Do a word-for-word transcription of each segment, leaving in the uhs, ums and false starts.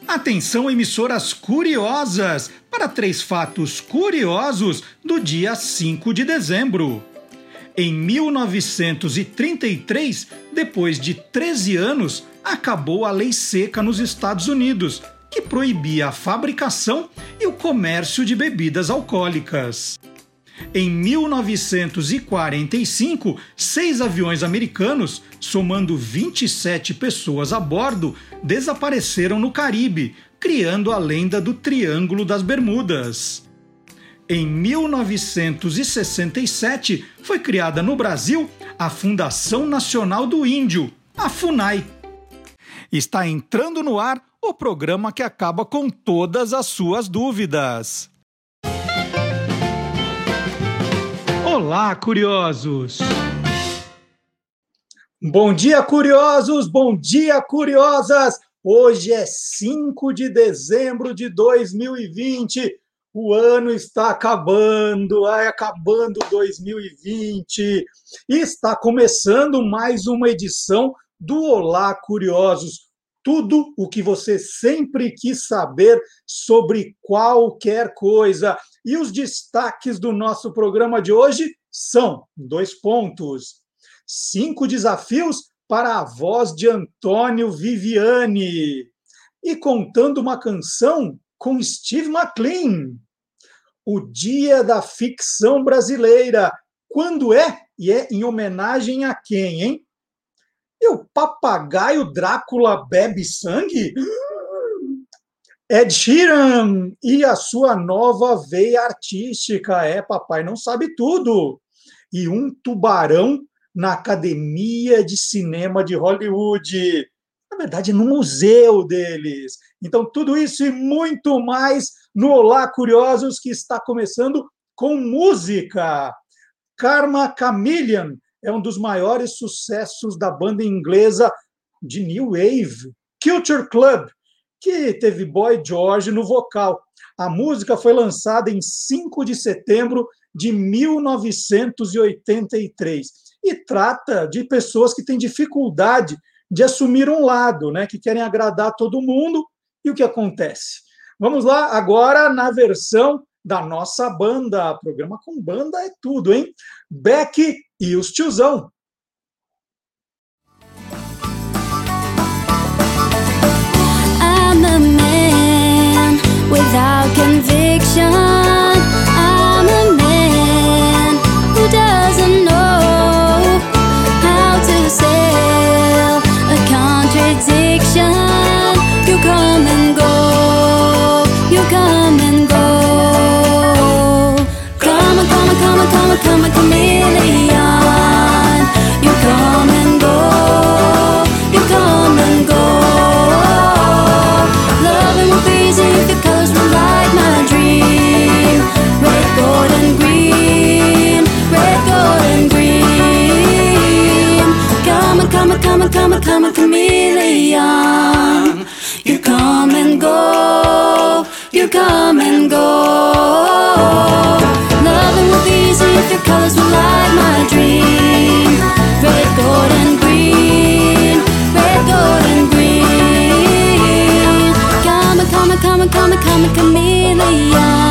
Atenção, emissoras curiosas, para três fatos curiosos do dia cinco de dezembro. Em mil novecentos e trinta e três, depois de treze anos, acabou a lei seca nos Estados Unidos, que proibia a fabricação e o comércio de bebidas alcoólicas. Em mil novecentos e quarenta e cinco, seis aviões americanos, somando vinte e sete pessoas a bordo, desapareceram no Caribe, criando a lenda do Triângulo das Bermudas. Em mil novecentos e sessenta e sete, foi criada no Brasil a Fundação Nacional do Índio, a FUNAI. Está entrando no ar o programa que acaba com todas as suas dúvidas. Olá, curiosos! Bom dia, curiosos! Bom dia, curiosas! Hoje é cinco de dezembro de dois mil e vinte. O ano está acabando, ai, acabando dois mil e vinte. E está começando mais uma edição do Olá, Curiosos. Tudo o que você sempre quis saber sobre qualquer coisa. E os destaques do nosso programa de hoje são, dois pontos, cinco desafios para a voz de Antônio Viviani e contando uma canção com Steve McLean. O Dia da Ficção Brasileira. Quando é? E é em homenagem a quem, hein? E o papagaio Drácula bebe sangue? Ed Sheeran e a sua nova veia artística. É, papai não sabe tudo. E um tubarão na Academia de Cinema de Hollywood. Na verdade, no museu deles. Então, tudo isso e muito mais no Olá Curiosos, que está começando com música. Karma Chameleon é um dos maiores sucessos da banda inglesa de New Wave, Culture Club, que teve Boy George no vocal. A música foi lançada em cinco de setembro de mil novecentos e oitenta e três e trata de pessoas que têm dificuldade de assumir um lado, né, que querem agradar todo mundo. E o que acontece? Vamos lá agora na versão da nossa banda. Programa com banda é tudo, hein? Beck e os Tiozão. I'm a man without conviction. I'm a man who doesn't know how to sell a contradiction. You come and go, you come and go. Come on, come on, come on, come on, come on, chameleon. You come and go, you come and go. Loving will freeze if your colors will light my dream. Red, gold and green, red, gold and green. Come on, come on, come on, come on, come on, chameleon. You come and go, you come and go. Loving will be easy if your colors will light my dream. Red, gold and green, red, gold and green. Come on, come on, come on, come on, come on, chameleon.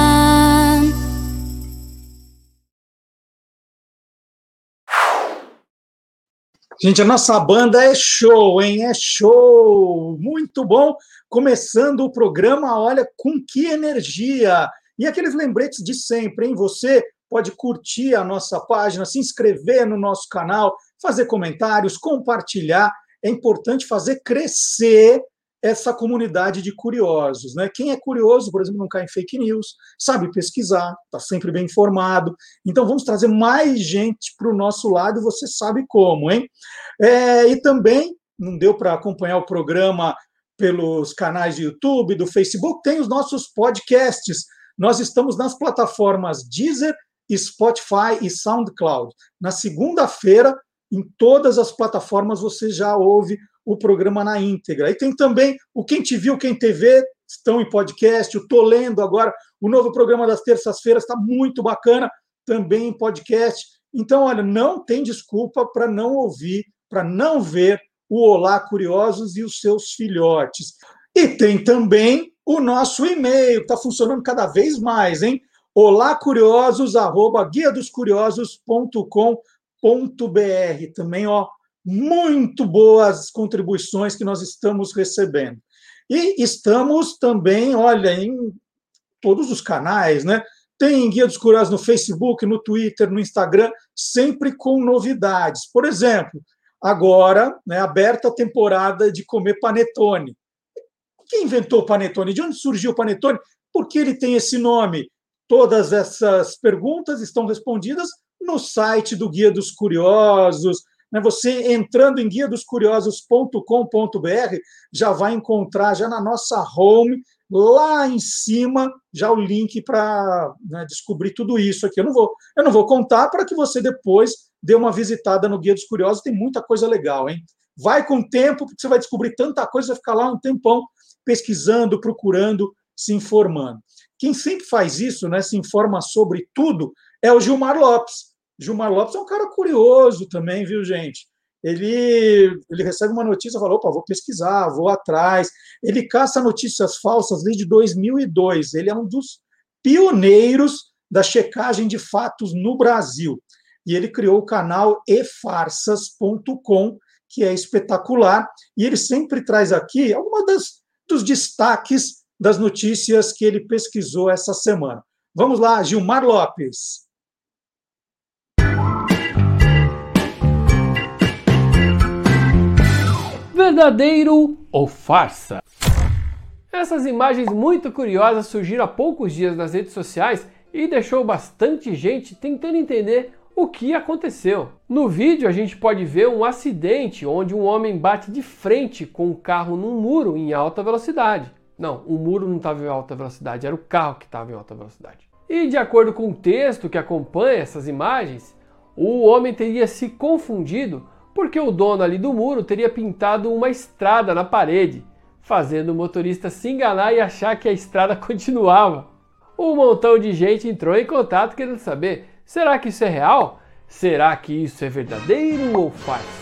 Gente, a nossa banda é show, hein? É show! Muito bom! Começando o programa, olha, com que energia! E aqueles lembretes de sempre, hein? Você pode curtir a nossa página, se inscrever no nosso canal, fazer comentários, compartilhar. É importante fazer crescer essa comunidade de curiosos, né? Quem é curioso, por exemplo, não cai em fake news, sabe pesquisar, está sempre bem informado. Então, vamos trazer mais gente para o nosso lado e você sabe como, hein? É, e também, não deu para acompanhar o programa pelos canais do YouTube, do Facebook, tem os nossos podcasts. Nós estamos nas plataformas Deezer, Spotify e SoundCloud. Na segunda-feira, em todas as plataformas, você já ouve o programa na íntegra. E tem também o Quem Te Viu, Quem Te Vê, estão em podcast. Eu estou lendo agora o novo programa das terças-feiras, está muito bacana, também em podcast. Então, olha, não tem desculpa para não ouvir, para não ver o Olá Curiosos e os seus filhotes. E tem também o nosso e-mail, que está funcionando cada vez mais, hein? olá curiosos arroba guia dos curiosos ponto com ponto br. Também, ó, muito boas contribuições que nós estamos recebendo. E estamos também, olha, em todos os canais, né? Tem Guia dos Curiosos no Facebook, no Twitter, no Instagram, sempre com novidades. Por exemplo, agora, né, aberta a temporada de comer panetone. Quem inventou o panetone? De onde surgiu o panetone? Por que ele tem esse nome? Todas essas perguntas estão respondidas no site do Guia dos Curiosos. Você entrando em guia dos curiosos ponto com ponto br já vai encontrar, já na nossa home, lá em cima, já o link para, né, descobrir tudo isso aqui. Eu não vou, eu não vou contar para que você depois dê uma visitada no Guia dos Curiosos, tem muita coisa legal, hein? Vai com o tempo, porque você vai descobrir tanta coisa, vai ficar lá um tempão pesquisando, procurando, se informando. Quem sempre faz isso, né, se informa sobre tudo, é o Gilmar Lopes. Gilmar Lopes é um cara curioso também, viu, gente? Ele, ele recebe uma notícia e fala, opa, vou pesquisar, vou atrás. Ele caça notícias falsas desde dois mil e dois. Ele é um dos pioneiros da checagem de fatos no Brasil. E ele criou o canal e farsas ponto com, que é espetacular. E ele sempre traz aqui algumas das, dos destaques das notícias que ele pesquisou essa semana. Vamos lá, Gilmar Lopes. Verdadeiro ou farsa? Essas imagens muito curiosas surgiram há poucos dias nas redes sociais e deixou bastante gente tentando entender o que aconteceu. No vídeo a gente pode ver um acidente onde um homem bate de frente com um carro num muro em alta velocidade. Não, o muro não estava em alta velocidade, era o carro que estava em alta velocidade. E de acordo com o texto que acompanha essas imagens, o homem teria se confundido porque o dono ali do muro teria pintado uma estrada na parede, fazendo o motorista se enganar e achar que a estrada continuava. Um montão de gente entrou em contato querendo saber, será que isso é real? Será que isso é verdadeiro ou farsa?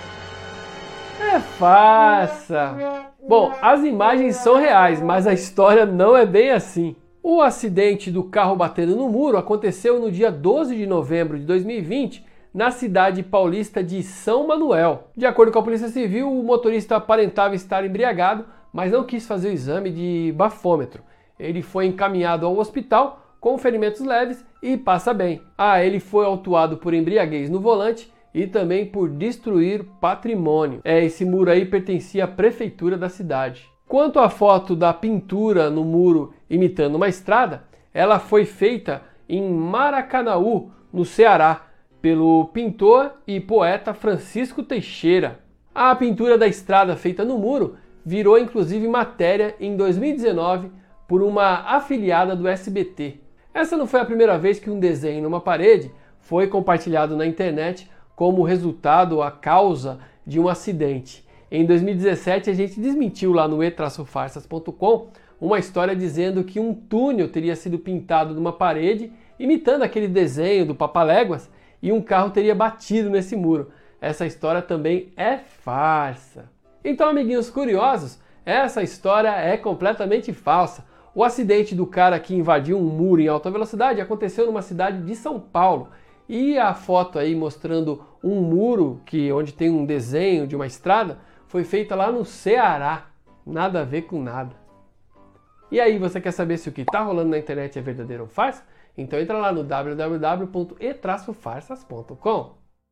É farsa! Bom, as imagens são reais, mas a história não é bem assim. O acidente do carro batendo no muro aconteceu no dia doze de novembro de dois mil e vinte, na cidade paulista de São Manuel. De acordo com a Polícia Civil, o motorista aparentava estar embriagado, mas não quis fazer o exame de bafômetro. Ele foi encaminhado ao hospital com ferimentos leves e passa bem. Ah, ele foi autuado por embriaguez no volante e também por destruir patrimônio. É, esse muro aí pertencia à prefeitura da cidade. Quanto à foto da pintura no muro imitando uma estrada, ela foi feita em Maracanaú, no Ceará, pelo pintor e poeta Francisco Teixeira. A pintura da estrada feita no muro virou inclusive matéria em dois mil e dezenove por uma afiliada do S B T. Essa não foi a primeira vez que um desenho numa parede foi compartilhado na internet como resultado, a causa de um acidente. Em dois mil e dezessete a gente desmentiu lá no e farsas ponto com uma história dizendo que um túnel teria sido pintado numa parede imitando aquele desenho do Papaléguas e um carro teria batido nesse muro. Essa história também é farsa. Então, amiguinhos curiosos, essa história é completamente falsa. O acidente do cara que invadiu um muro em alta velocidade aconteceu numa cidade de São Paulo. E a foto aí mostrando um muro que, onde tem um desenho de uma estrada foi feita lá no Ceará. Nada a ver com nada. E aí, você quer saber se o que está rolando na internet é verdadeiro ou farsa? Então entra lá no w w w ponto e farsas ponto com.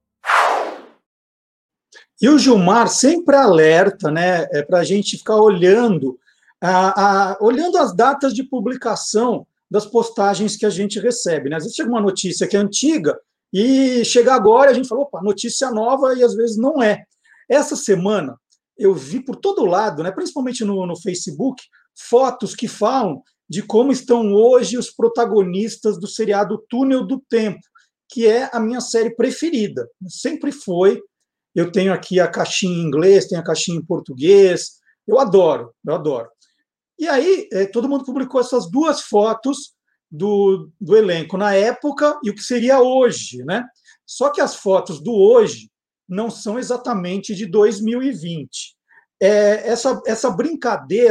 E o Gilmar sempre alerta, né, é, para a gente ficar olhando, a, a, olhando as datas de publicação das postagens que a gente recebe. Né? Às vezes chega uma notícia que é antiga e chega agora e a gente fala, opa, notícia nova, e às vezes não é. Essa semana eu vi por todo lado, né, principalmente no, no Facebook, fotos que falam de como estão hoje os protagonistas do seriado Túnel do Tempo, que é a minha série preferida. Sempre foi. Eu tenho aqui a caixinha em inglês, tenho a caixinha em português. Eu adoro, eu adoro. E aí, todo mundo publicou essas duas fotos do, do elenco na época e o que seria hoje, né? Só que as fotos do hoje não são exatamente de dois mil e vinte. É, essa, essa brincadeira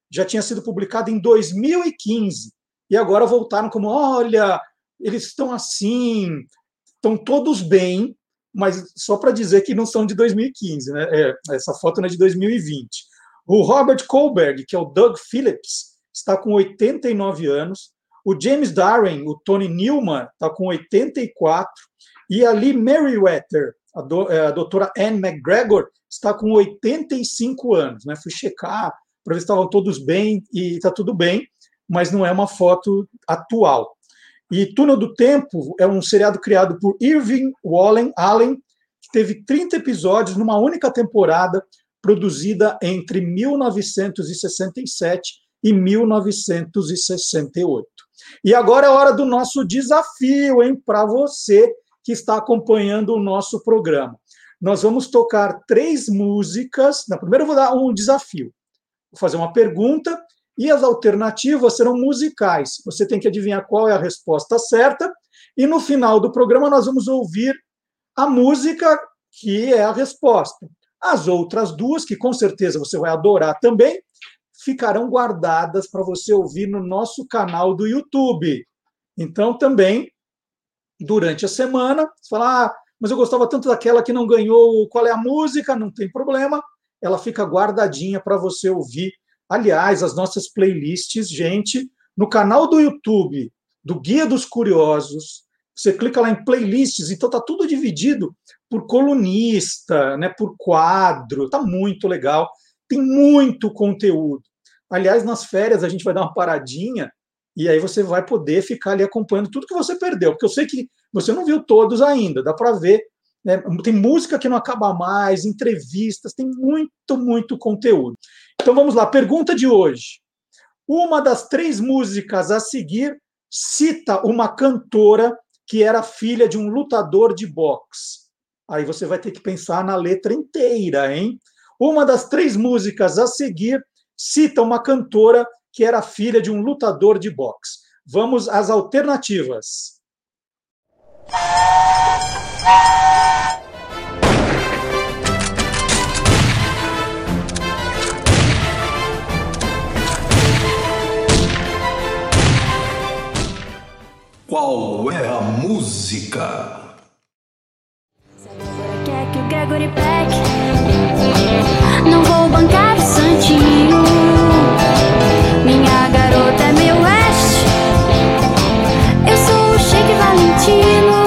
já tinha sido publicada em dois mil e quinze, e agora voltaram como, olha, eles estão assim, estão todos bem, mas só para dizer que não são de dois mil e quinze, né? É, essa foto não é de dois mil e vinte. O Robert Kohlberg, que é o Doug Phillips, está com oitenta e nove anos, o James Darren, o Tony Newman, está com oitenta e quatro, e a Lee Meriwether, a, do, a doutora Anne McGregor, está com oitenta e cinco anos. Né? Fui checar para ver se estavam todos bem, e está tudo bem, mas não é uma foto atual. E Túnel do Tempo é um seriado criado por Irving Wallen Allen, que teve trinta episódios numa única temporada, produzida entre mil novecentos e sessenta e sete e mil novecentos e sessenta e oito. E agora é hora do nosso desafio, hein, para você que está acompanhando o nosso programa. Nós vamos tocar três músicas. Na primeira eu vou dar um desafio. Vou fazer uma pergunta e as alternativas serão musicais. Você tem que adivinhar qual é a resposta certa e no final do programa nós vamos ouvir a música que é a resposta. As outras duas, que com certeza você vai adorar também, ficarão guardadas para você ouvir no nosso canal do YouTube. Então, também, durante a semana, você fala, ah, mas eu gostava tanto daquela que não ganhou qual é a música, não tem problema, ela fica guardadinha para você ouvir. Aliás, as nossas playlists, gente, no canal do YouTube, do Guia dos Curiosos, você clica lá em playlists, então está tudo dividido por colunista, né, por quadro, está muito legal, tem muito conteúdo. Aliás, nas férias a gente vai dar uma paradinha e aí você vai poder ficar ali acompanhando tudo que você perdeu, porque eu sei que você não viu todos ainda, dá para ver, né, tem música que não acaba mais, entrevistas, tem muito, muito conteúdo. Então vamos lá, pergunta de hoje. Uma das três músicas a seguir cita uma cantora que era filha de um lutador de boxe. Aí você vai ter que pensar na letra inteira, hein? Uma das três músicas a seguir cita uma cantora que era filha de um lutador de boxe. Vamos às alternativas. Qual é a música? Quer que o Gregory Peck não vou bancar o santinho. Minha garota é meu West, eu sou o Sheik Valentino.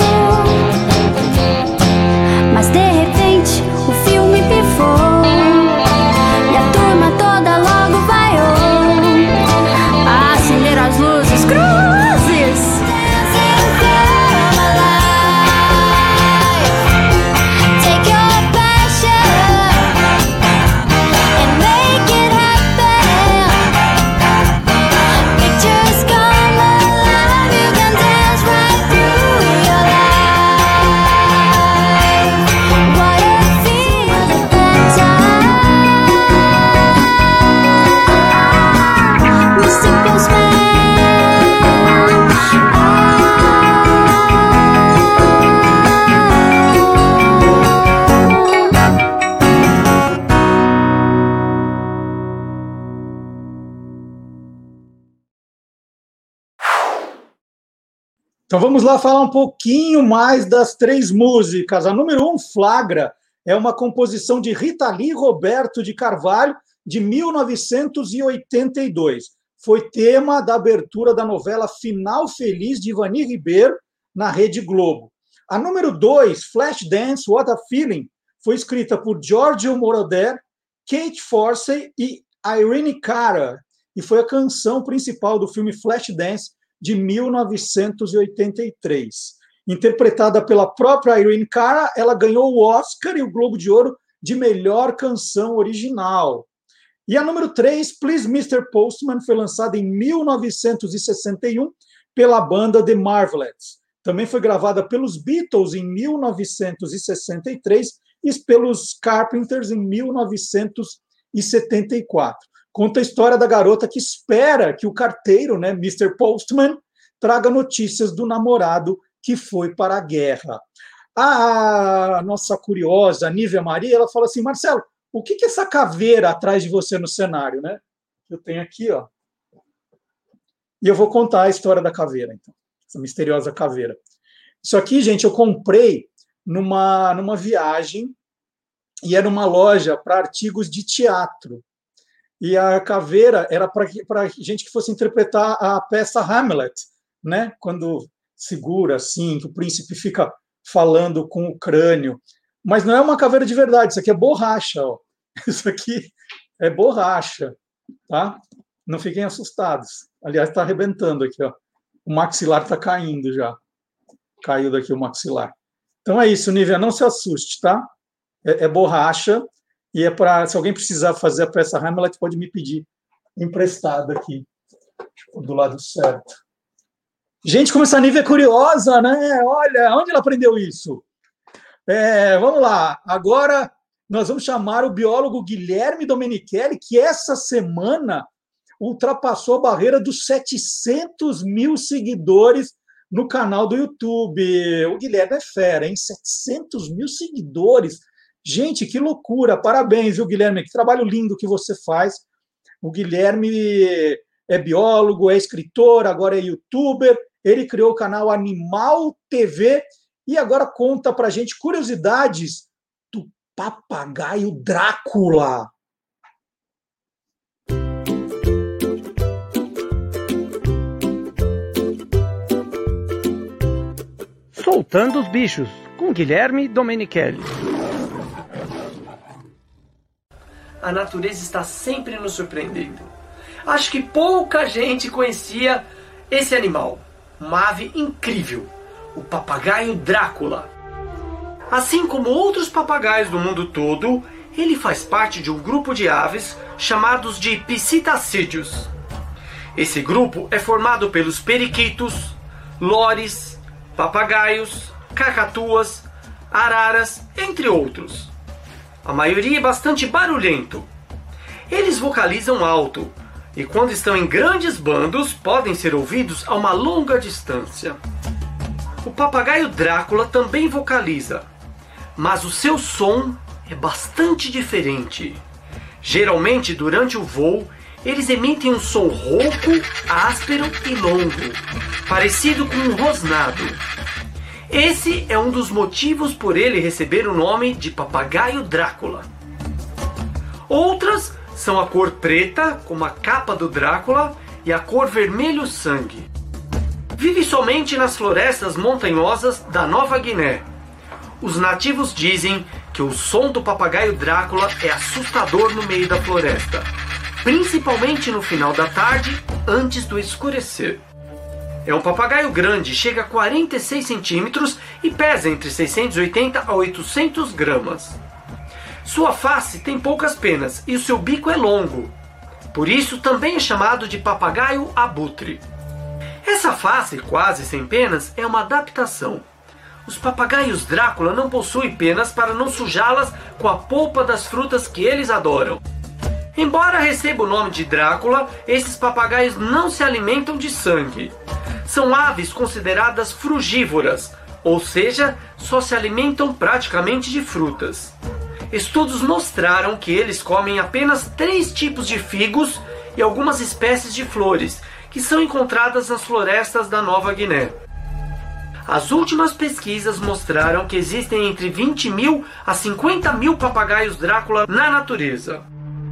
Mas de repente o filme pifou e a turma toda logo vaiou. Acender as luzes, cruzes. Então vamos lá falar um pouquinho mais das três músicas. A número um, Flagra, é uma composição de Rita Lee Roberto de Carvalho, de mil novecentos e oitenta e dois. Foi tema da abertura da novela Final Feliz de Ivani Ribeiro, na Rede Globo. A número dois, Flashdance, What a Feeling, foi escrita por Giorgio Moroder, Kate Forsey e Irene Cara, e foi a canção principal do filme Flashdance, de mil novecentos e oitenta e três. Interpretada pela própria Irene Cara, ela ganhou o Oscar e o Globo de Ouro de melhor canção original. E a número três, Please mister Postman, foi lançada em mil novecentos e sessenta e um pela banda The Marvelettes. Também foi gravada pelos Beatles em mil novecentos e sessenta e três e pelos Carpenters em mil novecentos e setenta e quatro. Conta a história da garota que espera que o carteiro, né, mister Postman, traga notícias do namorado que foi para a guerra. A nossa curiosa Nívia Maria, ela fala assim, Marcelo, o que é essa caveira atrás de você no cenário, né? que eu tenho aqui, ó. E eu vou contar a história da caveira, então. Essa misteriosa caveira. Isso aqui, gente, eu comprei numa, numa viagem e era uma loja para artigos de teatro. E a caveira era para gente que fosse interpretar a peça Hamlet, né? Quando segura, assim, que o príncipe fica falando com o crânio. Mas não é uma caveira de verdade, isso aqui é borracha, ó. Isso aqui é borracha, tá? Não fiquem assustados. Aliás, está arrebentando aqui, ó. O maxilar está caindo já. Caiu daqui o maxilar. Então é isso, Nívia, não se assuste, tá? É, é borracha e é para, se alguém precisar fazer a peça Hamlet, pode me pedir emprestada aqui, do lado certo. Gente, como essa Nívia é curiosa, né? Olha, onde ela aprendeu isso? É, vamos lá, agora nós vamos chamar o biólogo Guilherme Domenichelli, que essa semana ultrapassou a barreira dos setecentos mil seguidores no canal do YouTube. O Guilherme é fera, hein? setecentos mil seguidores. Gente, que loucura. Parabéns, viu, Guilherme? Que trabalho lindo que você faz. O Guilherme é biólogo, é escritor, agora é youtuber. Ele criou o canal Animal T V e agora conta pra gente curiosidades do papagaio Drácula. Soltando os bichos, com Guilherme Domenichelli. A natureza está sempre nos surpreendendo. Acho que pouca gente conhecia esse animal. Uma ave incrível, o papagaio Drácula. Assim como outros papagaios do mundo todo, ele faz parte de um grupo de aves chamados de psitacídeos. Esse grupo é formado pelos periquitos, lores, papagaios, cacatuas, araras, entre outros. A maioria é bastante barulhento. Eles vocalizam alto e quando estão em grandes bandos podem ser ouvidos a uma longa distância. O papagaio Drácula também vocaliza, mas o seu som é bastante diferente. Geralmente, durante o voo, eles emitem um som rouco, áspero e longo, parecido com um rosnado. Esse é um dos motivos por ele receber o nome de papagaio Drácula. Outras são a cor preta, como a capa do Drácula, e a cor vermelho sangue. Vive somente nas florestas montanhosas da Nova Guiné. Os nativos dizem que o som do papagaio Drácula é assustador no meio da floresta, principalmente no final da tarde, antes do escurecer. É um papagaio grande, chega a quarenta e seis centímetros e pesa entre seiscentos e oitenta a oitocentos gramas. Sua face tem poucas penas e o seu bico é longo. Por isso também é chamado de papagaio abutre. Essa face, quase sem penas, é uma adaptação. Os papagaios Drácula não possuem penas para não sujá-las com a polpa das frutas que eles adoram. Embora receba o nome de Drácula, esses papagaios não se alimentam de sangue. São aves consideradas frugívoras, ou seja, só se alimentam praticamente de frutas. Estudos mostraram que eles comem apenas três tipos de figos e algumas espécies de flores, que são encontradas nas florestas da Nova Guiné. As últimas pesquisas mostraram que existem entre vinte mil a cinquenta mil papagaios Drácula na natureza.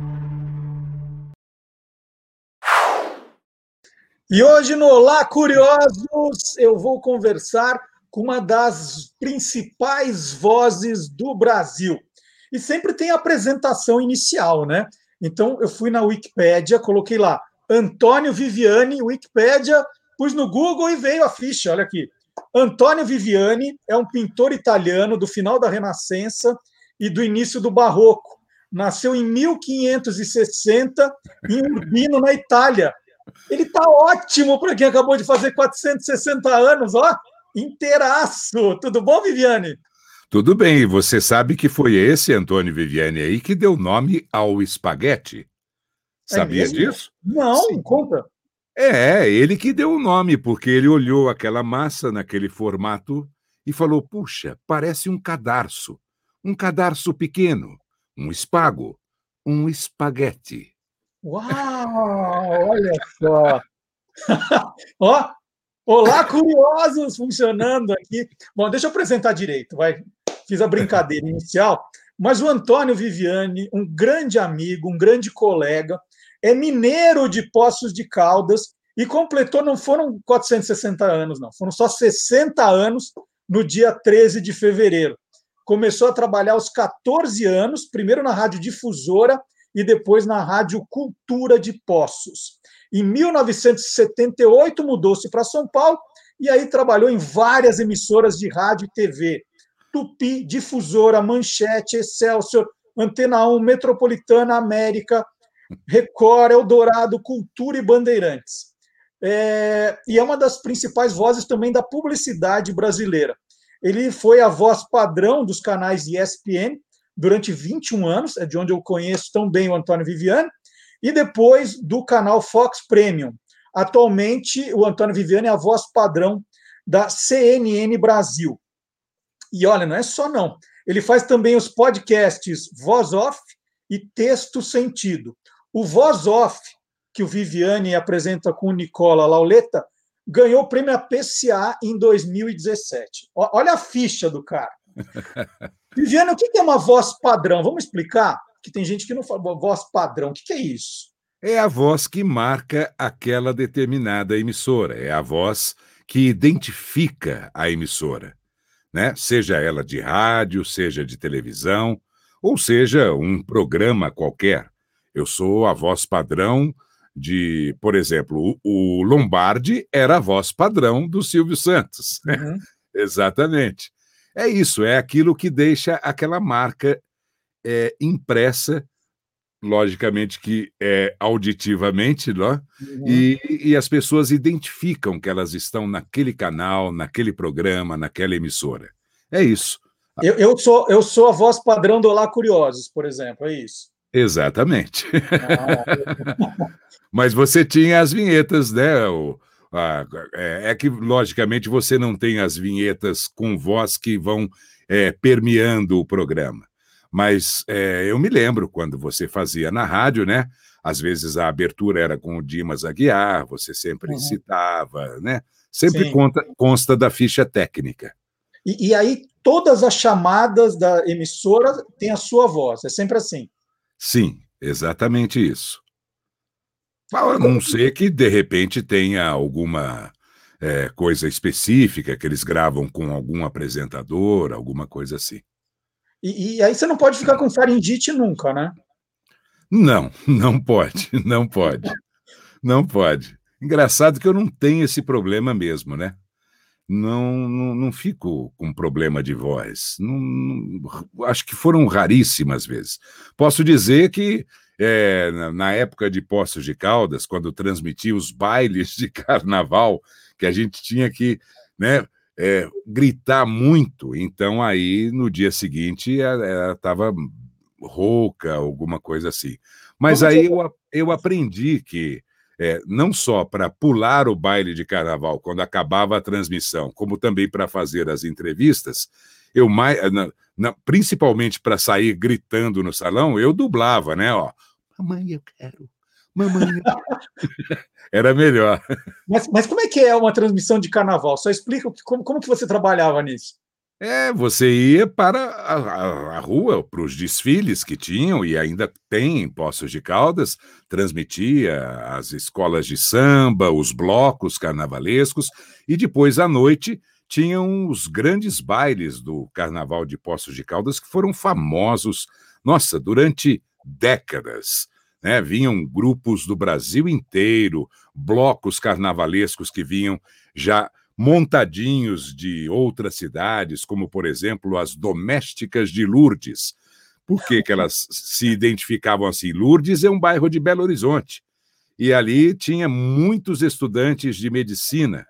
E hoje no Olá Curiosos eu vou conversar com uma das principais vozes do Brasil. E sempre tem a apresentação inicial, né? Então eu fui na Wikipédia, coloquei lá Antônio Viviani, Wikipédia, pus no Google e veio a ficha, olha aqui. Antônio Viviani é um pintor italiano do final da Renascença e do início do Barroco. Nasceu em mil quinhentos e sessenta em Urbino, na Itália. Ele está ótimo para quem acabou de fazer quatrocentos e sessenta anos, ó, inteiraço. Tudo bom, Viviani? Tudo bem, e você sabe que foi esse Antônio Viviani aí que deu nome ao espaguete. Sabia é disso? Não, Sim. Conta. É, ele que deu o nome, porque ele olhou aquela massa naquele formato e falou, puxa, parece um cadarço, um cadarço pequeno, um espago, um espaguete. Uau, olha só. Ó, olá, curiosos, funcionando aqui. Bom, deixa eu apresentar direito, vai. Fiz a brincadeira inicial, mas o Antônio Viviani, um grande amigo, um grande colega, é mineiro de Poços de Caldas e completou, não foram quatrocentos e sessenta anos, não, foram só sessenta anos no dia treze de fevereiro. Começou a trabalhar aos quatorze anos, primeiro na Rádio Difusora e depois na Rádio Cultura de Poços. Em mil novecentos e setenta e oito, mudou-se para São Paulo e aí trabalhou em várias emissoras de rádio e T V. Tupi, Difusora, Manchete, Excelsior, Antena um, Metropolitana, América, Record, Eldorado, Cultura e Bandeirantes. É, e é uma das principais vozes também da publicidade brasileira. Ele foi a voz padrão dos canais E S P N durante vinte e um anos, é de onde eu conheço tão bem o Antônio Viviani, e depois do canal Fox Premium. Atualmente, o Antônio Viviani é a voz padrão da C N N Brasil. E olha, não é só não. Ele faz também os podcasts Voz Off e Texto Sentido. O Voz Off, que o Viviani apresenta com o Nicola Lauletta, ganhou o prêmio A P C A em dois mil e dezessete. Olha a ficha do cara. Viviani, o que é uma voz padrão? Vamos explicar? Que tem gente que não fala voz padrão. O que é isso? É a voz que marca aquela determinada emissora. É a voz que identifica a emissora, né? Seja ela de rádio, seja de televisão, ou seja um programa qualquer. Eu sou a voz padrão de, por exemplo, o Lombardi era a voz padrão do Silvio Santos. Uhum. Exatamente. É isso, é aquilo que deixa aquela marca é, impressa, logicamente que é auditivamente, não? Uhum. E, e as pessoas identificam que elas estão naquele canal, naquele programa, naquela emissora. É isso. Eu, eu, sou, eu sou a voz padrão do Olá Curiosos, por exemplo, é isso? Exatamente. Ah. Mas você tinha as vinhetas, né? O, a, é, é que, logicamente, você não tem as vinhetas com voz que vão é, permeando o programa. Mas é, eu me lembro quando você fazia na rádio, né? Às vezes a abertura era com o Dimas Aguiar, você sempre uhum. citava, né? Sempre conta, consta da ficha técnica. E, e aí todas as chamadas da emissora têm a sua voz, é sempre assim? Sim, exatamente isso. A não ser que, de repente, tenha alguma é, coisa específica que eles gravam com algum apresentador, alguma coisa assim. E, e aí você não pode ficar com faringite nunca, né? Não, não pode, não pode. Não pode. Engraçado que eu não tenho esse problema mesmo, né? Não, não, não fico com problema de voz. Não, não, acho que foram raríssimas vezes. Posso dizer que é, na, na época de Poços de Caldas, quando transmitia os bailes de carnaval, que a gente tinha que, né, é, gritar muito, então aí no dia seguinte ela estava rouca, alguma coisa assim. Mas aí eu, eu aprendi que É, não só para pular o baile de carnaval quando acabava a transmissão, como também para fazer as entrevistas, eu mais, na, na, principalmente para sair gritando no salão, eu dublava, né? Ó, mamãe, eu quero, mamãe, eu quero. Era melhor. Mas, mas como é que é uma transmissão de carnaval? Só explica como, como que você trabalhava nisso. É, você ia para a, a, a rua, para os desfiles que tinham, e ainda tem em Poços de Caldas, transmitia as escolas de samba, os blocos carnavalescos, e depois à noite tinham os grandes bailes do Carnaval de Poços de Caldas, que foram famosos, nossa, durante décadas, né? Vinham grupos do Brasil inteiro, blocos carnavalescos que vinham já montadinhos de outras cidades, como, por exemplo, as Domésticas de Lourdes. Por que que elas se identificavam assim? Lourdes é um bairro de Belo Horizonte, e ali tinha muitos estudantes de medicina,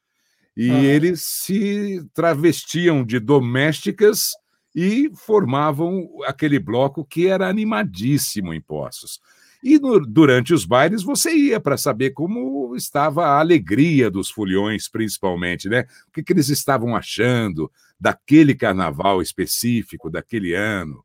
e ah. eles se travestiam de domésticas e formavam aquele bloco que era animadíssimo em Poços. E no, durante os bailes você ia para saber como estava a alegria dos foliões, principalmente, né? O que, que eles estavam achando daquele carnaval específico, daquele ano.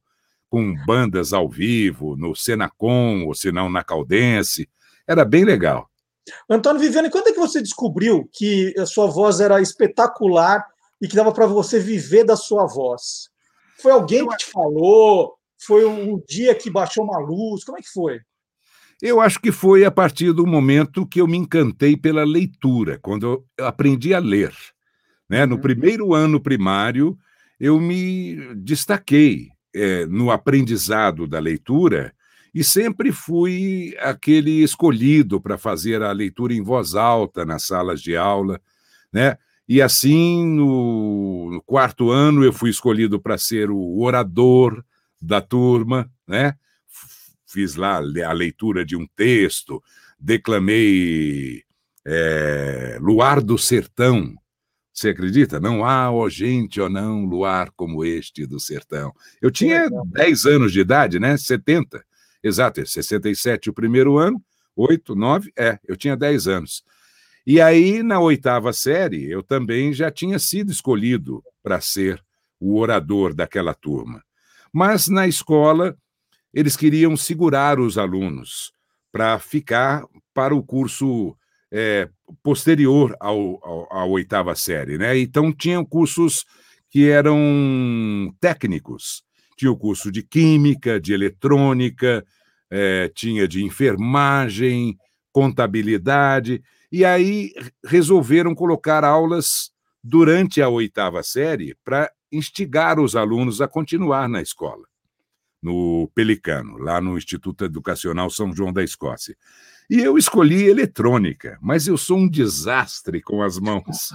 com bandas ao vivo, no Senacom, ou se não na Caldense. Era bem legal. Antônio Viviane, quando é que você descobriu que a sua voz era espetacular e que dava para você viver da sua voz? Foi alguém que te falou? Foi um dia que baixou uma luz? Como é que foi? Eu acho que foi a partir do momento que eu me encantei pela leitura, quando eu aprendi a ler. Né? No primeiro ano primário, eu me destaquei é, no aprendizado da leitura e sempre fui aquele escolhido para fazer a leitura em voz alta nas salas de aula, né? E assim, no, no quarto ano, eu fui escolhido para ser o orador da turma, né? Fiz lá a leitura de um texto, declamei é, Luar do Sertão. Você acredita? Não há, ó gente, ó não, luar como este do sertão. Eu tinha dez anos de idade, né? setenta. Exato, sessenta e sete o primeiro ano, oito, nove, é, eu tinha dez anos. E aí, na oitava série, eu também já tinha sido escolhido para ser o orador daquela turma. Mas na escola, eles queriam segurar os alunos para ficar para o curso é, posterior ao, ao, à oitava série, né? Então, tinham cursos que eram técnicos. Tinha o curso de química, de eletrônica, é, tinha de enfermagem, contabilidade, e aí resolveram colocar aulas durante a oitava série para instigar os alunos a continuar na escola, no Pelicano, lá no Instituto Educacional São João da Escócia. E eu escolhi eletrônica, mas eu sou um desastre com as mãos.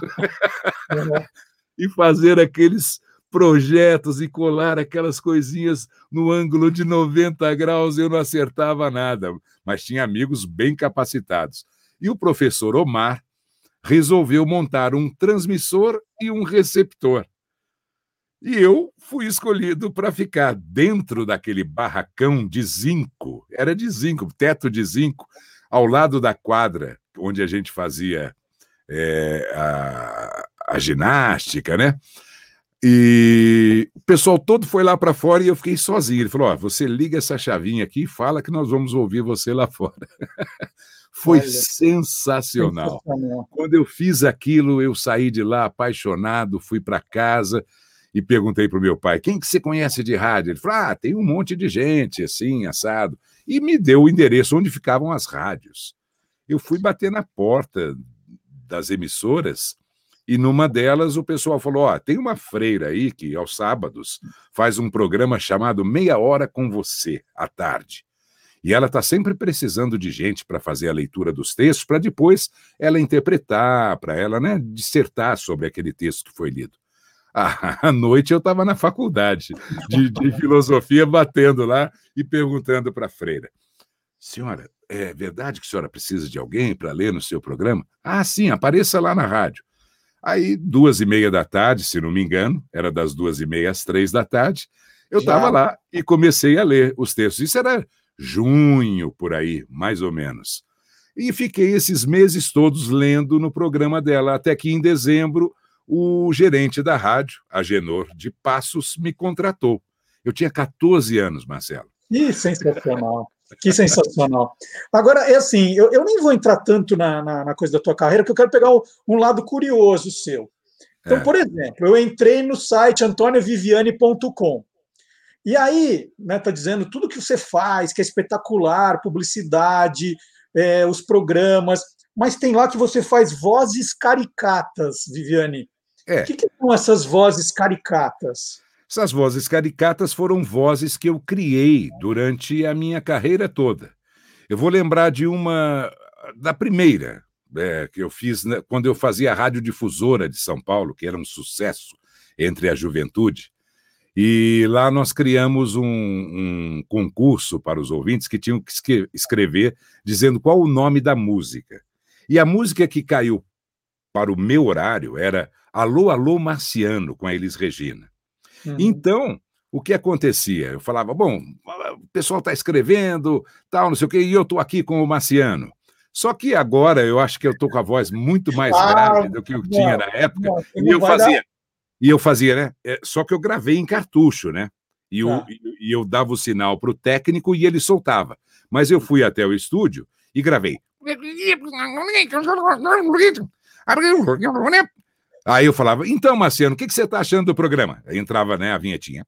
E fazer aqueles projetos e colar aquelas coisinhas no ângulo de noventa graus, eu não acertava nada, mas tinha amigos bem capacitados. E o professor Omar resolveu montar um transmissor e um receptor. E eu fui escolhido para ficar dentro daquele barracão de zinco, era de zinco, teto de zinco, ao lado da quadra, onde a gente fazia é, a, a ginástica, né? E o pessoal todo foi lá para fora e eu fiquei sozinho. Ele falou, ó, você liga essa chavinha aqui e fala que nós vamos ouvir você lá fora. Foi Olha, sensacional. sensacional. Quando eu fiz aquilo, eu saí de lá apaixonado, fui para casa e perguntei para o meu pai, quem que você conhece de rádio? Ele falou, ah, tem um monte de gente, assim, assado. E me deu o endereço onde ficavam as rádios. Eu fui bater na porta das emissoras e numa delas o pessoal falou, ó, tem uma freira aí que aos sábados faz um programa chamado Meia Hora com Você, à tarde. E ela está sempre precisando de gente para fazer a leitura dos textos, para depois ela interpretar, para ela, né, dissertar sobre aquele texto que foi lido. À noite eu estava na faculdade de, de filosofia, batendo lá e perguntando para a freira, senhora, é verdade que a senhora precisa de alguém para ler no seu programa? Ah, sim, apareça lá na rádio. Aí, duas e meia da tarde, se não me engano, era das duas e meia às três da tarde, eu estava lá e comecei a ler os textos. Isso era junho, por aí, mais ou menos. E fiquei esses meses todos lendo no programa dela, até que em dezembro o gerente da rádio, Agenor de Passos, me contratou. Eu tinha quatorze anos, Marcelo. Que sensacional. Que sensacional. Agora, é assim, eu, eu nem vou entrar tanto na, na, na coisa da tua carreira, porque eu quero pegar um, um lado curioso seu. Então, é. por exemplo, eu entrei no site antonio viviane ponto com. E aí, né, tá dizendo tudo que você faz, que é espetacular, publicidade, é, os programas, mas tem lá que você faz vozes caricatas, Viviane. É. O que, que são essas vozes caricatas? Essas vozes caricatas foram vozes que eu criei durante a minha carreira toda. Eu vou lembrar de uma, da primeira, é, que eu fiz né, quando eu fazia a radiodifusora de São Paulo, que era um sucesso entre a juventude. E lá nós criamos um, um concurso para os ouvintes que tinham que escrever dizendo qual o nome da música. E a música que caiu para o meu horário era Alô, Alô, Marciano, com a Elis Regina. Uhum. Então, o que acontecia? Eu falava, bom, o pessoal está escrevendo, tal, não sei o quê, e eu estou aqui com o Marciano. Só que agora eu acho que eu estou com a voz muito mais ah, grave do que eu não, tinha na época, não, e eu fazia... Dar... E eu fazia, né? É, só que eu gravei em cartucho, né? E, o, Tá. e eu dava o sinal para o técnico e ele soltava. Mas eu fui até o estúdio e gravei. Aí eu falava, então, Marciano, o que, que você está achando do programa? Aí entrava, né, a vinhetinha.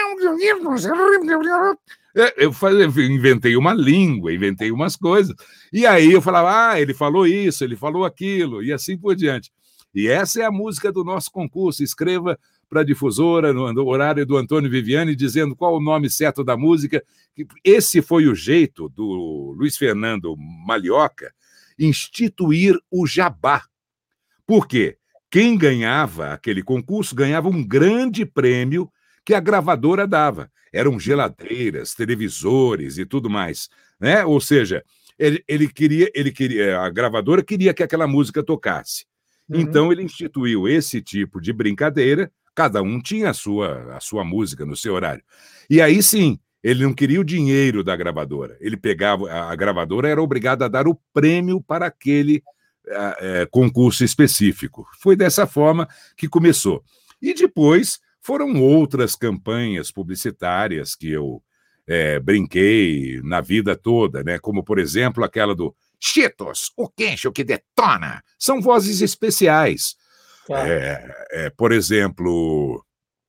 Eu falei, inventei uma língua, inventei umas coisas. E aí eu falava, ah, ele falou isso, ele falou aquilo, e assim por diante. E essa é a música do nosso concurso. Escreva para a difusora, no horário do Antônio Viviani, dizendo qual o nome certo da música. Esse foi o jeito do Luiz Fernando Malioca instituir o jabá. Por quê? Quem ganhava aquele concurso ganhava um grande prêmio que a gravadora dava. Eram geladeiras, televisores e tudo mais, né? Ou seja, ele, ele queria, ele queria, a gravadora queria que aquela música tocasse. Uhum. Então ele instituiu esse tipo de brincadeira. Cada um tinha a sua, a sua música no seu horário. E aí sim, ele não queria o dinheiro da gravadora. Ele pegava, a gravadora era obrigada a dar o prêmio para aquele é, concurso específico. Foi dessa forma que começou. E depois foram outras campanhas publicitárias que eu é, brinquei na vida toda, né? Como, por exemplo, aquela do Cheetos, o queixo que detona. São vozes especiais. Tá. É, é, por exemplo,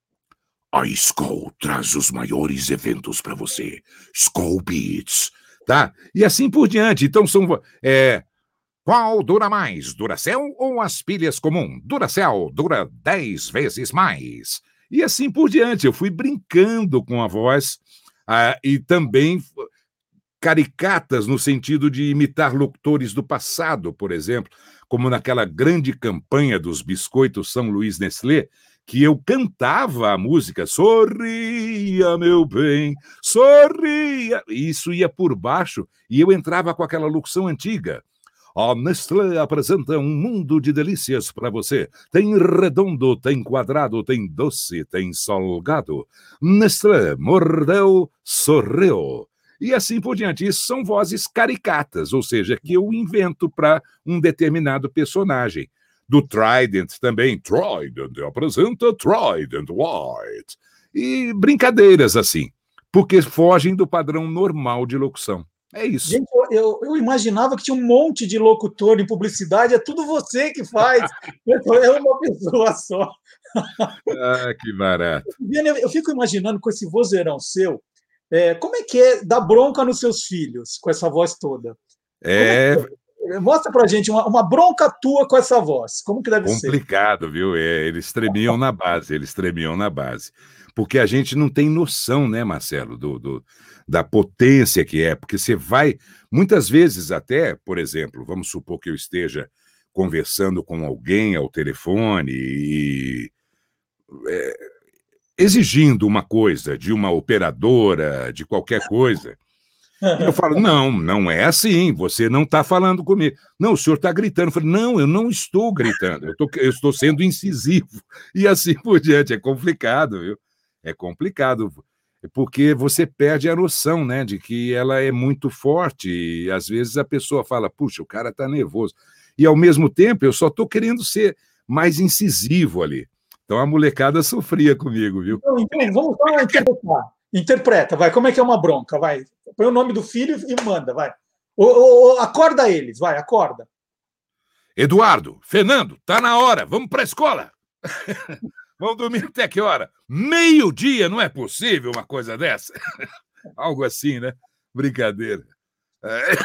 a Skol traz os maiores eventos para você. Skol Beats, tá? E assim por diante. Então são... É, qual dura mais, Duracell ou as pilhas comum? Duracell dura dez vezes mais. E assim por diante. Eu fui brincando com a voz ah, e também caricatas no sentido de imitar locutores do passado, por exemplo, como naquela grande campanha dos biscoitos São Luís Nestlé, que eu cantava a música Sorria, meu bem, sorria. E isso ia por baixo e eu entrava com aquela locução antiga. A Nestlé apresenta um mundo de delícias para você. Tem redondo, tem quadrado, tem doce, tem salgado. Nestlé mordeu, sorriu. E assim por diante. Isso são vozes caricatas, ou seja, que eu invento para um determinado personagem. Do Trident também. Trident apresenta Trident White. E brincadeiras assim, porque fogem do padrão normal de locução. É isso. Gente, eu, eu imaginava que tinha um monte de locutor em publicidade, é tudo você que faz. É uma pessoa só. Ah, que barato. Eu fico imaginando com esse vozeirão seu, é, como é que é dar bronca nos seus filhos com essa voz toda? É... é Mostra pra gente uma, uma bronca tua com essa voz. Como que deve complicado, ser? Complicado, viu? É, eles tremiam na base, eles tremiam na base. Porque a gente não tem noção, né, Marcelo, do, do, da potência que é. Porque você vai, muitas vezes até, por exemplo, vamos supor que eu esteja conversando com alguém ao telefone e é, exigindo uma coisa de uma operadora, de qualquer coisa. E eu falo, não, não é assim, você não está falando comigo. Não, o senhor está gritando. Eu falo, não, eu não estou gritando, eu, tô, eu estou sendo incisivo. E assim por diante, é complicado, viu? É complicado, porque você perde a noção, né, de que ela é muito forte e às vezes a pessoa fala, puxa, o cara está nervoso. E ao mesmo tempo eu só estou querendo ser mais incisivo ali. Então a molecada sofria comigo, viu? Então, então vamos lá interpretar. Interpreta, vai. Como é que é uma bronca? Vai. Põe o nome do filho e manda, vai. Ou, ou, ou, acorda eles, vai, acorda. Eduardo, Fernando, tá na hora, vamos para a escola. Vamos dormir até que hora? Meio-dia, não é possível uma coisa dessa? Algo assim, né? Brincadeira. É...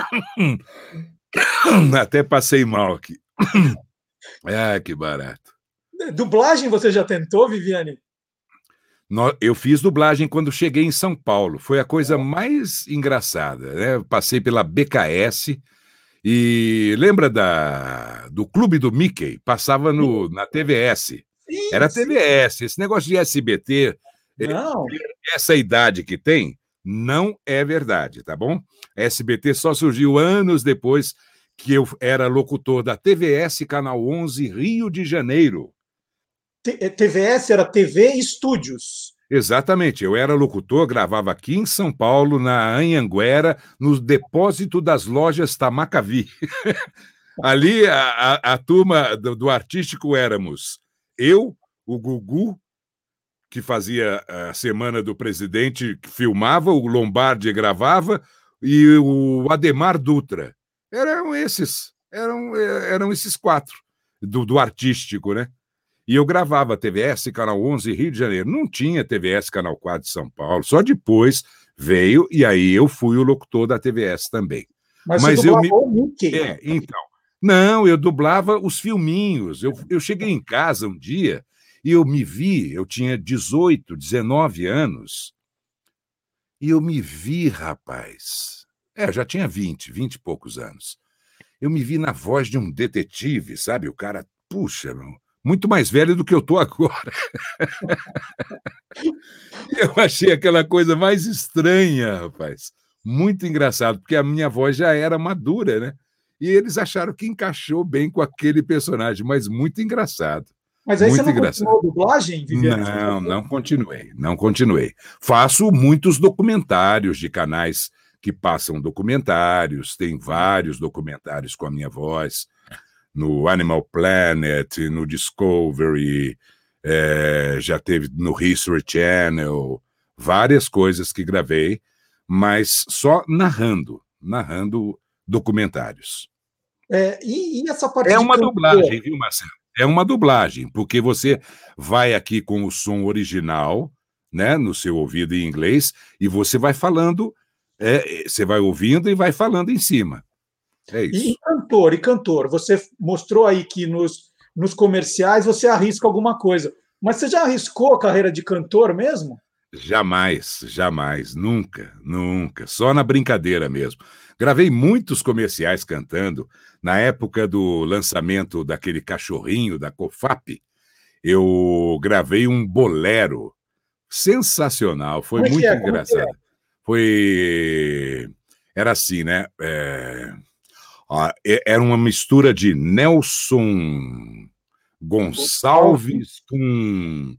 Até passei mal aqui. Ah, que barato. Dublagem você já tentou, Viviane? Eu fiz dublagem quando cheguei em São Paulo. Foi a coisa mais engraçada, né? Eu passei pela B K S e lembra da, do Clube do Mickey? Passava no, na T V S. Sim, Era T V S. Esse negócio de S B T, não. Essa idade que tem, não é verdade, tá bom? S B T só surgiu anos depois que eu era locutor da T V S Canal onze, Rio de Janeiro. T V S era T V Estúdios. Exatamente, eu era locutor, gravava aqui em São Paulo, na Anhanguera, no depósito das lojas Tamacavi. Ali a, a, a turma do, do artístico éramos eu, o Gugu, que fazia a Semana do Presidente, que filmava, o Lombardi gravava, e o Ademar Dutra. Eram esses, eram, eram esses quatro, do, do artístico, né? E eu gravava T V S, Canal onze, Rio de Janeiro. Não tinha T V S, Canal quatro de São Paulo. Só depois veio, e aí eu fui o locutor da T V S também. Mas, Mas você eu dublava me... o Mickey. É, então. Não, eu dublava os filminhos. Eu, eu cheguei em casa um dia e eu me vi, eu tinha dezoito, dezenove anos, e eu me vi, rapaz. É, eu já tinha vinte, vinte e poucos anos. Eu me vi na voz de um detetive, sabe? O cara, puxa, meu, muito mais velho do que eu tô agora. Eu achei aquela coisa mais estranha, rapaz. Muito engraçado, porque a minha voz já era madura, né? E eles acharam que encaixou bem com aquele personagem, mas muito engraçado. Mas aí muito você não engraçado. continuou a dublagem, Viviane? Não, não continuei, não continuei. Faço muitos documentários de canais que passam documentários, tem vários documentários com a minha voz, no Animal Planet, no Discovery, é, já teve no History Channel, várias coisas que gravei, mas só narrando, narrando documentários. É, e, e essa parte É de uma cantor? dublagem, viu, Marcelo? É uma dublagem, porque você vai aqui com o som original, né, no seu ouvido em inglês, e você vai falando, é, você vai ouvindo e vai falando em cima. É E, isso. e cantor, e cantor, você mostrou aí que nos, nos comerciais você arrisca alguma coisa, mas você já arriscou a carreira de cantor mesmo? Jamais, jamais, nunca, nunca. Só na brincadeira mesmo. Gravei muitos comerciais cantando. Na época do lançamento daquele cachorrinho da Cofap, eu gravei um bolero sensacional, foi Como é que muito é? Como é que é? engraçado. Foi... Era assim, né? É... ah, e- Era uma mistura de Nelson Gonçalves com...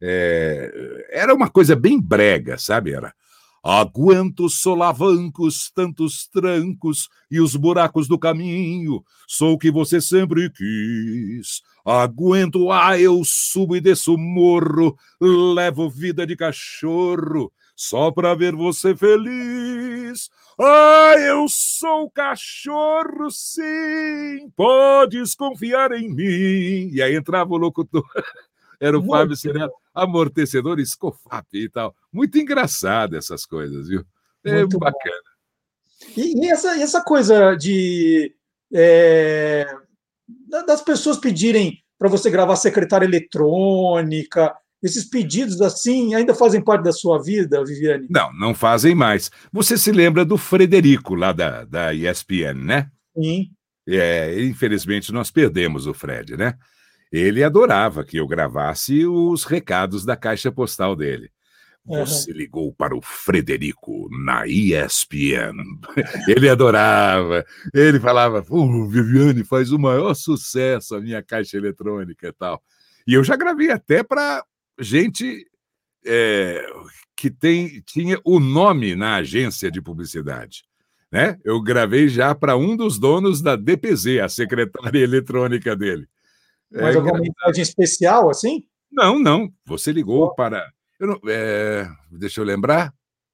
é, Era uma coisa bem brega, sabe? Era aguento os solavancos, tantos trancos e os buracos do caminho, sou o que você sempre quis. Aguento, ah, eu subo e desço morro, levo vida de cachorro, só pra ver você feliz. Ah, eu sou cachorro, sim, podes confiar em mim. E aí entrava o locutor. Era o Muito Fábio Cirela, amortecedor Scofap e tal. Muito engraçado essas coisas, viu? É Muito bacana. E, e essa, e essa coisa de é, da- das pessoas pedirem para você gravar secretária eletrônica, esses pedidos assim ainda fazem parte da sua vida, Viviane? Não, não fazem mais. Você se lembra do Frederico, lá da, da E S P N, né? Sim. É, infelizmente, nós perdemos o Fred, né? Ele adorava que eu gravasse os recados da caixa postal dele. Você ligou para o Frederico na E S P N. Ele adorava. Ele falava, pô, Viviane, faz o maior sucesso a minha caixa eletrônica e tal. E eu já gravei até para gente é, que tem, tinha o nome na agência de publicidade. Né? Eu gravei já para um dos donos da D P Z, a secretária eletrônica dele. Mas É, alguma mensagem especial assim? não, não. Você ligou para... Eu não, é, deixa eu lembrar.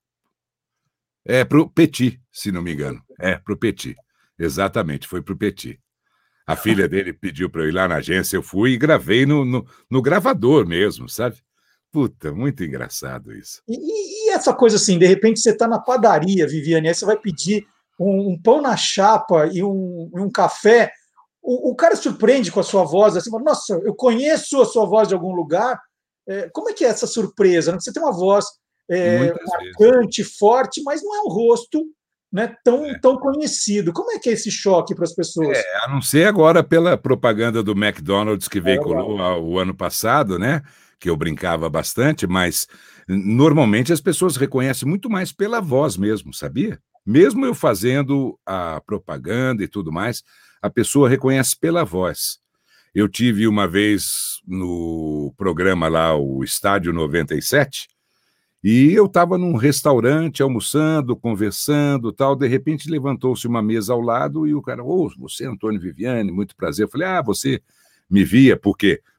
É para o Petit, se não me engano. É para o Petit. Exatamente, foi para o Petit. A filha dele pediu para eu ir lá na agência, eu fui e gravei no, no, no gravador mesmo, sabe? Puta, muito engraçado isso. E, e- e essa coisa assim, de repente você está na padaria, Viviane, aí você vai pedir um, um pão na chapa e um, e um café, o, o cara surpreende com a sua voz, assim, fala, nossa, eu conheço a sua voz de algum lugar. É, como é que é essa surpresa? Né? Você tem uma voz é, Muitas vezes. marcante, forte, mas não é um rosto, né, tão, É. tão conhecido. Como é que é esse choque para as pessoas? É, a não ser agora pela propaganda do McDonald's que veiculou verdade. a- o ano passado, né? Que eu brincava bastante, mas n- normalmente as pessoas reconhecem muito mais pela voz mesmo, sabia? Mesmo eu fazendo a propaganda e tudo mais, a pessoa reconhece pela voz. Eu tive uma vez no programa lá, o Estádio noventa e sete, e eu estava num restaurante almoçando, conversando, tal, de repente levantou-se uma mesa ao lado e o cara, ô, você é Antônio Viviane, muito prazer. Eu falei, ah, você me via, porque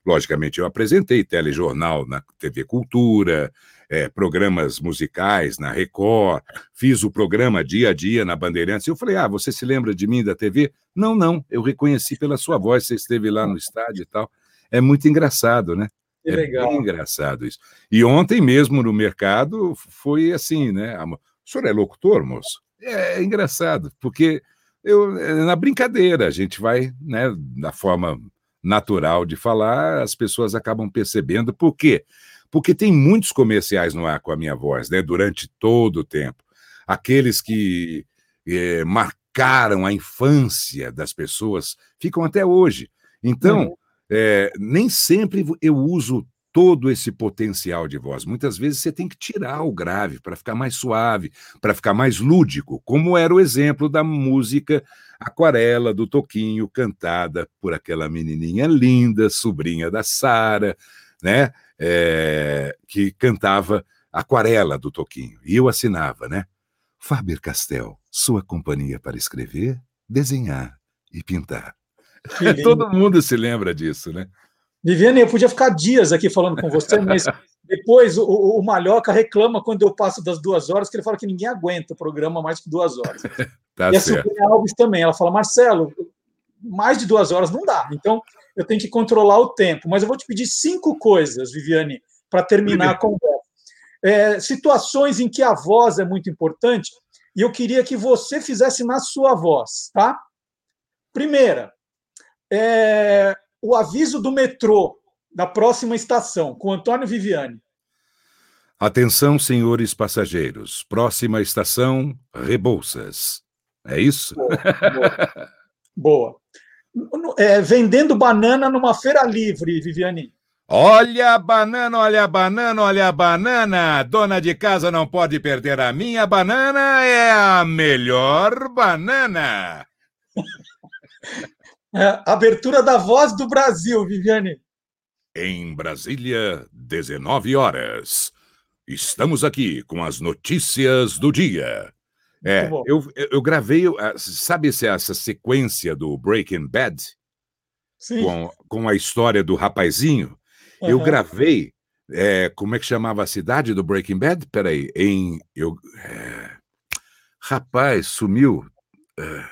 logicamente, eu apresentei telejornal na T V Cultura, é, programas musicais na Record, fiz o programa Dia a Dia na Bandeirantes. Eu falei, ah, você se lembra de mim da T V? Não, não, eu reconheci pela sua voz, você esteve lá no estádio e tal. É muito engraçado, né? Que é legal. bem engraçado isso. E ontem mesmo no mercado foi assim, né? O senhor é locutor, moço? É, é engraçado, porque eu, na brincadeira, a gente vai, né, da forma natural de falar, as pessoas acabam percebendo. Por quê? Porque tem muitos comerciais no ar com a minha voz, né, durante todo o tempo. Aqueles que é, marcaram a infância das pessoas ficam até hoje. Então, uhum. é, nem sempre eu uso todo esse potencial de voz. Muitas vezes você tem que tirar o grave para ficar mais suave, para ficar mais lúdico, como era o exemplo da música Aquarela, do Toquinho, cantada por aquela menininha linda, sobrinha da Sara, né? É, que cantava Aquarela, do Toquinho. E eu assinava, né? Faber-Castell, sua companhia para escrever, desenhar e pintar. Todo mundo se lembra disso, né? Viviane, eu podia ficar dias aqui falando com você, mas depois o, o Malhoca reclama quando eu passo das duas horas, que ele fala que ninguém aguenta o programa mais que duas horas. Tá e a certo. Silvia Alves também, ela fala, Marcelo, mais de duas horas não dá, então eu tenho que controlar o tempo. Mas eu vou te pedir cinco coisas, Viviane, para terminar a conversa. É, situações em que a voz é muito importante, e eu queria que você fizesse na sua voz, tá? Primeira, é... o aviso do metrô da próxima estação, com Antônio Viviani. Atenção, senhores passageiros. Próxima estação, Rebouças. É isso? Boa. Boa. Boa. É, vendendo banana numa feira livre, Viviani. Olha a banana, olha a banana, olha a banana. Dona de casa não pode perder a minha banana, é a melhor banana. É, abertura da Voz do Brasil, Viviane. Em Brasília, dezenove horas. Estamos aqui com as notícias do dia. É, eu, eu gravei, sabe essa sequência do Breaking Bad? Sim. Com, com a história do rapazinho? Uhum. Eu gravei, é, como é que chamava a cidade do Breaking Bad? Peraí, em... Eu, é, rapaz, sumiu. É,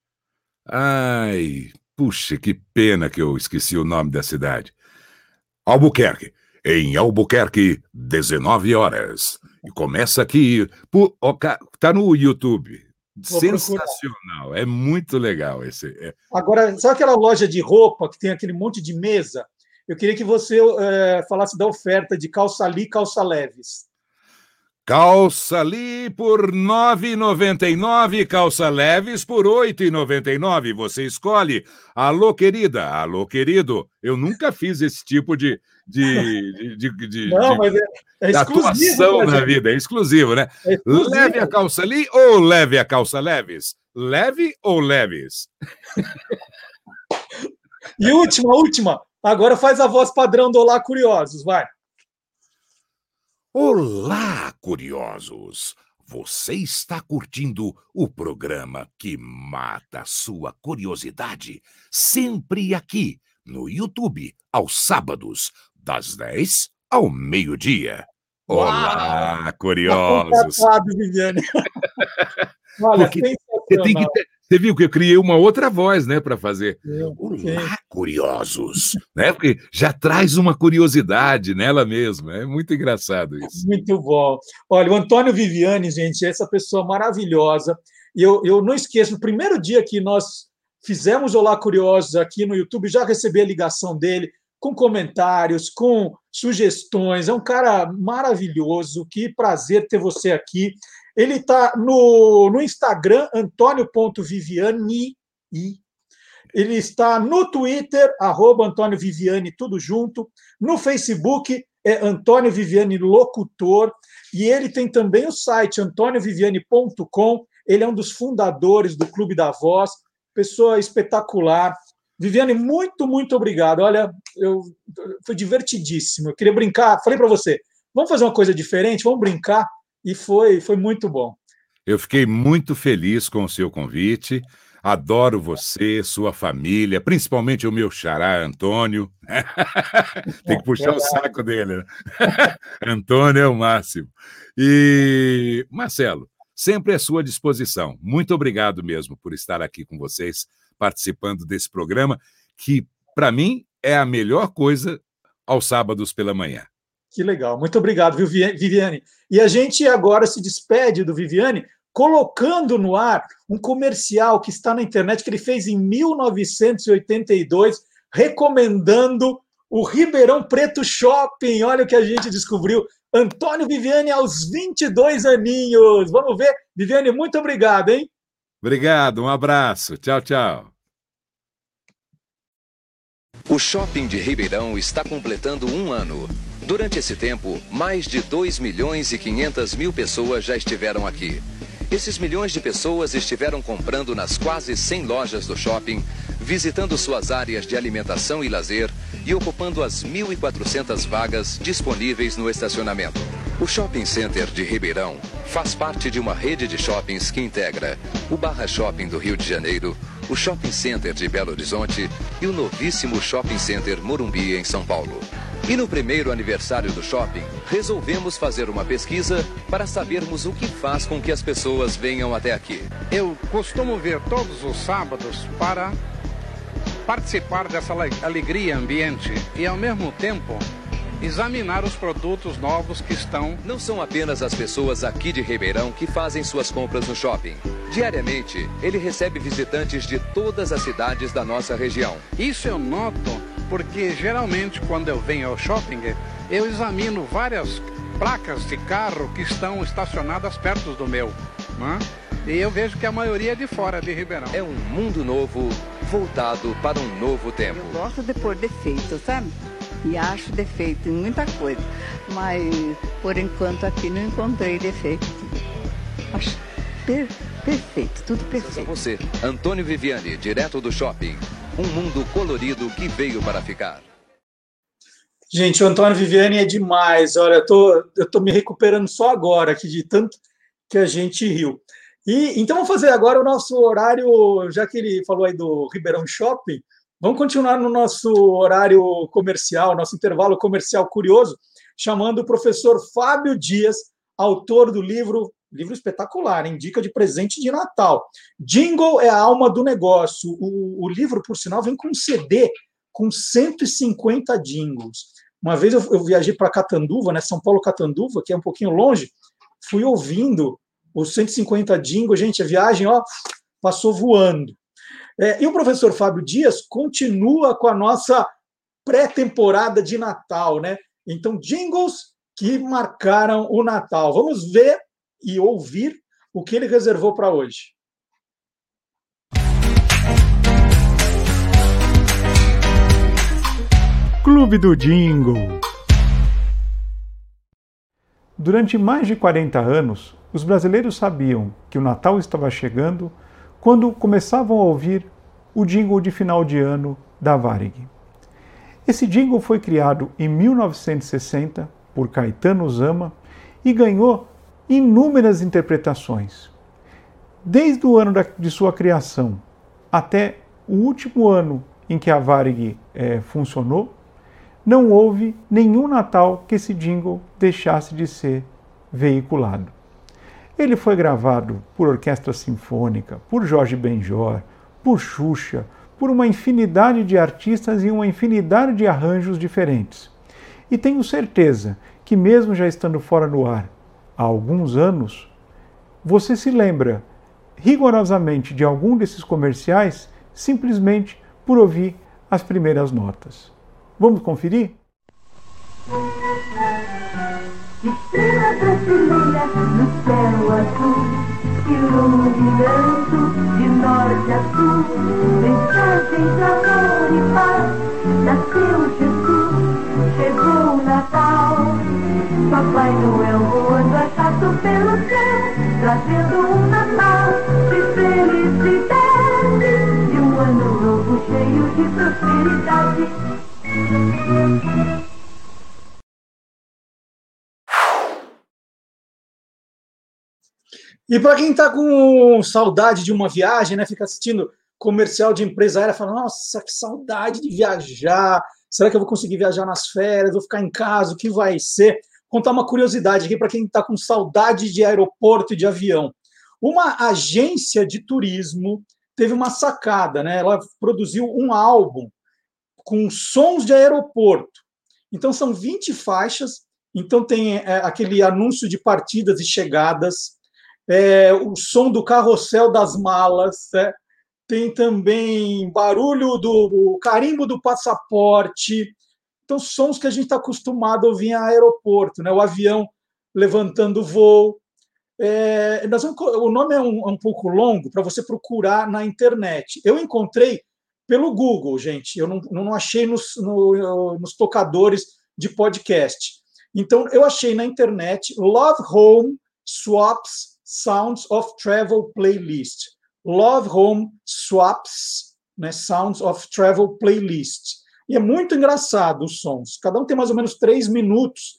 ai... Puxa, que pena que eu esqueci o nome da cidade. Albuquerque. Em Albuquerque, dezenove horas. E começa aqui... Por, tá no YouTube. Vou sensacional. Procurar. É muito legal esse. É. Agora, sabe aquela loja de roupa que tem aquele monte de mesa? Eu queria que você é, falasse da oferta de calça ali, calça leves. Calça ali por nove reais e noventa e nove centavos, calça leves por oito reais e noventa e nove centavos. Você escolhe. Alô, querida, alô, querido. Eu nunca fiz esse tipo de... de, de, de, de Não, de, mas é, é atuação na vida, é exclusivo, né? É exclusivo. Leve a calça ali ou leve a calça leves? Leve ou leves? E última, última. Agora faz a voz padrão do Olá, Curiosos, vai. Olá, curiosos! Você está curtindo o programa que mata a sua curiosidade? Sempre aqui, no YouTube, aos sábados, das dez ao meio-dia. Olá, Uau! Curiosos! Tá Viviane. Olha, Porque você tem que ter... Você viu que eu criei uma outra voz, né, para fazer. Olá, sim. Curiosos, né? Porque já traz uma curiosidade nela mesma. É muito engraçado isso. Muito bom. Olha, o Antônio Viviani, gente, é essa pessoa maravilhosa. E eu, eu não esqueço, no primeiro dia que nós fizemos Olá Curiosos aqui no YouTube, já recebi a ligação dele com comentários, com sugestões. É um cara maravilhoso. Que prazer ter você aqui. Ele está no, no Instagram, antônio ponto viviani. Ele está no Twitter, arroba Antônio Viviani, tudo junto. No Facebook, é Antônio Viviani Locutor. E ele tem também o site antônio viviani ponto com. Ele é um dos fundadores do Clube da Voz. Pessoa espetacular. Viviane, muito, muito obrigado. Olha, eu, foi divertidíssimo. Eu queria brincar. Falei para você, vamos fazer uma coisa diferente? Vamos brincar? E foi, foi muito bom. Eu fiquei muito feliz com o seu convite. Adoro você, sua família, principalmente o meu xará, Antônio. Tem que puxar o saco dele, né? Antônio é o máximo. E, Marcelo, sempre à sua disposição. Muito obrigado mesmo por estar aqui com vocês, participando desse programa, que, para mim, é a melhor coisa aos sábados pela manhã. Que legal. Muito obrigado, viu, Viviane? E a gente agora se despede do Viviane colocando no ar um comercial que está na internet, que ele fez em mil novecentos e oitenta e dois, recomendando o Ribeirão Preto Shopping. Olha o que a gente descobriu. Antônio Viviane aos vinte e dois aninhos. Vamos ver. Viviane, muito obrigado, hein? Obrigado, um abraço. Tchau, tchau. O Shopping de Ribeirão está completando um ano. Durante esse tempo, mais de dois milhões e quinhentas mil pessoas já estiveram aqui. Esses milhões de pessoas estiveram comprando nas quase cem lojas do shopping, visitando suas áreas de alimentação e lazer e ocupando as mil e quatrocentas vagas disponíveis no estacionamento. O Shopping Center de Ribeirão faz parte de uma rede de shoppings que integra o Barra Shopping do Rio de Janeiro, o Shopping Center de Belo Horizonte e o novíssimo Shopping Center Morumbi, em São Paulo. E no primeiro aniversário do shopping, resolvemos fazer uma pesquisa para sabermos o que faz com que as pessoas venham até aqui. Eu costumo vir todos os sábados para participar dessa alegria ambiente e, ao mesmo tempo, examinar os produtos novos que estão... Não são apenas as pessoas aqui de Ribeirão que fazem suas compras no shopping. Diariamente, ele recebe visitantes de todas as cidades da nossa região. Isso eu noto porque, geralmente, quando eu venho ao shopping, eu examino várias placas de carro que estão estacionadas perto do meu, né? E eu vejo que a maioria é de fora de Ribeirão. É um mundo novo, voltado para um novo tempo. Eu gosto de pôr defeito, sabe? E acho defeito em muita coisa. Mas, por enquanto, aqui não encontrei defeito. Acho per perfeito, tudo perfeito. Você, Antônio Viviane, direto do shopping. Um mundo colorido que veio para ficar. Gente, o Antônio Viviane é demais. Olha, eu tô, eu tô me recuperando só agora aqui de tanto que a gente riu. E então vamos fazer agora o nosso horário, já que ele falou aí do Ribeirão Shopping, vamos continuar no nosso horário comercial, nosso intervalo comercial curioso, chamando o professor Fábio Dias, autor do livro, livro espetacular, hein? Dica de presente de Natal. Jingle é a alma do negócio. O, o livro, por sinal, vem com um C D com cento e cinquenta jingles. Uma vez eu, eu viajei para Catanduva, né, São Paulo Catanduva, que é um pouquinho longe, fui ouvindo os cento e cinquenta jingles, gente, a viagem ó, passou voando. É, e o professor Fábio Dias continua com a nossa pré-temporada de Natal, né? Então, jingles que marcaram o Natal. Vamos ver e ouvir o que ele reservou para hoje. Clube do Jingle. Durante mais de quarenta anos, os brasileiros sabiam que o Natal estava chegando quando começavam a ouvir o jingle de final de ano da Varig. Esse jingle foi criado em mil novecentos e sessenta por Caetano Zama e ganhou inúmeras interpretações. Desde o ano de sua criação até o último ano em que a Varig é, funcionou, não houve nenhum Natal que esse jingle deixasse de ser veiculado. Ele foi gravado por orquestra sinfônica, por Jorge Benjor, por Xuxa, por uma infinidade de artistas e uma infinidade de arranjos diferentes. E tenho certeza que, mesmo já estando fora do ar há alguns anos, você se lembra rigorosamente de algum desses comerciais simplesmente por ouvir as primeiras notas. Vamos conferir? Estrela brasileira no céu azul, iluminando de norte a sul, mensagem de amor e paz, nasceu Jesus, chegou o Natal. Papai Noel voando achado pelo céu, trazendo um Natal de felicidade e um ano novo cheio de prosperidade. E para quem está com saudade de uma viagem, né, fica assistindo comercial de empresa aérea, fala, nossa, que saudade de viajar, será que eu vou conseguir viajar nas férias, vou ficar em casa, o que vai ser? Vou contar uma curiosidade aqui para quem está com saudade de aeroporto e de avião. Uma agência de turismo teve uma sacada, né? Ela produziu um álbum com sons de aeroporto. Então, são vinte faixas, então tem é, aquele anúncio de partidas e chegadas, é, o som do carrossel das malas, é, tem também barulho do carimbo do passaporte, então sons que a gente está acostumado a ouvir em aeroporto, né? O avião levantando voo. É, nós vamos, o nome é um, um pouco longo para você procurar na internet. Eu encontrei pelo Google, gente, eu não, não achei nos, no, nos tocadores de podcast. Então, eu achei na internet Love Home Swaps Sounds of Travel Playlist. Love Home Swaps, né, Sounds of Travel Playlist. E é muito engraçado os sons. Cada um tem mais ou menos três minutos.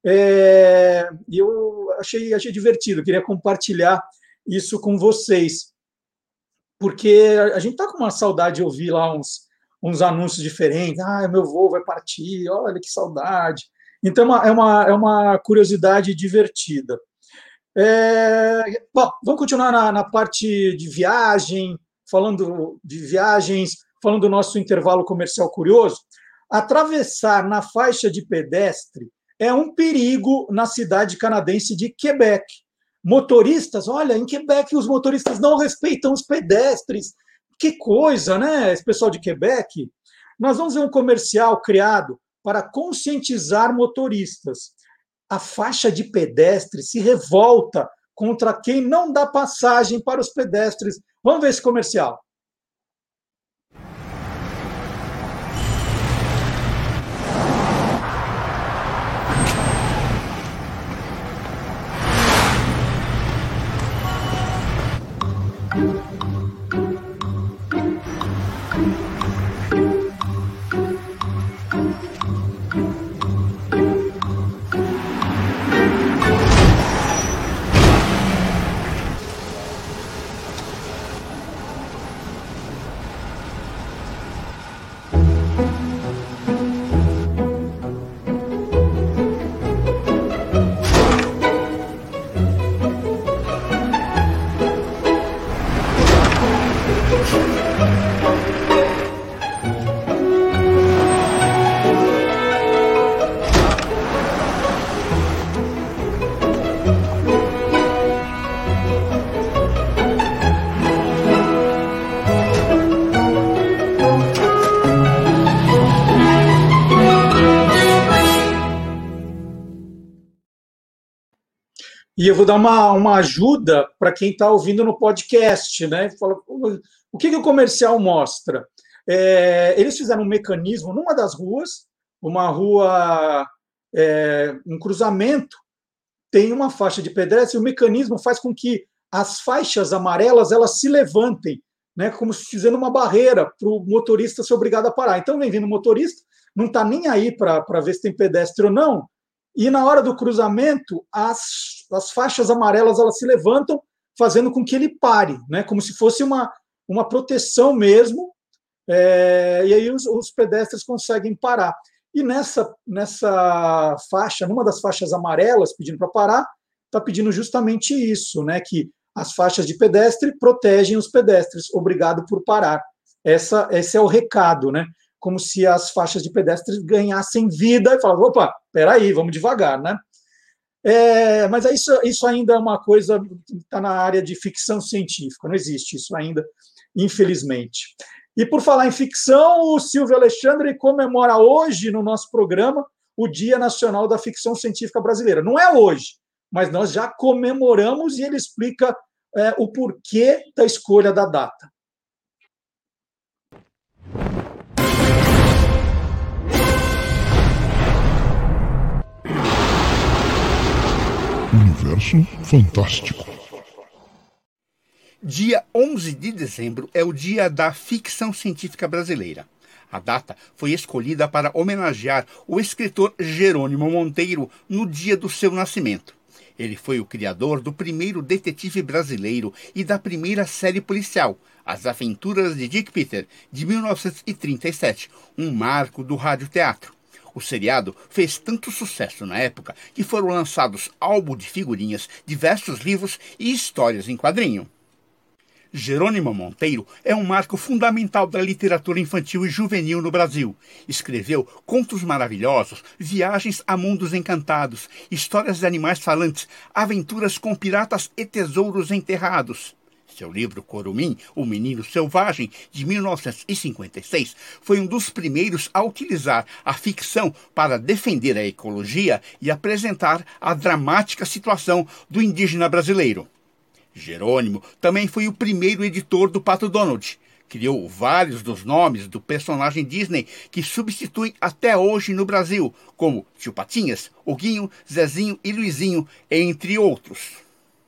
É, e eu achei, achei divertido. Queria compartilhar isso com vocês. Porque a gente está com uma saudade de ouvir lá uns, uns anúncios diferentes. Ah, meu voo vai partir, olha que saudade. Então, é uma, é uma, é uma curiosidade divertida. É, bom, vamos continuar na, na parte de viagem, falando de viagens, falando do nosso intervalo comercial curioso. Atravessar na faixa de pedestre é um perigo na cidade canadense de Quebec. Motoristas, olha, em Quebec os motoristas não respeitam os pedestres. Que coisa, né, esse pessoal de Quebec? Nós vamos ver um comercial criado para conscientizar motoristas. A faixa de pedestre se revolta contra quem não dá passagem para os pedestres. Vamos ver esse comercial. E eu vou dar uma, uma ajuda para quem está ouvindo no podcast, né? Fala, o que, que o comercial mostra? É, eles fizeram um mecanismo numa das ruas, uma rua, é, um cruzamento, tem uma faixa de pedestre, e o mecanismo faz com que as faixas amarelas elas se levantem, né? Como se fizendo uma barreira para o motorista ser obrigado a parar. Então, vem vindo o motorista, não está nem aí para ver se tem pedestre ou não, e na hora do cruzamento, as, as faixas amarelas elas se levantam, fazendo com que ele pare, né? Como se fosse uma, uma proteção mesmo, é, e aí os, os pedestres conseguem parar. E nessa, nessa faixa, numa das faixas amarelas, pedindo para parar, está pedindo justamente isso, né? Que as faixas de pedestre protegem os pedestres, obrigado por parar. Essa, esse é o recado, né? Como se as faixas de pedestres ganhassem vida e falavam, opa, peraí, vamos devagar, né? É, mas isso, isso ainda é uma coisa que está na área de ficção científica, não existe isso ainda, infelizmente. E por falar em ficção, o Silvio Alexandre comemora hoje, no nosso programa, o Dia Nacional da Ficção Científica Brasileira. Não é hoje, mas nós já comemoramos e ele explica é, o porquê da escolha da data. Universo fantástico. Dia onze de dezembro é o Dia da Ficção Científica Brasileira. A data foi escolhida para homenagear o escritor Jerônimo Monteiro no dia do seu nascimento. Ele foi o criador do primeiro detetive brasileiro e da primeira série policial, As Aventuras de Dick Peter, de mil novecentos e trinta e sete, um marco do radioteatro. O seriado fez tanto sucesso na época que foram lançados álbuns de figurinhas, diversos livros e histórias em quadrinho. Jerônimo Monteiro é um marco fundamental da literatura infantil e juvenil no Brasil. Escreveu contos maravilhosos, viagens a mundos encantados, histórias de animais falantes, aventuras com piratas e tesouros enterrados. Seu livro Curumim, O Menino Selvagem, de mil novecentos e cinquenta e seis, foi um dos primeiros a utilizar a ficção para defender a ecologia e apresentar a dramática situação do indígena brasileiro. Jerônimo também foi o primeiro editor do Pato Donald. Criou vários dos nomes do personagem Disney que substituem até hoje no Brasil, como Tio Patinhas, Oguinho, Zezinho e Luizinho, entre outros.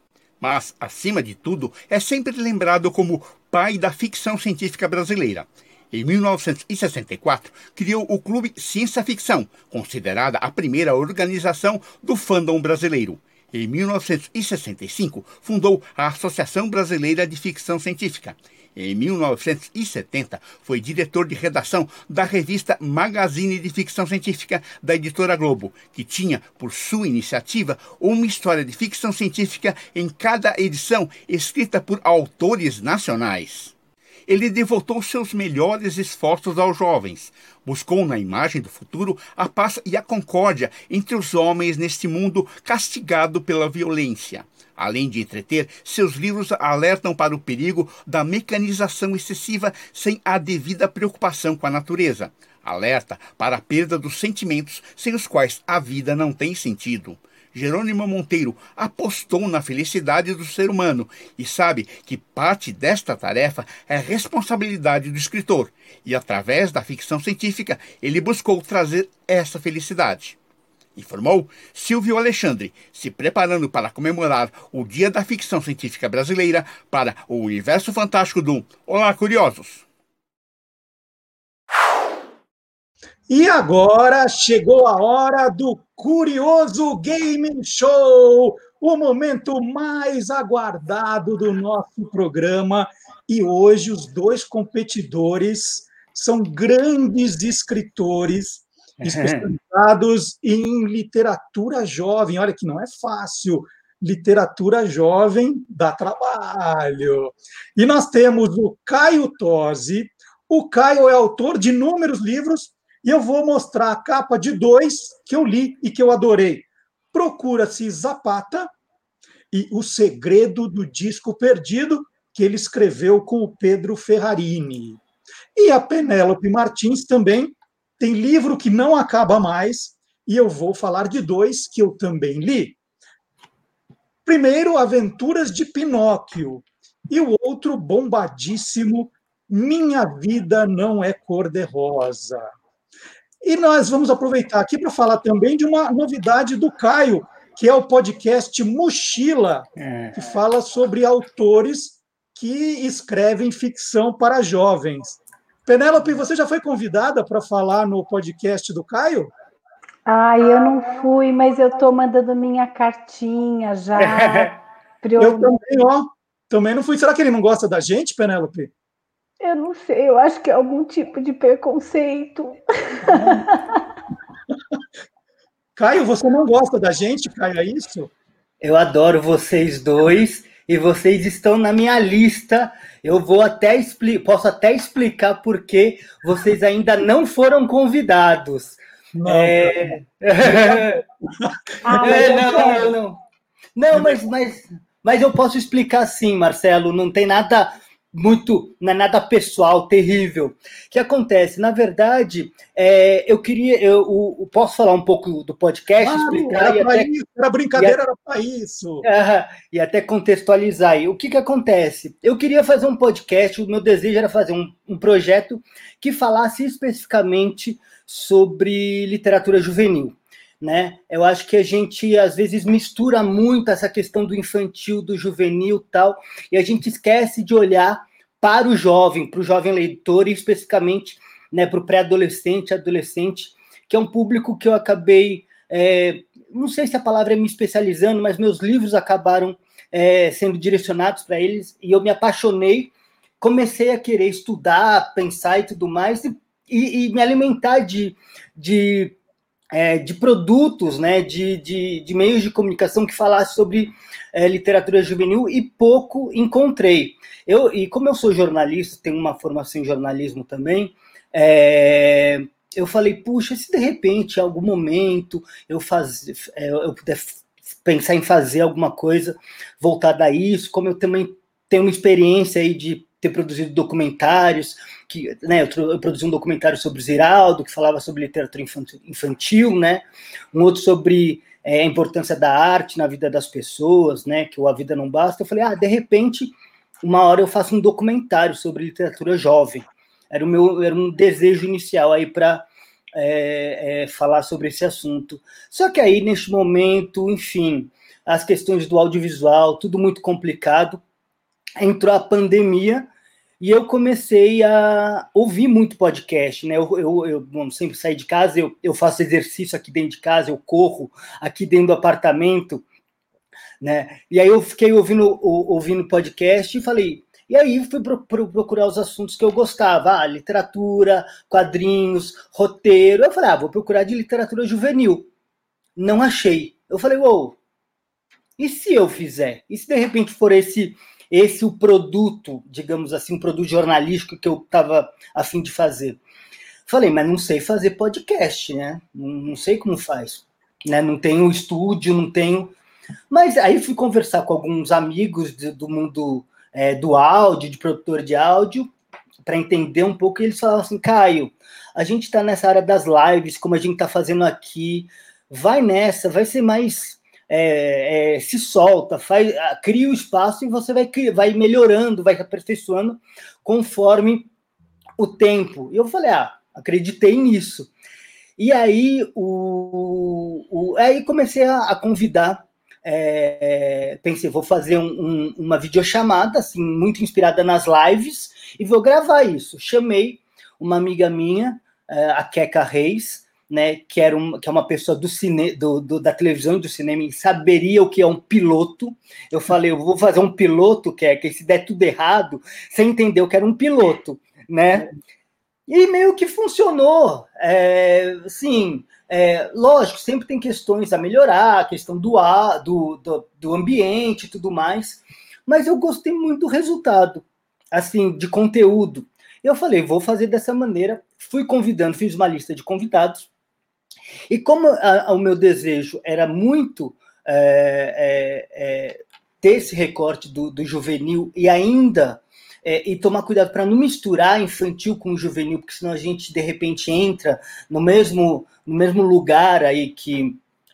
Mas, acima de tudo, é sempre lembrado como pai da ficção científica brasileira. Em mil novecentos e sessenta e quatro, criou o Clube Ciência Ficção, considerada a primeira organização do fandom brasileiro. Em mil novecentos e sessenta e cinco, fundou a Associação Brasileira de Ficção Científica. Em mil novecentos e setenta, foi diretor de redação da revista Magazine de Ficção Científica da editora Globo, que tinha, por sua iniciativa, uma história de ficção científica em cada edição, escrita por autores nacionais. Ele devotou seus melhores esforços aos jovens. Buscou na imagem do futuro a paz e a concórdia entre os homens neste mundo castigado pela violência. Além de entreter, seus livros alertam para o perigo da mecanização excessiva sem a devida preocupação com a natureza. Alerta para a perda dos sentimentos sem os quais a vida não tem sentido. Jerônimo Monteiro apostou na felicidade do ser humano e sabe que parte desta tarefa é responsabilidade do escritor. E através da ficção científica, ele buscou trazer essa felicidade. Informou Silvio Alexandre, se preparando para comemorar o Dia da Ficção Científica Brasileira para o Universo Fantástico do Olá, Curiosos! E agora chegou a hora do Curioso Gaming Show, o momento mais aguardado do nosso programa. E hoje os dois competidores são grandes escritores especializados em literatura jovem. Olha que não é fácil. Literatura jovem dá trabalho. E nós temos o Caio Tosi. O Caio é autor de inúmeros livros e eu vou mostrar a capa de dois que eu li e que eu adorei. Procura-se Zapata e O Segredo do Disco Perdido, que ele escreveu com o Pedro Ferrarini. E a Penélope Martins também tem livro que não acaba mais, e eu vou falar de dois que eu também li. Primeiro, Aventuras de Pinóquio, e o outro, bombadíssimo, Minha Vida Não é Cor-de-Rosa. E nós vamos aproveitar aqui para falar também de uma novidade do Caio, que é o podcast Mochila, que fala sobre autores que escrevem ficção para jovens. Penélope, você já foi convidada para falar no podcast do Caio? Ai, eu não fui, mas eu estou mandando minha cartinha já. eu... eu também, ó. Também não fui. Será que ele não gosta da gente, Penélope? Eu não sei, eu acho que é algum tipo de preconceito. Caio, você não gosta da gente, Caio, é isso? Eu adoro vocês dois e vocês estão na minha lista. Eu vou até expli- posso até explicar por que vocês ainda não foram convidados. Não, é... ah, é, não, não, não. Não, mas, mas, mas eu posso explicar sim, Marcelo. Não tem nada muito, não é nada pessoal, terrível. O que acontece? Na verdade, é, eu queria, eu, eu posso falar um pouco do podcast, ah, explicar era, e até, isso, era brincadeira, e a, era para isso. Uh, e até contextualizar aí. O que que acontece? Eu queria fazer um podcast, o meu desejo era fazer um, um projeto que falasse especificamente sobre literatura juvenil. Né? Eu acho que a gente às vezes mistura muito essa questão do infantil, do juvenil e tal, e a gente esquece de olhar para o jovem, para o jovem leitor, e especificamente, né, para o pré-adolescente, adolescente, que é um público que eu acabei é, não sei se a palavra é me especializando, mas meus livros acabaram é, sendo direcionados para eles, e eu me apaixonei, comecei a querer estudar, pensar e tudo mais, e, e, e me alimentar de, de, é, de produtos, né, de, de, de meios de comunicação que falassem sobre é, literatura juvenil, e pouco encontrei. Eu, e como eu sou jornalista, tenho uma formação em jornalismo também, é, eu falei, puxa, se de repente, em algum momento, eu, faz, eu puder pensar em fazer alguma coisa voltada a isso, como eu também tenho uma experiência aí de ter produzido documentários, que, né, eu, eu produzi um documentário sobre Ziraldo, que falava sobre literatura infantil, infantil, né, um outro sobre é, a importância da arte na vida das pessoas, né, que o A Vida Não Basta. Eu falei, ah, de repente, uma hora eu faço um documentário sobre literatura jovem. Era, o meu, era um desejo inicial aí para é, é, falar sobre esse assunto. Só que aí, neste momento, enfim, as questões do audiovisual, tudo muito complicado, entrou a pandemia e eu comecei a ouvir muito podcast, né? Eu, eu, eu bom, sempre saio de casa, eu, eu faço exercício aqui dentro de casa, eu corro aqui dentro do apartamento, né? E aí eu fiquei ouvindo, ouvindo podcast e falei... E aí fui pro, pro, procurar os assuntos que eu gostava, ah, literatura, quadrinhos, roteiro. Eu falei, ah, vou procurar de literatura juvenil. Não achei. Eu falei, uou, e se eu fizer? E se de repente for esse, esse o produto, digamos assim, um produto jornalístico que eu estava a fim de fazer? Falei, mas não sei fazer podcast, né? Não, não sei como faz. Né? Não tenho estúdio, não tenho... Mas aí fui conversar com alguns amigos de, do mundo... É, do áudio, de produtor de áudio, para entender um pouco, e eles falavam assim, Caio, a gente está nessa área das lives, como a gente está fazendo aqui, vai nessa, vai ser mais, é, é, se solta, faz, cria o espaço e você vai, vai melhorando, vai aperfeiçoando conforme o tempo. E eu falei, ah, acreditei nisso. E aí, o, o, aí comecei a, a convidar. É, pensei, vou fazer um, um, uma videochamada, assim, muito inspirada nas lives, e vou gravar isso. Chamei uma amiga minha, a Queca Reis, né, que, era um, que é uma pessoa do cine, do, do, da televisão e do cinema, e saberia o que é um piloto. Eu falei, eu vou fazer um piloto, Queca, e se der tudo errado, você entendeu que era um piloto, né? E meio que funcionou, é, assim... É, lógico, sempre tem questões a melhorar, a questão do, ar, do, do, do ambiente e tudo mais, mas eu gostei muito do resultado, assim, de conteúdo. Eu falei, vou fazer dessa maneira, fui convidando, fiz uma lista de convidados, e como a, a, o meu desejo era muito é, é, é, ter esse recorte do, do juvenil e ainda... É, e tomar cuidado para não misturar infantil com juvenil, porque senão a gente, de repente, entra no mesmo, no mesmo lugar aí que,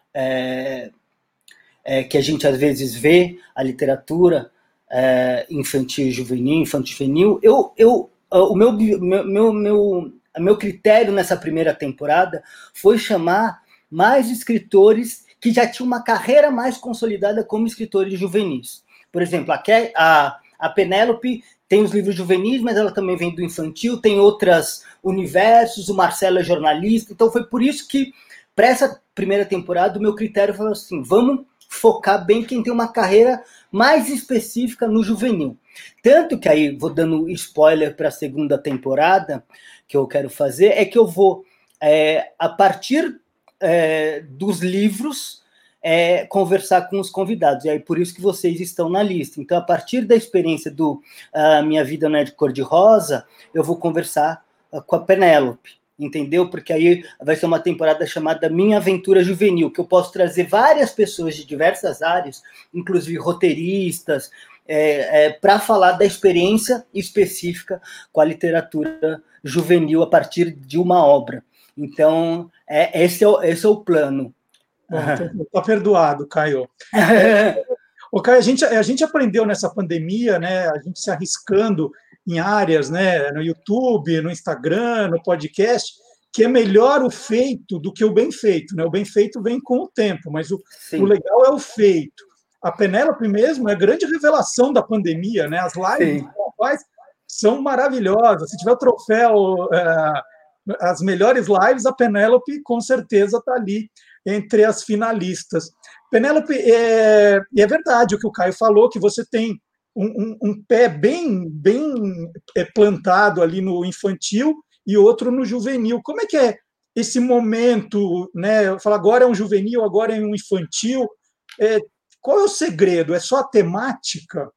é, é, que a gente, às vezes, vê a literatura é, infantil e juvenil, infantil juvenil. Eu, eu, o meu, meu, meu, meu, meu critério nessa primeira temporada foi chamar mais escritores que já tinham uma carreira mais consolidada como escritores juvenis. Por exemplo, a, a, a Penélope tem os livros juvenis, mas ela também vem do infantil, tem outros universos, o Marcelo é jornalista, então foi por isso que, para essa primeira temporada, o meu critério foi assim, vamos focar bem quem tem uma carreira mais específica no juvenil. Tanto que aí, vou dando spoiler para a segunda temporada, que eu quero fazer, é que eu vou, é, a partir é, dos livros... É, conversar com os convidados, e aí por isso que vocês estão na lista. Então, a partir da experiência do uh, Minha Vida Não é de Cor-de-Rosa, eu vou conversar uh, com a Penélope, entendeu? Porque aí vai ser uma temporada chamada Minha Aventura Juvenil, que eu posso trazer várias pessoas de diversas áreas, inclusive roteiristas, é, é, para falar da experiência específica com a literatura juvenil a partir de uma obra. Então, é, esse, é o, esse é o plano. Está perdoado, Caio. É, o Caio, a gente, a gente aprendeu nessa pandemia, né, a gente se arriscando em áreas, né, no YouTube, no Instagram, no podcast, que é melhor o feito do que o bem feito. Né? O bem feito vem com o tempo, mas o, o legal é o feito. A Penélope mesmo é a grande revelação da pandemia. Né? As lives que ela faz são maravilhosas. Se tiver o troféu, uh, as melhores lives, a Penélope com certeza está ali entre as finalistas. Penélope, é, é verdade o que o Caio falou, que você tem um, um, um pé bem, bem plantado ali no infantil e outro no juvenil. Como é que é esse momento, né? Eu falo, agora é um juvenil, agora é um infantil. É, qual é o segredo? É só a temática?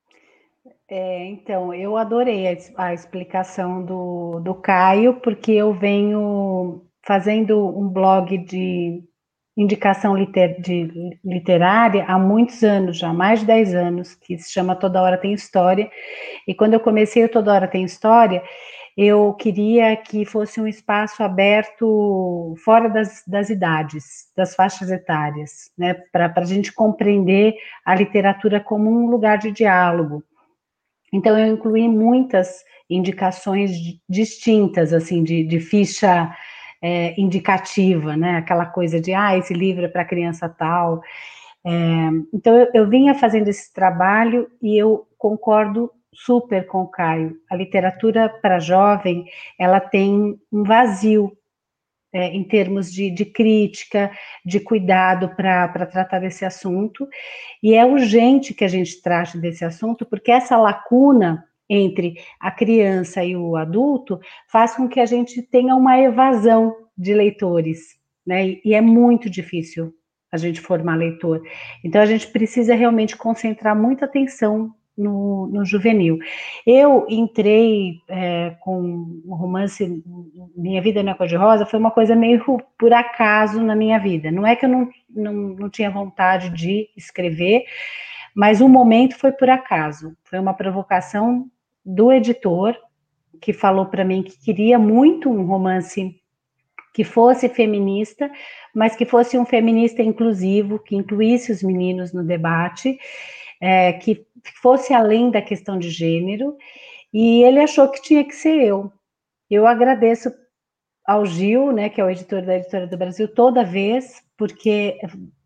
É, então, eu adorei a, a explicação do, do Caio, porque eu venho fazendo um blog de indicação liter, de, literária há muitos anos, já mais de dez anos, que se chama Toda Hora Tem História, e quando eu comecei o Toda Hora Tem História, eu queria que fosse um espaço aberto fora das, das idades, das faixas etárias, né, para a gente compreender a literatura como um lugar de diálogo. Então, eu incluí muitas indicações distintas, assim, de, de ficha é, indicativa, né? Aquela coisa de, ah, esse livro é para criança tal. É, então, eu, eu vinha fazendo esse trabalho e eu concordo super com o Caio. A literatura para jovem, ela tem um vazio é, em termos de, de crítica, de cuidado para tratar desse assunto, e é urgente que a gente trate desse assunto, porque essa lacuna entre a criança e o adulto faz com que a gente tenha uma evasão de leitores, né? E é muito difícil a gente formar leitor. Então, a gente precisa realmente concentrar muita atenção no, no juvenil. Eu entrei é, com o romance Minha Vida Não é Cor-de-Rosa, foi uma coisa meio por acaso na minha vida. Não é que eu não, não, não tinha vontade de escrever, mas o momento foi por acaso. Foi uma provocação do editor, que falou para mim que queria muito um romance que fosse feminista, mas que fosse um feminista inclusivo, que incluísse os meninos no debate, é, que fosse além da questão de gênero, e ele achou que tinha que ser eu. Eu agradeço ao Gil, né, que é o editor da Editora do Brasil, toda vez, porque,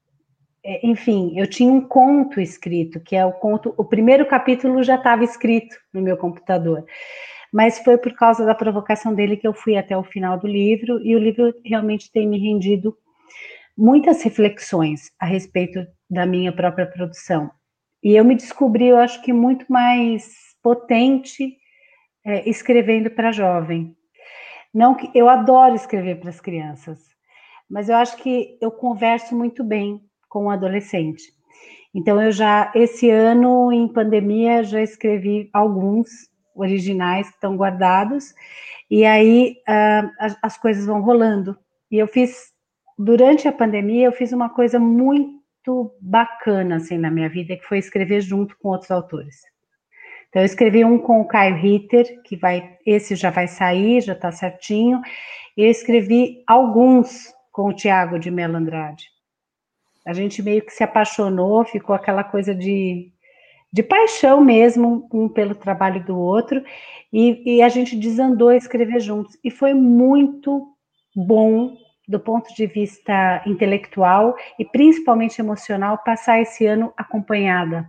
enfim, eu tinha um conto escrito, que é o conto, o primeiro capítulo já estava escrito no meu computador, mas foi por causa da provocação dele que eu fui até o final do livro, e o livro realmente tem me rendido muitas reflexões a respeito da minha própria produção. E eu me descobri, eu acho que muito mais potente é, escrevendo para jovem. Não que eu adoro escrever para as crianças, mas eu acho que eu converso muito bem com o adolescente. Então, eu já, esse ano, em pandemia, já escrevi alguns originais que estão guardados, e aí uh, as, as coisas vão rolando. E eu fiz, durante a pandemia, eu fiz uma coisa muito bacana, assim, na minha vida, que foi escrever junto com outros autores. Então, eu escrevi um com o Caio Ritter, que vai, esse já vai sair, já está certinho, e eu escrevi alguns com o Tiago de Mello Andrade. A gente meio que se apaixonou, ficou aquela coisa de, de paixão mesmo, um pelo trabalho do outro, e, e a gente desandou a escrever juntos. E foi muito bom, do ponto de vista intelectual e principalmente emocional, passar esse ano acompanhada,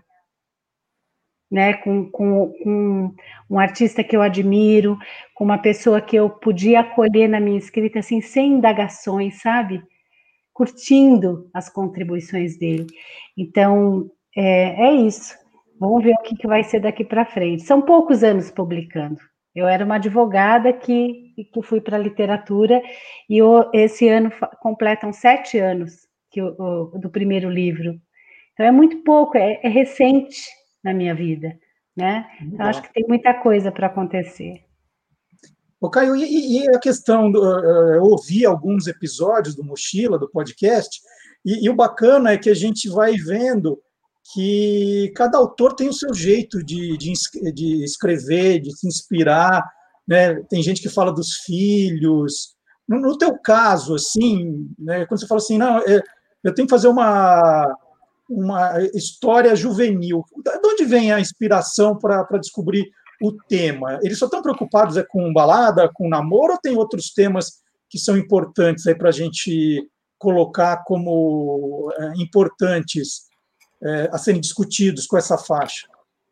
né, com, com, com um artista que eu admiro, com uma pessoa que eu podia acolher na minha escrita, assim, sem indagações, sabe? Curtindo as contribuições dele. Então, é, é isso. Vamos ver o que, que vai ser daqui para frente. São poucos anos publicando. Eu era uma advogada que, que fui para a literatura, e eu, esse ano completam sete anos que eu, o, do primeiro livro. Então, é muito pouco, é, é recente na minha vida, né? Então, acho que tem muita coisa para acontecer. Ô, Caio, e, e a questão, do, eu ouvi alguns episódios do Mochila, do podcast, e, e o bacana é que a gente vai vendo que cada autor tem o seu jeito de, de, de escrever, de se inspirar, né? Tem gente que fala dos filhos. No, no teu caso, assim, né, quando você fala assim, não, é, eu tenho que fazer uma, uma história juvenil, de onde vem a inspiração para descobrir o tema? Eles só estão preocupados é, com balada, com namoro, ou tem outros temas que são importantes para a gente colocar como é, importantes é, a serem discutidos com essa faixa?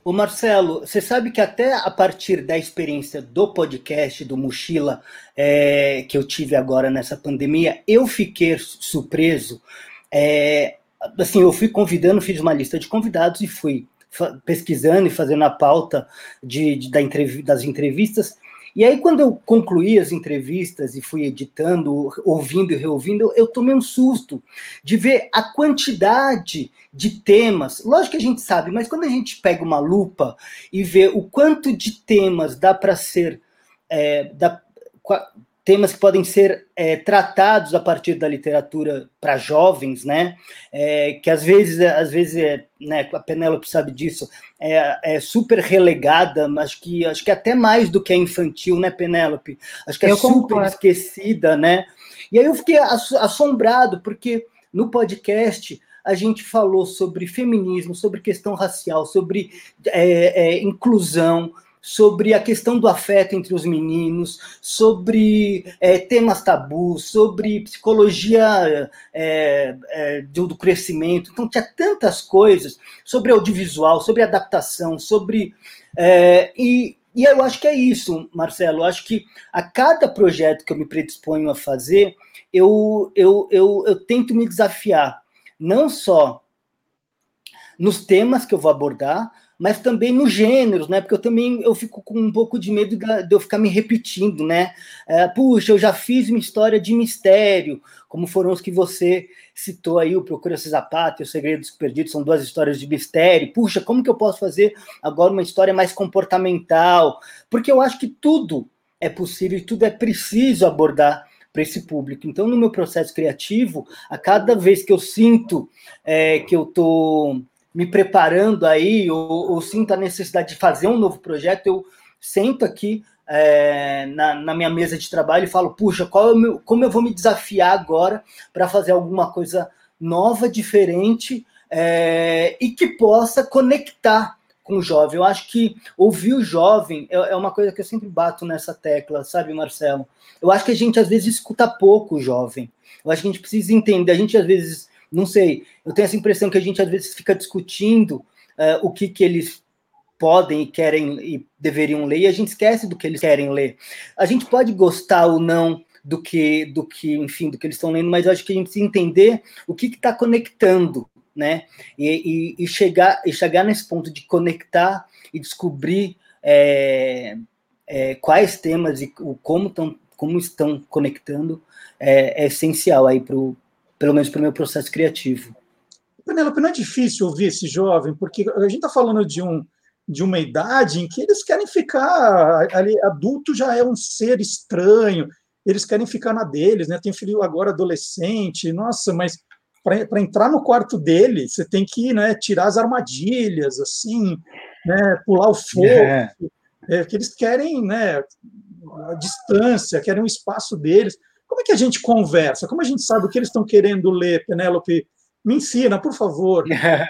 Ô Marcelo, você sabe que até a partir da experiência do podcast, do Mochila, é, que eu tive agora nessa pandemia, eu fiquei surpreso. É, assim, eu fui convidando, fiz uma lista de convidados e fui pesquisando e fazendo a pauta de, de, da entrev das entrevistas. E aí, quando eu concluí as entrevistas e fui editando, ouvindo e reouvindo, eu, eu tomei um susto de ver a quantidade de temas. Lógico que a gente sabe, mas quando a gente pega uma lupa e vê o quanto de temas dá para ser... É, dá, temas que podem ser é, tratados a partir da literatura para jovens, né? É, que às vezes, às vezes é, né, a Penélope sabe disso, é, é super relegada, mas que acho que até mais do que a infantil, né, Penélope? Acho que é eu super concordo. Esquecida, né? E aí eu fiquei assombrado, porque no podcast a gente falou sobre feminismo, sobre questão racial, sobre é, é, inclusão, sobre a questão do afeto entre os meninos, sobre é, temas tabus, sobre psicologia é, é, do, do crescimento. Então, tinha tantas coisas sobre audiovisual, sobre adaptação, sobre... É, e, e eu acho que é isso, Marcelo. Eu acho que a cada projeto que eu me predisponho a fazer, eu, eu, eu, eu tento me desafiar, não só nos temas que eu vou abordar, mas também nos gêneros, né? Porque eu também eu fico com um pouco de medo de eu ficar me repetindo, né? É, puxa, eu já fiz uma história de mistério, como foram os que você citou aí, o Procura-se Zapata e Os Segredos Perdidos, são duas histórias de mistério. Puxa, como que eu posso fazer agora uma história mais comportamental? Porque eu acho que tudo é possível e tudo é preciso abordar para esse público. Então, no meu processo criativo, a cada vez que eu sinto é, que eu estou... me preparando aí, ou, ou sinto a necessidade de fazer um novo projeto, eu sento aqui é, na, na minha mesa de trabalho e falo, puxa, qual é o meu, como eu vou me desafiar agora para fazer alguma coisa nova, diferente, é, e que possa conectar com o jovem. Eu acho que ouvir o jovem é, é uma coisa que eu sempre bato nessa tecla, sabe, Marcelo? Eu acho que a gente, às vezes, escuta pouco o jovem. Eu acho que a gente precisa entender, a gente, às vezes... Não sei, eu tenho essa impressão que a gente às vezes fica discutindo uh, o que, que eles podem e querem e deveriam ler, e a gente esquece do que eles querem ler. A gente pode gostar ou não do que, do que enfim, do que eles estão lendo, mas eu acho que a gente precisa entender o que está conectando, né? E, e, e, chegar, e chegar nesse ponto de conectar e descobrir é, é, quais temas e o, como, tão, como estão conectando é, é essencial aí para o pelo menos para o meu processo criativo. Penélope, não é difícil ouvir esse jovem, porque a gente está falando de, um, de uma idade em que eles querem ficar ali, adulto já é um ser estranho, eles querem ficar na deles, né? Tem filho agora adolescente, nossa, mas para entrar no quarto dele, você tem que, né, tirar as armadilhas, assim, né, pular o fogo, é. É, que eles querem, né, a distância, querem o espaço deles. Como é que a gente conversa? Como a gente sabe o que eles estão querendo ler, Penélope? Me ensina, por favor.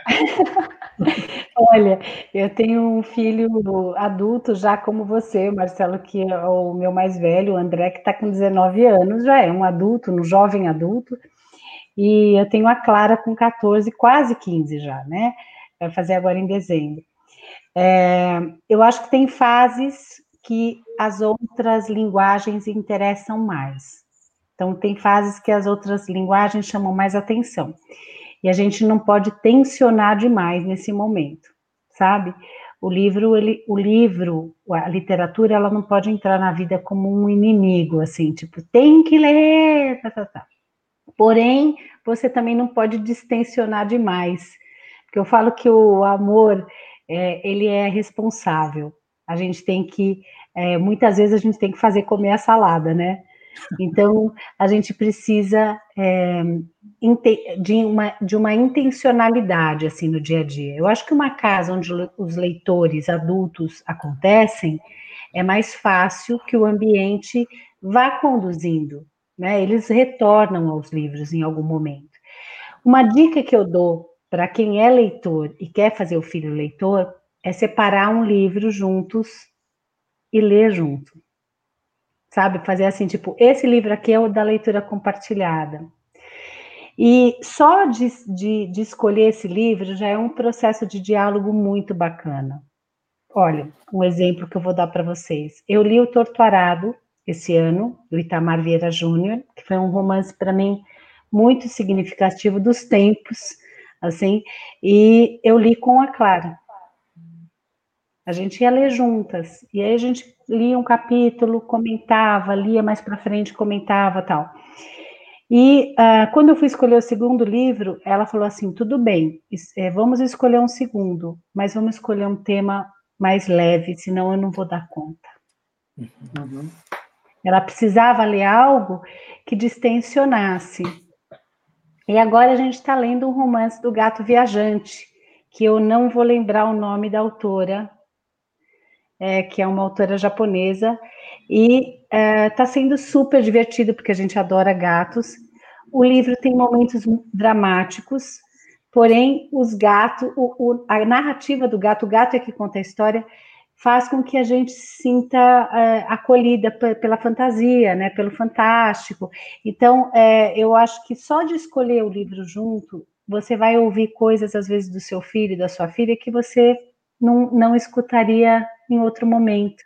Olha, eu tenho um filho adulto já como você, Marcelo, que é o meu mais velho, o André, que está com dezenove anos, já é um adulto, um jovem adulto, e eu tenho a Clara com quatorze, quase quinze já, né? Vai fazer agora em dezembro. É, eu acho que tem fases que as outras linguagens interessam mais. Então, tem fases que as outras linguagens chamam mais atenção. E a gente não pode tensionar demais nesse momento, sabe? O livro, ele, o livro, a literatura, ela não pode entrar na vida como um inimigo, assim, tipo, tem que ler, tá, tá, tá. Porém, você também não pode distensionar demais. Porque eu falo que o amor, é, ele é responsável. A gente tem que, é, muitas vezes a gente tem que fazer comer a salada, né? Então, a gente precisa é, de, uma, de uma intencionalidade assim, no dia a dia. Eu acho que uma casa onde os leitores adultos acontecem, é mais fácil que o ambiente vá conduzindo, né? Eles retornam aos livros em algum momento. Uma dica que eu dou para quem é leitor e quer fazer o filho leitor é separar um livro juntos e ler junto. Sabe, fazer assim, tipo, esse livro aqui é o da leitura compartilhada. E só de, de, de escolher esse livro já é um processo de diálogo muito bacana, Olha, um exemplo que eu vou dar para vocês. Eu li O Torto Arado esse ano, do Itamar Vieira Júnior, que foi um romance para mim muito significativo dos tempos, assim, e eu li com a Clara. A gente ia ler juntas, e aí a gente lia um capítulo, comentava, lia mais para frente, comentava, tal. E uh, quando eu fui escolher o segundo livro, ela falou assim, tudo bem, é, vamos escolher um segundo, mas vamos escolher um tema mais leve, senão eu não vou dar conta. Uhum. Ela precisava ler algo que distensionasse. E agora a gente está lendo um romance do Gato Viajante, que eu não vou lembrar o nome da autora, é, que é uma autora japonesa, e está é, sendo super divertido, porque a gente adora gatos. O livro tem momentos dramáticos, porém, os gatos, o, o, a narrativa do gato, o gato é que conta a história, faz com que a gente se sinta é, acolhida pela fantasia, né, pelo fantástico. Então, é, eu acho que só de escolher o livro junto, você vai ouvir coisas, às vezes, do seu filho e da sua filha que você não, não escutaria em outro momento.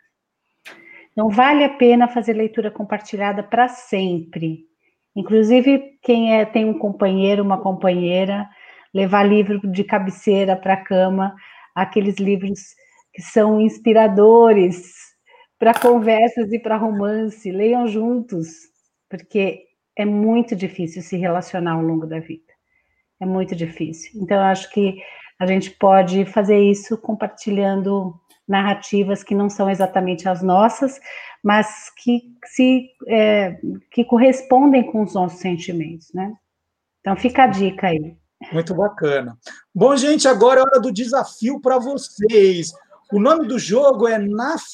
Então, vale a pena fazer leitura compartilhada para sempre. Inclusive, quem é, tem um companheiro, uma companheira, levar livro de cabeceira para a cama, aqueles livros que são inspiradores para conversas e para romance, leiam juntos, porque é muito difícil se relacionar ao longo da vida. É muito difícil. Então, eu acho que a gente pode fazer isso compartilhando narrativas que não são exatamente as nossas, mas que, se, é, que correspondem com os nossos sentimentos, né? Então, fica a dica aí. Muito bacana. Bom, gente, agora é hora do desafio para vocês. O nome do jogo é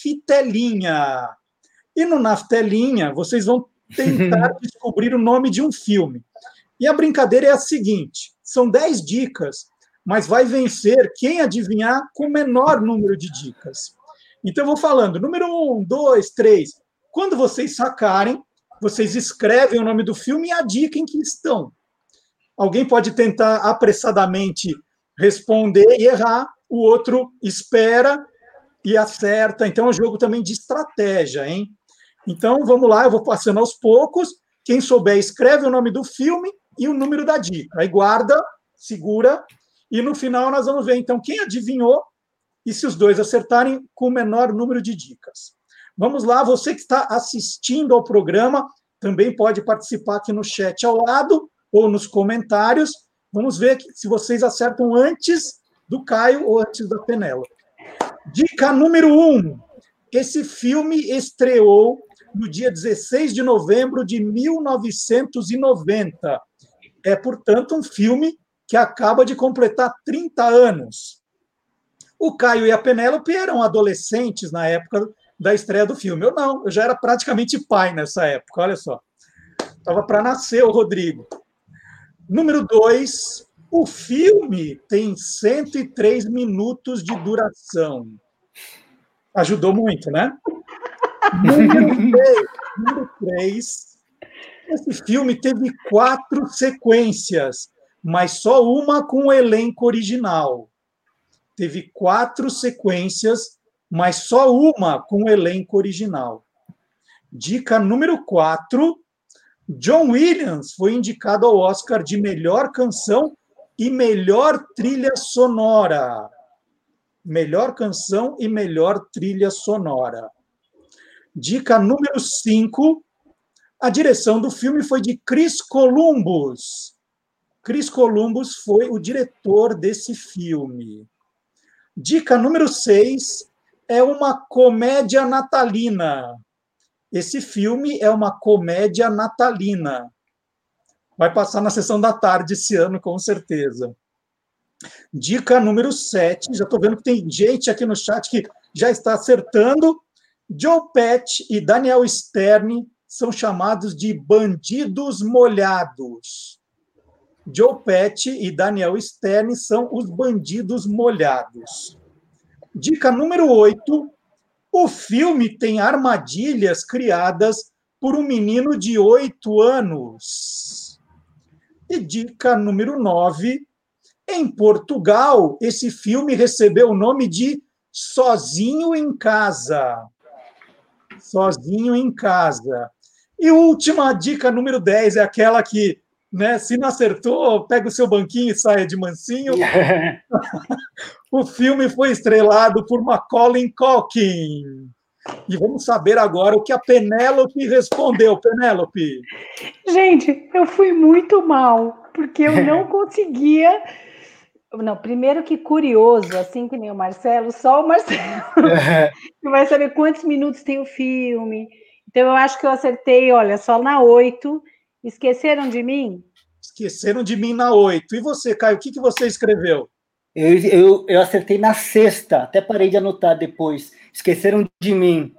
Naftelinha. E no Naftelinha, vocês vão tentar descobrir o nome de um filme. E a brincadeira é a seguinte, são dez dicas, mas vai vencer quem adivinhar com o menor número de dicas. Então, eu vou falando, número um, dois, três. Quando vocês sacarem, vocês escrevem o nome do filme e a dica em que estão. Alguém pode tentar apressadamente responder e errar, o outro espera e acerta. Então, é um jogo também de estratégia, hein? Então, vamos lá, eu vou passando aos poucos. Quem souber, escreve o nome do filme e o número da dica. Aí guarda, segura, e no final nós vamos ver, então, quem adivinhou e se os dois acertarem com o menor número de dicas. Vamos lá, você que está assistindo ao programa também pode participar aqui no chat ao lado ou nos comentários. Vamos ver se vocês acertam antes do Caio ou antes da Penélope. Dica número um. Esse filme estreou no dia dezesseis de novembro de mil novecentos e noventa. É, portanto, um filme que acaba de completar trinta anos. O Caio e a Penélope eram adolescentes na época da estreia do filme. Eu não, eu já era praticamente pai nessa época, olha só. Estava para nascer o Rodrigo. Número dois, o filme tem cento e três minutos de duração. Ajudou muito, né? Número três, número três, esse filme teve quatro sequências, mas só uma com o elenco original. Teve quatro sequências, mas só uma com o elenco original. Dica número quatro, John Williams foi indicado ao Oscar de melhor canção e melhor trilha sonora. Melhor canção e melhor trilha sonora. Dica número cinco, a direção do filme foi de Chris Columbus. Chris Columbus foi o diretor desse filme. Dica número seis, é uma comédia natalina. Esse filme é uma comédia natalina. Vai passar na sessão da tarde esse ano, com certeza. Dica número sete, já estou vendo que tem gente aqui no chat que já está acertando. Joe Pesci e Daniel Stern são chamados de bandidos molhados. Joe Pesci e Daniel Stern são os bandidos molhados. Dica número oito, o filme tem armadilhas criadas por um menino de oito anos. E dica número nove, em Portugal, esse filme recebeu o nome de Sozinho em Casa. Sozinho em Casa. E última dica, número dez, é aquela que, né, se não acertou, pega o seu banquinho e saia de mansinho. O filme foi estrelado por Macaulay Culkin. E vamos saber agora o que a Penélope respondeu. Penélope. Gente, eu fui muito mal, porque eu não conseguia... Não, primeiro que curioso, assim que nem o Marcelo, só o Marcelo que vai saber quantos minutos tem o filme. Então, eu acho que eu acertei, olha, só na oito. Esqueceram de mim? Esqueceram de mim na oito. E você, Caio, o que, que você escreveu? Eu, eu, eu acertei na sexta, até parei de anotar depois. Esqueceram de mim.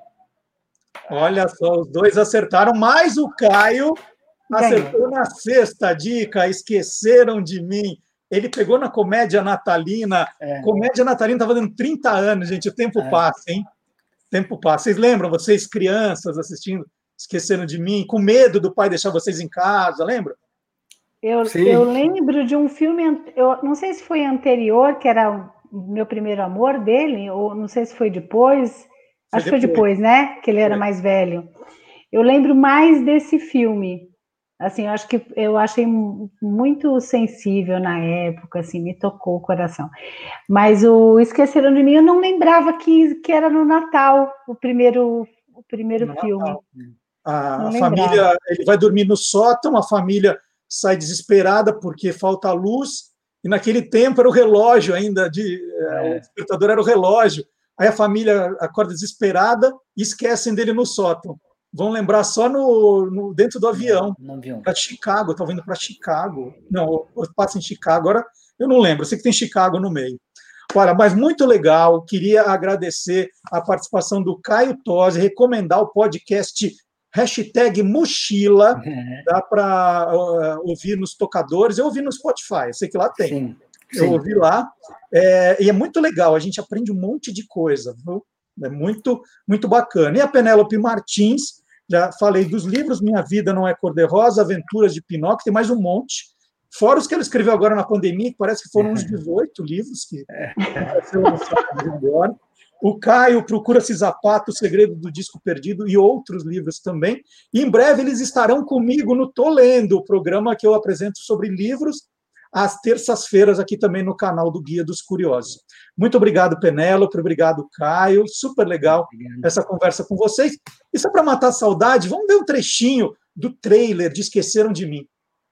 Olha só, os dois acertaram, mas o Caio acertou na sexta dica, Esqueceram de Mim. Ele pegou na comédia natalina. É. Comédia natalina está fazendo trinta anos, gente. O tempo é. passa, hein? O tempo passa. Vocês lembram, vocês crianças assistindo Esqueceram de Mim, com medo do pai deixar vocês em casa, lembra? Eu, eu lembro de um filme, eu não sei se foi anterior, que era o Meu Primeiro Amor dele, ou não sei se foi depois. Foi Acho que foi depois, né? Que ele era foi. mais velho. Eu lembro mais desse filme. Assim, eu acho que eu achei muito sensível na época, assim, me tocou o coração. Mas o Esqueceram de Mim, eu não lembrava que, que era no Natal, o primeiro, o primeiro no filme. Natal. A, a família, ele vai dormir no sótão, a família sai desesperada porque falta luz, e naquele tempo era o relógio ainda, de, é. o despertador era o relógio. Aí a família acorda desesperada e esquecem dele no sótão. Vão lembrar só no, no dentro do avião, para Chicago. Estava indo para Chicago. Não, passa em Chicago. Agora eu não lembro. Eu sei que tem Chicago no meio. Olha, mas muito legal. Queria agradecer a participação do Caio Tosi, recomendar o podcast hashtag Mochila. Dá para uh, ouvir nos tocadores. Eu ouvi no Spotify. Eu sei que lá tem. Sim, sim. Eu ouvi lá. É, e é muito legal. A gente aprende um monte de coisa, viu? É muito, muito bacana. E a Penélope Martins, já falei dos livros, Minha Vida Não É Cor-de-Rosa, Aventuras de Pinóquio, tem mais um monte. Fora os que ela escreveu agora na pandemia, que parece que foram uns dezoito livros que ser lançados agora. O Caio, Procura-se Zapato, O Segredo do Disco Perdido e outros livros também. E em breve eles estarão comigo no Tô Lendo, o programa que eu apresento sobre livros, às terças-feiras, aqui também no canal do Guia dos Curiosos. Muito obrigado, Penélope, obrigado, Caio. Super legal obrigado. essa conversa com vocês. E só para matar a saudade, vamos ver um trechinho do trailer de Esqueceram de Mim.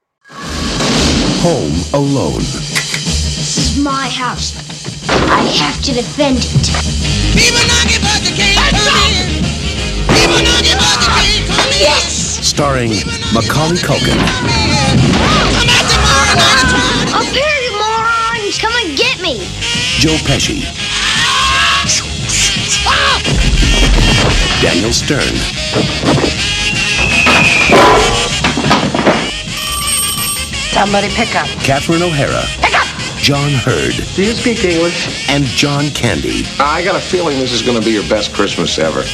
Home Alone. This is my house. I have to defend it. Yes! Starring Macaulay Culkin. Up here, you morons! Come and get me! Joe Pesci. Daniel Stern. Somebody pick up. Catherine O'Hara. Pick up! John Hurd. Do you speak English? And John Candy. I got a feeling this is going to be your best Christmas ever.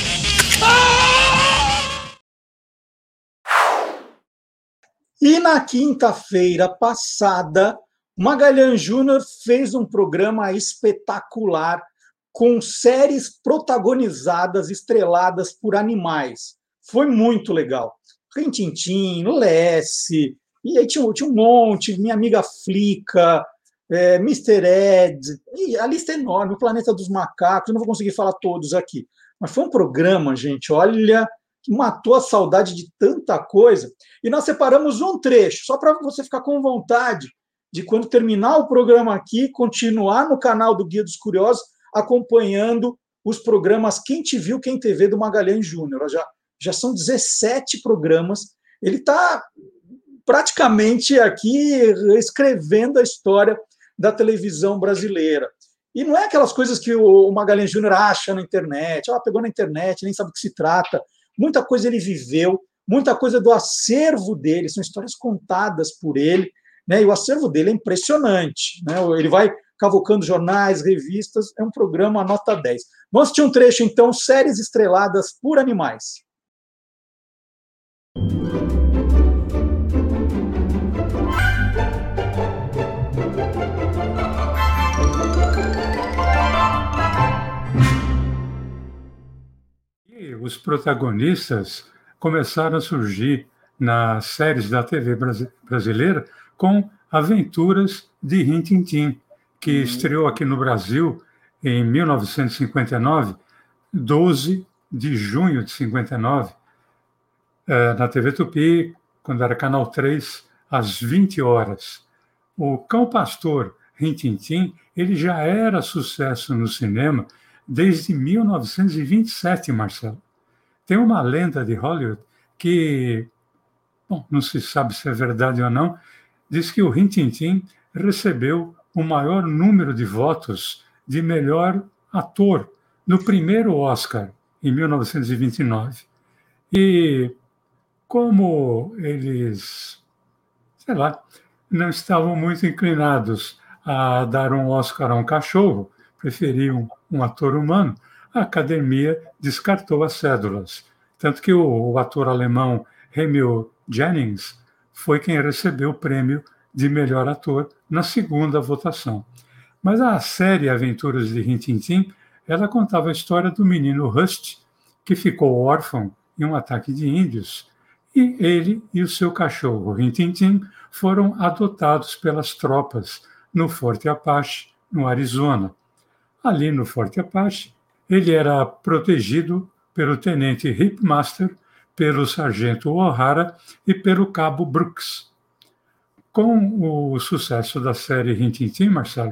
E na quinta-feira passada, Magalhães Júnior fez um programa espetacular com séries protagonizadas, estreladas por animais. Foi muito legal. Rin Tin Tin, Lessie, e aí tinha, tinha um monte, Minha Amiga Flica, é, mister Ed, e a lista é enorme, O Planeta dos Macacos, eu não vou conseguir falar todos aqui. Mas foi um programa, gente, olha, que matou a saudade de tanta coisa. E nós separamos um trecho, só para você ficar com vontade de, quando terminar o programa aqui, continuar no canal do Guia dos Curiosos, acompanhando os programas Quem Te Viu, Quem Te Vê do Magalhães Júnior. Já, já são dezessete programas. Ele está praticamente aqui escrevendo a história da televisão brasileira. E não é aquelas coisas que o Magalhães Júnior acha na internet, ah, pegou na internet, nem sabe o que se trata. Muita coisa ele viveu, muita coisa do acervo dele, são histórias contadas por ele, né? E o acervo dele é impressionante, né? Ele vai cavocando jornais, revistas, é um programa nota dez. Vamos assistir um trecho, então, séries estreladas por animais. os protagonistas começaram a surgir nas séries da T V brasileira com Aventuras de Rin Tin Tin, que estreou aqui no Brasil em mil novecentos e cinquenta e nove, doze de junho de cinquenta e nove, na T V Tupi, quando era Canal três, às vinte horas. O Cão Pastor Rin Tin Tin, ele já era sucesso no cinema desde mil novecentos e vinte e sete, Marcelo. Tem uma lenda de Hollywood que, bom, não se sabe se é verdade ou não, diz que o Rin Tin Tin recebeu o maior número de votos de melhor ator no primeiro Oscar, em mil novecentos e vinte e nove. E como eles, sei lá, não estavam muito inclinados a dar um Oscar a um cachorro, preferiam um ator humano, a Academia descartou as cédulas. Tanto que o, o ator alemão Remy Jennings foi quem recebeu o prêmio de melhor ator na segunda votação. Mas a série Aventuras de Rin Tin Tin, ela contava a história do menino Rust, que ficou órfão em um ataque de índios, e ele e o seu cachorro Rin Tin Tin foram adotados pelas tropas no Forte Apache, no Arizona. Ali no Forte Apache, ele era protegido pelo tenente Hipmaster, pelo sargento O'Hara e pelo cabo Brooks. Com o sucesso da série Rin Tin Tin, Marcelo,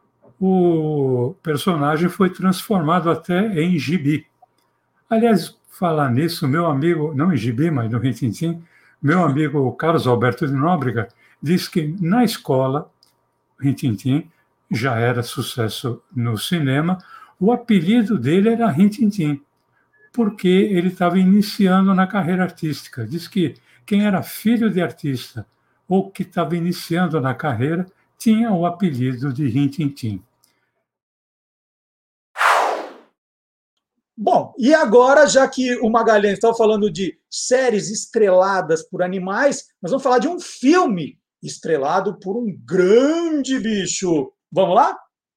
o personagem foi transformado até em gibi. Aliás, falar nisso, meu amigo, não em gibi, mas no Rin Tin Tin, meu amigo Carlos Alberto de Nóbrega diz que na escola, Rin Tin Tin já era sucesso no cinema, o apelido dele era Rin Tin Tin, porque ele estava iniciando na carreira artística. Diz que quem era filho de artista ou que estava iniciando na carreira tinha o apelido de Rin Tin Tin. Bom, e agora, já que o Magalhães estava falando de séries estreladas por animais, nós vamos falar de um filme estrelado por um grande bicho. Vamos lá?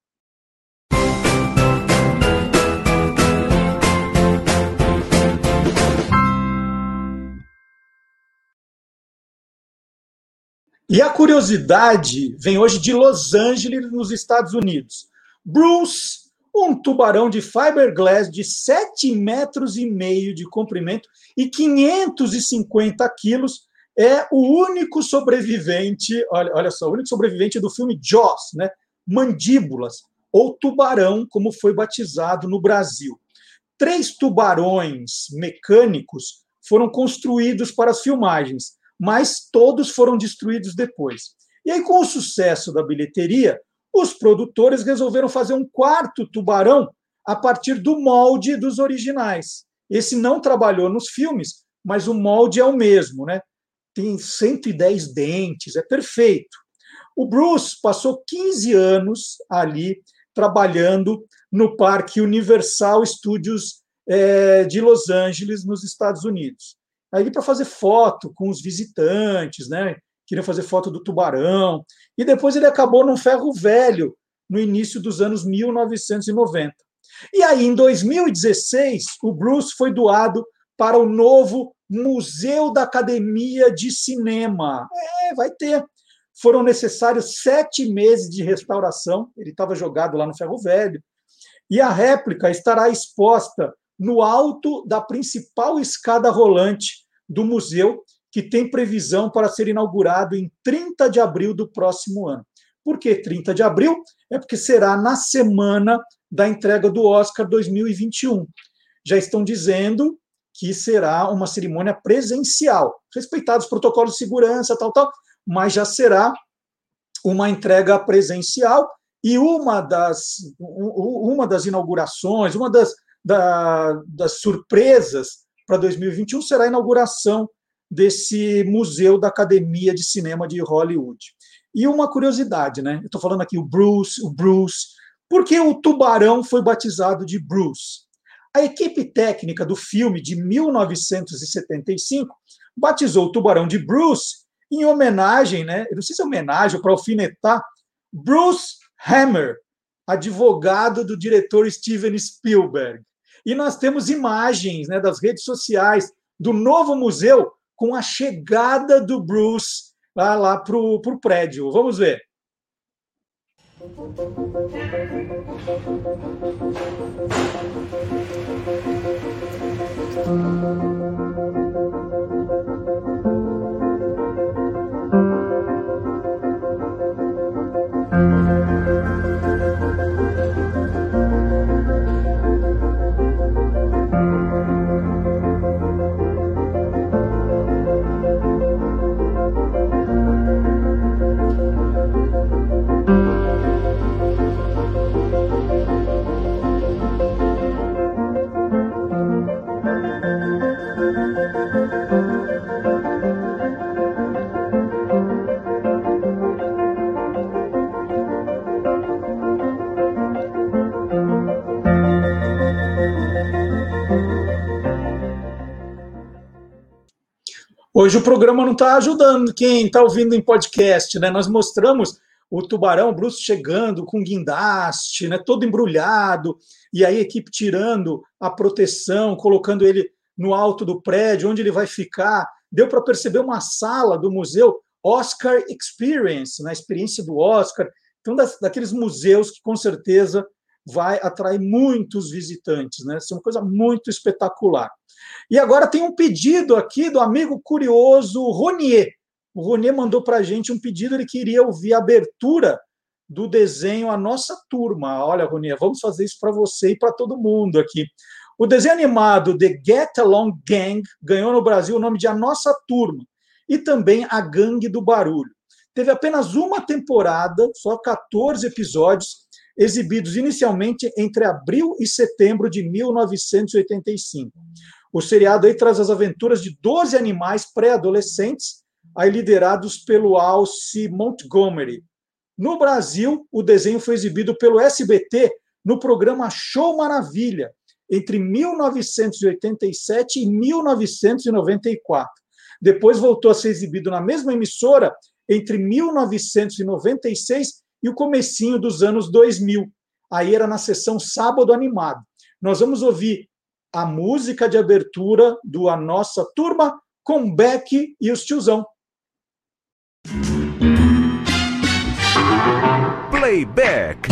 E a curiosidade vem hoje de Los Angeles, nos Estados Unidos. Bruce, um tubarão de fiberglass de sete metros e meio de comprimento e quinhentos e cinquenta quilos, é o único sobrevivente, olha, olha só, o único sobrevivente do filme Jaws, né? Mandíbulas, ou tubarão, como foi batizado no Brasil. Três tubarões mecânicos foram construídos para as filmagens, mas todos foram destruídos depois. E aí, com o sucesso da bilheteria, os produtores resolveram fazer um quarto tubarão a partir do molde dos originais. Esse não trabalhou nos filmes, mas o molde é o mesmo, né? Tem cento e dez dentes, é perfeito. O Bruce passou quinze anos ali trabalhando no Parque Universal Studios é, de Los Angeles, nos Estados Unidos. Aí para fazer foto com os visitantes, né? Queria fazer foto do tubarão. E depois ele acabou num ferro velho, no início dos anos mil novecentos e noventa. E aí, em dois mil e dezesseis, o Bruce foi doado para o novo Museu da Academia de Cinema. É, vai ter. Foram necessários sete meses de restauração. Ele estava jogado lá no ferro velho. E a réplica estará exposta no alto da principal escada rolante do museu, que tem previsão para ser inaugurado em trinta de abril do próximo ano. Por que trinta de abril? É porque será na semana da entrega do Oscar dois mil e vinte e um. Já estão dizendo que será uma cerimônia presencial, respeitados os protocolos de segurança, tal, tal, mas já será uma entrega presencial e uma das, uma das inaugurações, uma das, da, das surpresas para dois mil e vinte e um será a inauguração desse Museu da Academia de Cinema de Hollywood. E uma curiosidade, né? Eu estou falando aqui o Bruce, o Bruce. Por que o tubarão foi batizado de Bruce? A equipe técnica do filme de mil novecentos e setenta e cinco batizou o tubarão de Bruce em homenagem, né? Eu não sei se é homenagem ou para alfinetar, Bruce Hammer, advogado do diretor Steven Spielberg. E nós temos imagens, né, das redes sociais do novo museu com a chegada do Bruce lá, lá para o prédio. Vamos ver. Hoje o programa não está ajudando quem está ouvindo em podcast, né? Nós mostramos o tubarão, o Bruce chegando com guindaste, né? Todo embrulhado, e aí a equipe tirando a proteção, colocando ele no alto do prédio, onde ele vai ficar. Deu para perceber uma sala do museu Oscar Experience, na experiência do Oscar. Então, das, daqueles museus que com certeza vai atrair muitos visitantes, né? Isso é uma coisa muito espetacular. E agora tem um pedido aqui do amigo curioso Ronier. O Ronier mandou para a gente um pedido, ele queria ouvir a abertura do desenho A Nossa Turma. Olha, Ronier, vamos fazer isso para você e para todo mundo aqui. O desenho animado The Get Along Gang ganhou no Brasil o nome de A Nossa Turma e também A Gangue do Barulho. Teve apenas uma temporada, só quatorze episódios, exibidos inicialmente entre abril e setembro de mil novecentos e oitenta e cinco. O seriado aí traz as aventuras de doze animais pré-adolescentes, aí liderados pelo Alce Montgomery. No Brasil, o desenho foi exibido pelo S B T no programa Show Maravilha, entre mil novecentos e oitenta e sete e mil novecentos e noventa e quatro. Depois voltou a ser exibido na mesma emissora entre mil novecentos e noventa e seis e o comecinho dos anos dois mil. Aí era na sessão Sábado Animado. Nós vamos ouvir a música de abertura do A Nossa Turma com Beck e os Tiozão. Playback.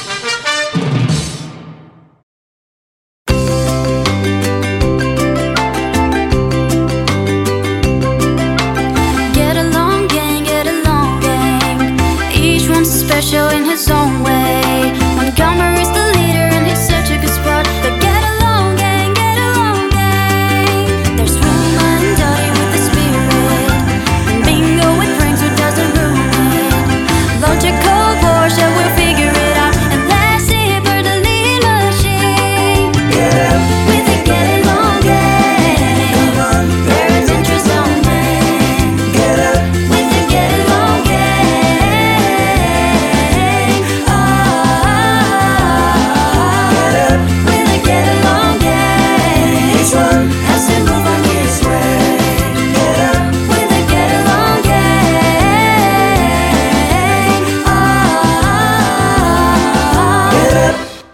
Get along, gang, get along, gang. Each one's special in his own way. Montgomery's the leader and he's such a good sport. The get along, gang, get along, gang. There's Roma and Dottie with the spirit, and Bingo with brains who doesn't ruin it. Logical Porsche will figure it out, and Lassie for the lead machine. Get up with the get along, gang. Come on, there's interest on gang. Get up with the get along, gang. Ah, get up with the get along, gang. Each one has to move on his way. Get up with the get along, gang. Ah, get up.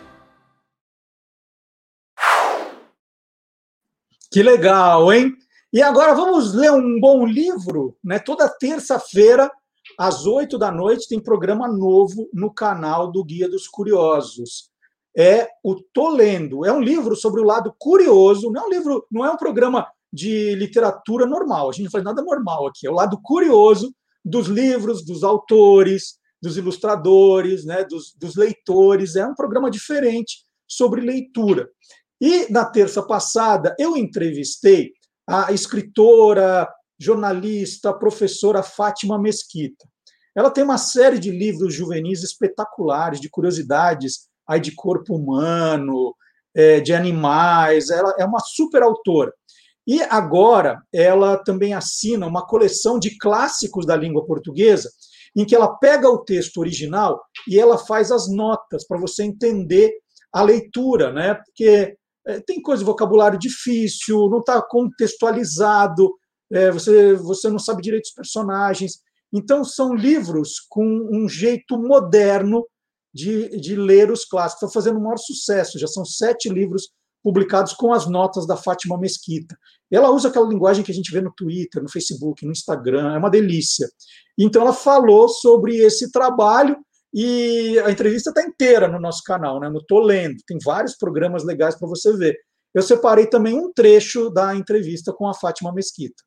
Que legal, hein? E agora vamos ler um bom livro, né? Toda terça-feira, às oito da noite, tem programa novo no canal do Guia dos Curiosos. É o Tô Lendo. É um livro sobre o lado curioso, não é um livro, não é um programa de literatura normal. A gente não faz nada normal aqui. É o lado curioso dos livros, dos autores, dos ilustradores, né? dos, dos leitores. É um programa diferente sobre leitura. E na terça passada eu entrevistei a escritora, jornalista, professora Fátima Mesquita. Ela tem uma série de livros juvenis espetaculares, de curiosidades aí de corpo humano, é, de animais. Ela é uma super autora. E agora ela também assina uma coleção de clássicos da língua portuguesa, em que ela pega o texto original e ela faz as notas para você entender a leitura, né? Porque tem coisa de vocabulário difícil, não está contextualizado, é, você, você não sabe direito os personagens. Então, são livros com um jeito moderno de, de ler os clássicos. Estão fazendo o maior sucesso, já são sete livros publicados com as notas da Fátima Mesquita. Ela usa aquela linguagem que a gente vê no Twitter, no Facebook, no Instagram, é uma delícia. Então ela falou sobre esse trabalho e a entrevista está inteira no nosso canal, né? No Tô Lendo, tem vários programas legais para você ver. Eu separei também um trecho da entrevista com a Fátima Mesquita.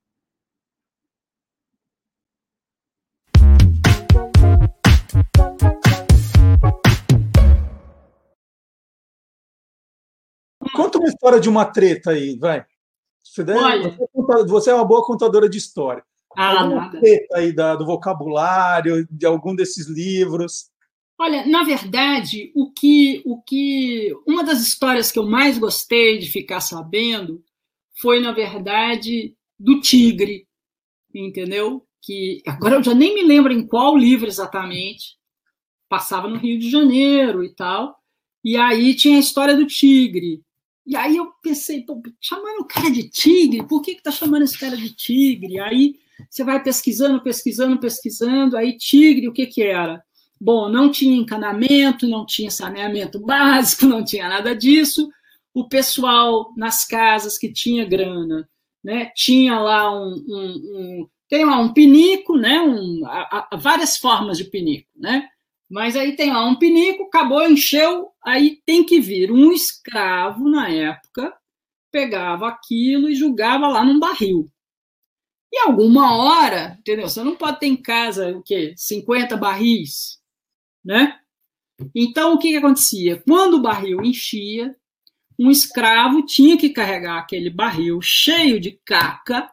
Conta uma história de uma treta aí, vai. Você, deve, Olha, você é uma boa contadora de história. Ah, Alguma nada. treta aí da, do vocabulário, de algum desses livros. Olha, na verdade, o que, o que, uma das histórias que eu mais gostei de ficar sabendo foi, na verdade, do tigre, entendeu? Que agora eu já nem me lembro em qual livro exatamente, passava no Rio de Janeiro e tal, e aí tinha a história do tigre. E aí eu pensei, pô, chamando o cara de tigre, por que que tá chamando esse cara de tigre? Aí você vai pesquisando, pesquisando, pesquisando, aí tigre, o que que era? Bom, não tinha encanamento, não tinha saneamento básico, não tinha nada disso. O pessoal nas casas que tinha grana, né, tinha lá um, um, um tem lá um pinico, né, um, a, a, várias formas de pinico, né? Mas aí tem lá um pinico, acabou, encheu, aí tem que vir um escravo na época, pegava aquilo e jogava lá num barril. E alguma hora, entendeu? Você não pode ter em casa o quê? cinquenta barris, né? Então, o que que acontecia? Quando o barril enchia, um escravo tinha que carregar aquele barril cheio de caca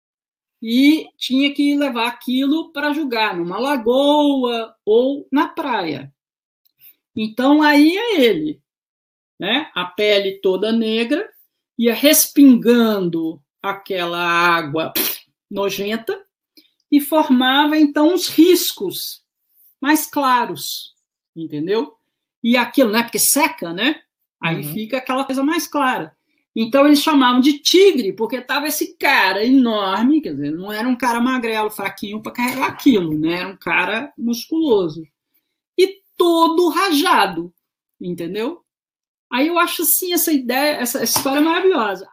e tinha que levar aquilo para jogar numa lagoa ou na praia. Então, aí é ele, né? A pele toda negra, ia respingando aquela água nojenta e formava, então, uns riscos mais claros, entendeu? E aquilo, né? Porque seca, né? Aí uhum. fica aquela coisa mais clara. Então, eles chamavam de tigre, porque estava esse cara enorme, quer dizer, não era um cara magrelo, fraquinho para carregar aquilo, né? Era um cara musculoso. E todo rajado, entendeu? Aí eu acho, assim, essa ideia, essa história maravilhosa.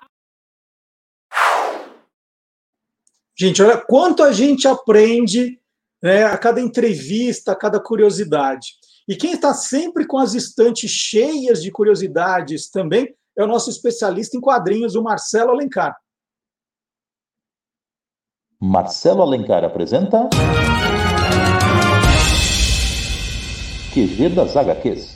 Gente, olha quanto a gente aprende, né, a cada entrevista, a cada curiosidade. E quem está sempre com as estantes cheias de curiosidades também é o nosso especialista em quadrinhos, o Marcelo Alencar. Marcelo Alencar apresenta Q G das agá quês.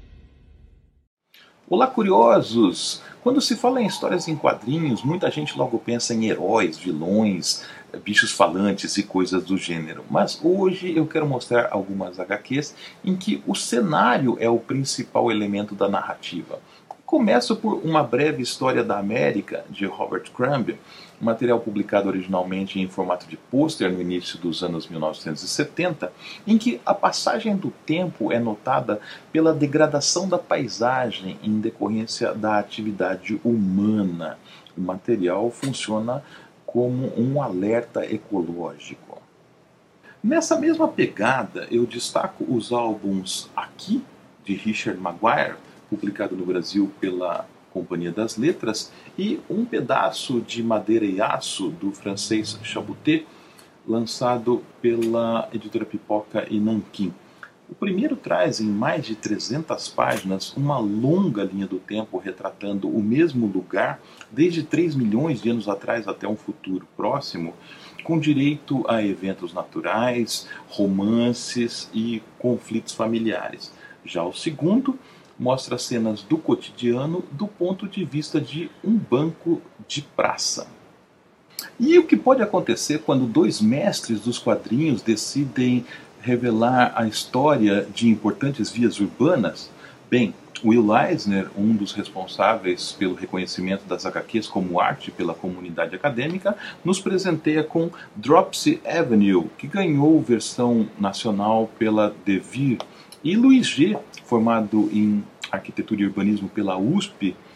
Olá, curiosos! Quando se fala em histórias em quadrinhos, muita gente logo pensa em heróis, vilões, bichos falantes e coisas do gênero. Mas hoje eu quero mostrar algumas agá quês em que o cenário é o principal elemento da narrativa. Começo por Uma Breve História da América, de Robert Crumb, material publicado originalmente em formato de pôster no início dos anos mil novecentos e setenta, em que a passagem do tempo é notada pela degradação da paisagem em decorrência da atividade humana. O material funciona como um alerta ecológico. Nessa mesma pegada, eu destaco os álbuns Aqui, de Richard Maguire, publicado no Brasil pela Companhia das Letras, e Um Pedaço de Madeira e Aço, do francês Chaboté, lançado pela editora Pipoca e Nanquim. O primeiro traz, em mais de trezentas páginas, uma longa linha do tempo retratando o mesmo lugar, desde três milhões de anos atrás até um futuro próximo, com direito a eventos naturais, romances e conflitos familiares. Já o segundo mostra cenas do cotidiano do ponto de vista de um banco de praça. E o que pode acontecer quando dois mestres dos quadrinhos decidem revelar a história de importantes vias urbanas? Bem, Will Eisner, um dos responsáveis pelo reconhecimento das agá quês como arte pela comunidade acadêmica, nos presenteia com Dropsy Avenue, que ganhou versão nacional pela Devir, e Luiz G., formado em Arquitetura e Urbanismo pela U S P,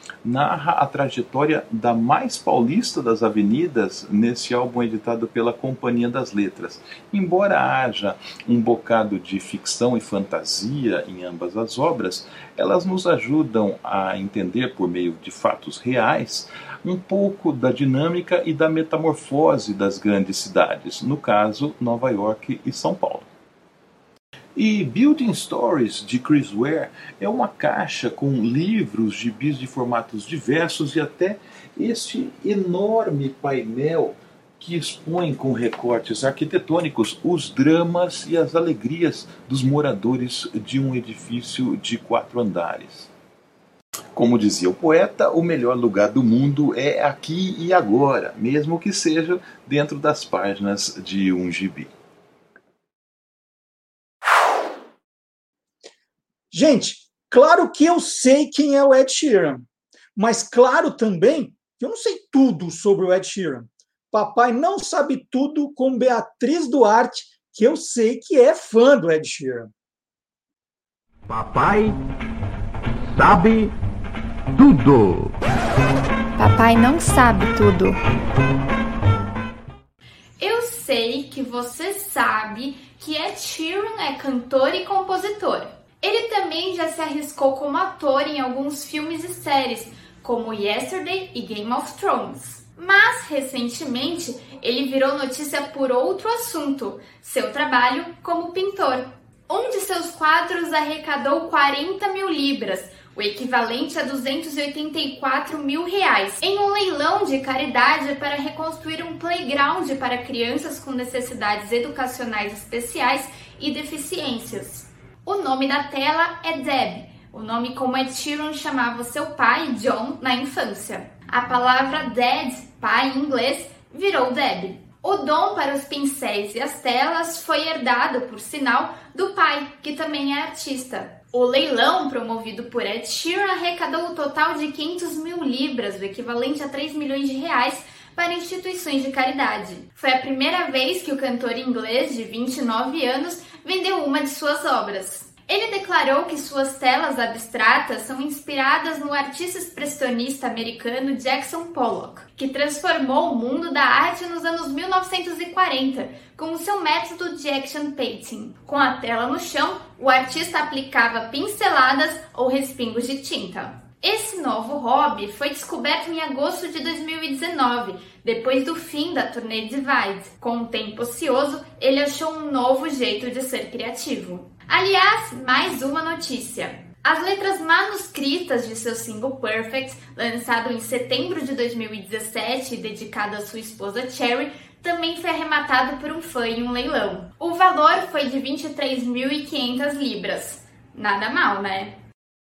narra a trajetória da mais paulista das avenidas nesse álbum editado pela Companhia das Letras. Embora haja um bocado de ficção e fantasia em ambas as obras, elas nos ajudam a entender, por meio de fatos reais, um pouco da dinâmica e da metamorfose das grandes cidades, no caso, Nova York e São Paulo. E Building Stories, de Chris Ware, é uma caixa com livros, gibis de formatos diversos e até este enorme painel que expõe com recortes arquitetônicos os dramas e as alegrias dos moradores de um edifício de quatro andares. Como dizia o poeta, o melhor lugar do mundo é aqui e agora, mesmo que seja dentro das páginas de um gibi. Gente, claro que eu sei quem é o Ed Sheeran, mas claro também que eu não sei tudo sobre o Ed Sheeran. Papai não sabe tudo com Beatriz Duarte, que eu sei que é fã do Ed Sheeran. Papai sabe tudo. Papai não sabe tudo. Eu sei que você sabe que Ed Sheeran é cantor e compositor. Ele também já se arriscou como ator em alguns filmes e séries, como Yesterday e Game of Thrones. Mas, recentemente, ele virou notícia por outro assunto, seu trabalho como pintor. Um de seus quadros arrecadou quarenta mil libras, o equivalente a duzentos e oitenta e quatro mil reais, em um leilão de caridade para reconstruir um playground para crianças com necessidades educacionais especiais e deficiências. O nome da tela é Deb, o nome como Ed Sheeran chamava seu pai, John, na infância. A palavra dad, pai em inglês, virou Deb. O dom para os pincéis e as telas foi herdado, por sinal, do pai, que também é artista. O leilão, promovido por Ed Sheeran, arrecadou o total de quinhentas mil libras, o equivalente a três milhões de reais, para instituições de caridade. Foi a primeira vez que o cantor inglês, de vinte e nove anos, vendeu uma de suas obras. Ele declarou que suas telas abstratas são inspiradas no artista expressionista americano Jackson Pollock, que transformou o mundo da arte nos anos mil novecentos e quarenta com o seu método de action painting. Com a tela no chão, o artista aplicava pinceladas ou respingos de tinta. Esse novo hobby foi descoberto em agosto de dois mil e dezenove, depois do fim da turnê Divide. Com o tempo ocioso, ele achou um novo jeito de ser criativo. Aliás, mais uma notícia. As letras manuscritas de seu single Perfect, lançado em setembro de dois mil e dezessete e dedicado à sua esposa Cherry, também foi arrematado por um fã em um leilão. O valor foi de vinte e três mil e quinhentas libras. Nada mal, né?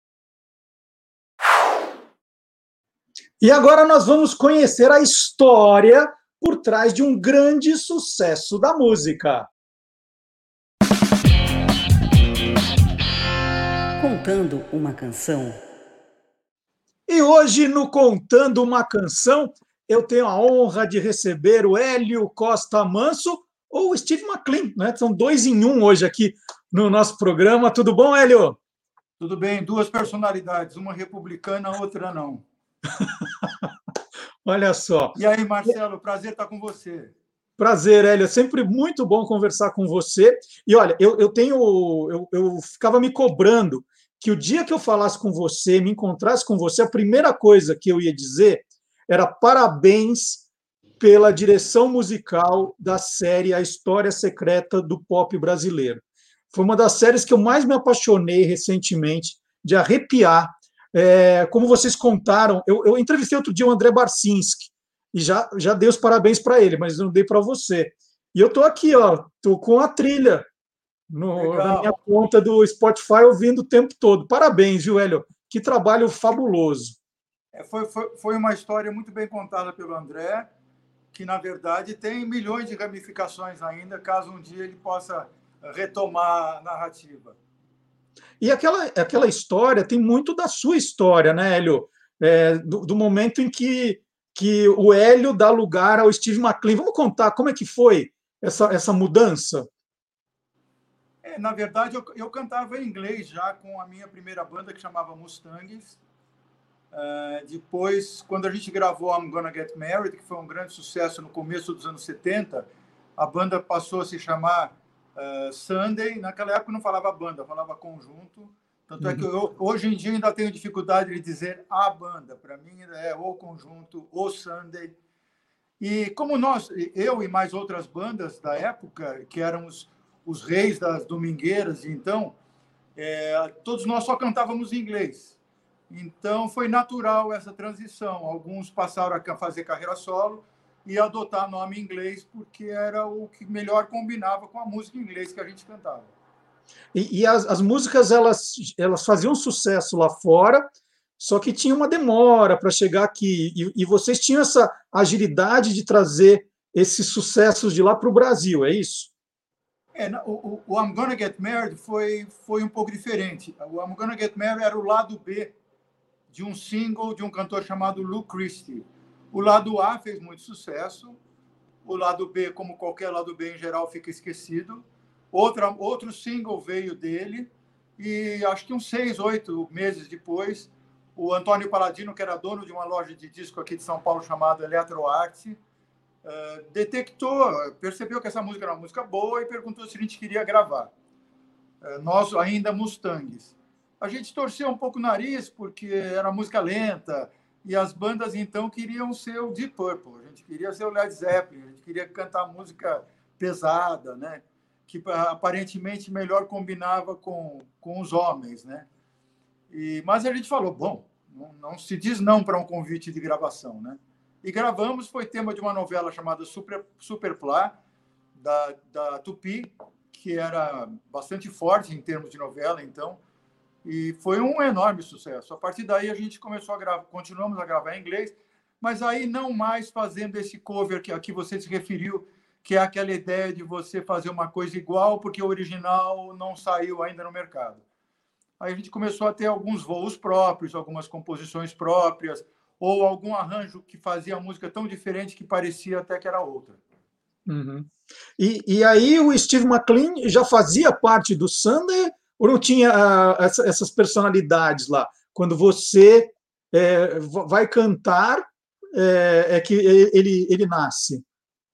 E agora nós vamos conhecer a história por trás de um grande sucesso da música. Contando uma canção. E hoje, no Contando uma Canção, eu tenho a honra de receber o Hélio Costa Manso ou o Steve McLean, né? São dois em um hoje aqui no nosso programa. Tudo bom, Hélio? Tudo bem, duas personalidades, uma republicana, a outra não. Olha só. E aí, Marcelo, prazer estar com você. Prazer, Hélio. É sempre muito bom conversar com você. E olha, eu, eu tenho. Eu, eu ficava me cobrando que o dia que eu falasse com você, me encontrasse com você, a primeira coisa que eu ia dizer era parabéns pela direção musical da série A História Secreta do Pop Brasileiro. Foi uma das séries que eu mais me apaixonei recentemente, de arrepiar. É, como vocês contaram, eu, eu entrevistei outro dia o André Barcinski, e já, já dei os parabéns para ele, mas não dei para você. E eu estou aqui, ó, estou com a trilha no, na minha conta do Spotify ouvindo o tempo todo. Parabéns, viu, Hélio? Que trabalho fabuloso. É, foi, foi, foi uma história muito bem contada pelo André, que, na verdade, tem milhões de ramificações ainda, caso um dia ele possa retomar a narrativa. E aquela, aquela história tem muito da sua história, né, Hélio? É, do, do momento em que, que o Hélio dá lugar ao Steve McLean. Vamos contar como é que foi essa, essa mudança? É, na verdade, eu, eu cantava em inglês já com a minha primeira banda, que chamava Mustangs. Uh, depois, quando a gente gravou I'm Gonna Get Married, que foi um grande sucesso no começo dos anos setenta, a banda passou a se chamar uh, Sunday. Naquela época não falava banda, falava conjunto. Tanto é que eu, hoje em dia ainda tenho dificuldade de dizer a banda. Para mim é o conjunto, o Sunday. E como nós, eu e mais outras bandas da época, que eram os, os reis das domingueiras, então, é, todos nós só cantávamos em inglês. Então, foi natural essa transição. Alguns passaram a fazer carreira solo e adotar nome em inglês, porque era o que melhor combinava com a música em inglês que a gente cantava. E, e as, as músicas, elas, elas faziam sucesso lá fora, só que tinha uma demora para chegar aqui. E, e vocês tinham essa agilidade de trazer esses sucessos de lá para o Brasil, é isso? É, o, o I'm Gonna Get Married foi, foi um pouco diferente. O I'm Gonna Get Married era o lado B de um single de um cantor chamado Lou Christie. O lado A fez muito sucesso, o lado B, como qualquer lado B em geral, fica esquecido. Outra, outro single veio dele e acho que uns seis, oito meses depois, o Antônio Paladino, que era dono de uma loja de disco aqui de São Paulo chamada Eletroarte, uh, detectou, percebeu que essa música era uma música boa e perguntou se a gente queria gravar. Uh, nós ainda Mustangs. A gente torceu um pouco o nariz, porque era música lenta, e as bandas, então, queriam ser o Deep Purple, a gente queria ser o Led Zeppelin, a gente queria cantar música pesada, né? Que aparentemente melhor combinava com, com os homens, né? E, mas a gente falou, bom, não, não se diz não para um convite de gravação, né? E gravamos, foi tema de uma novela chamada Super, Superplá, da, da Tupi, que era bastante forte em termos de novela, então, e foi um enorme sucesso. A partir daí a gente começou a gravar, continuamos a gravar em inglês, mas aí não mais fazendo esse cover que aqui você se referiu, que é aquela ideia de você fazer uma coisa igual porque o original não saiu ainda no mercado. Aí a gente começou a ter alguns voos próprios, algumas composições próprias, ou algum arranjo que fazia a música tão diferente que parecia até que era outra. Uhum. E, e aí o Steve McLean já fazia parte do Sunday ou não tinha uh, essa, essas personalidades lá? Quando você é, vai cantar, é, é que ele, ele nasce.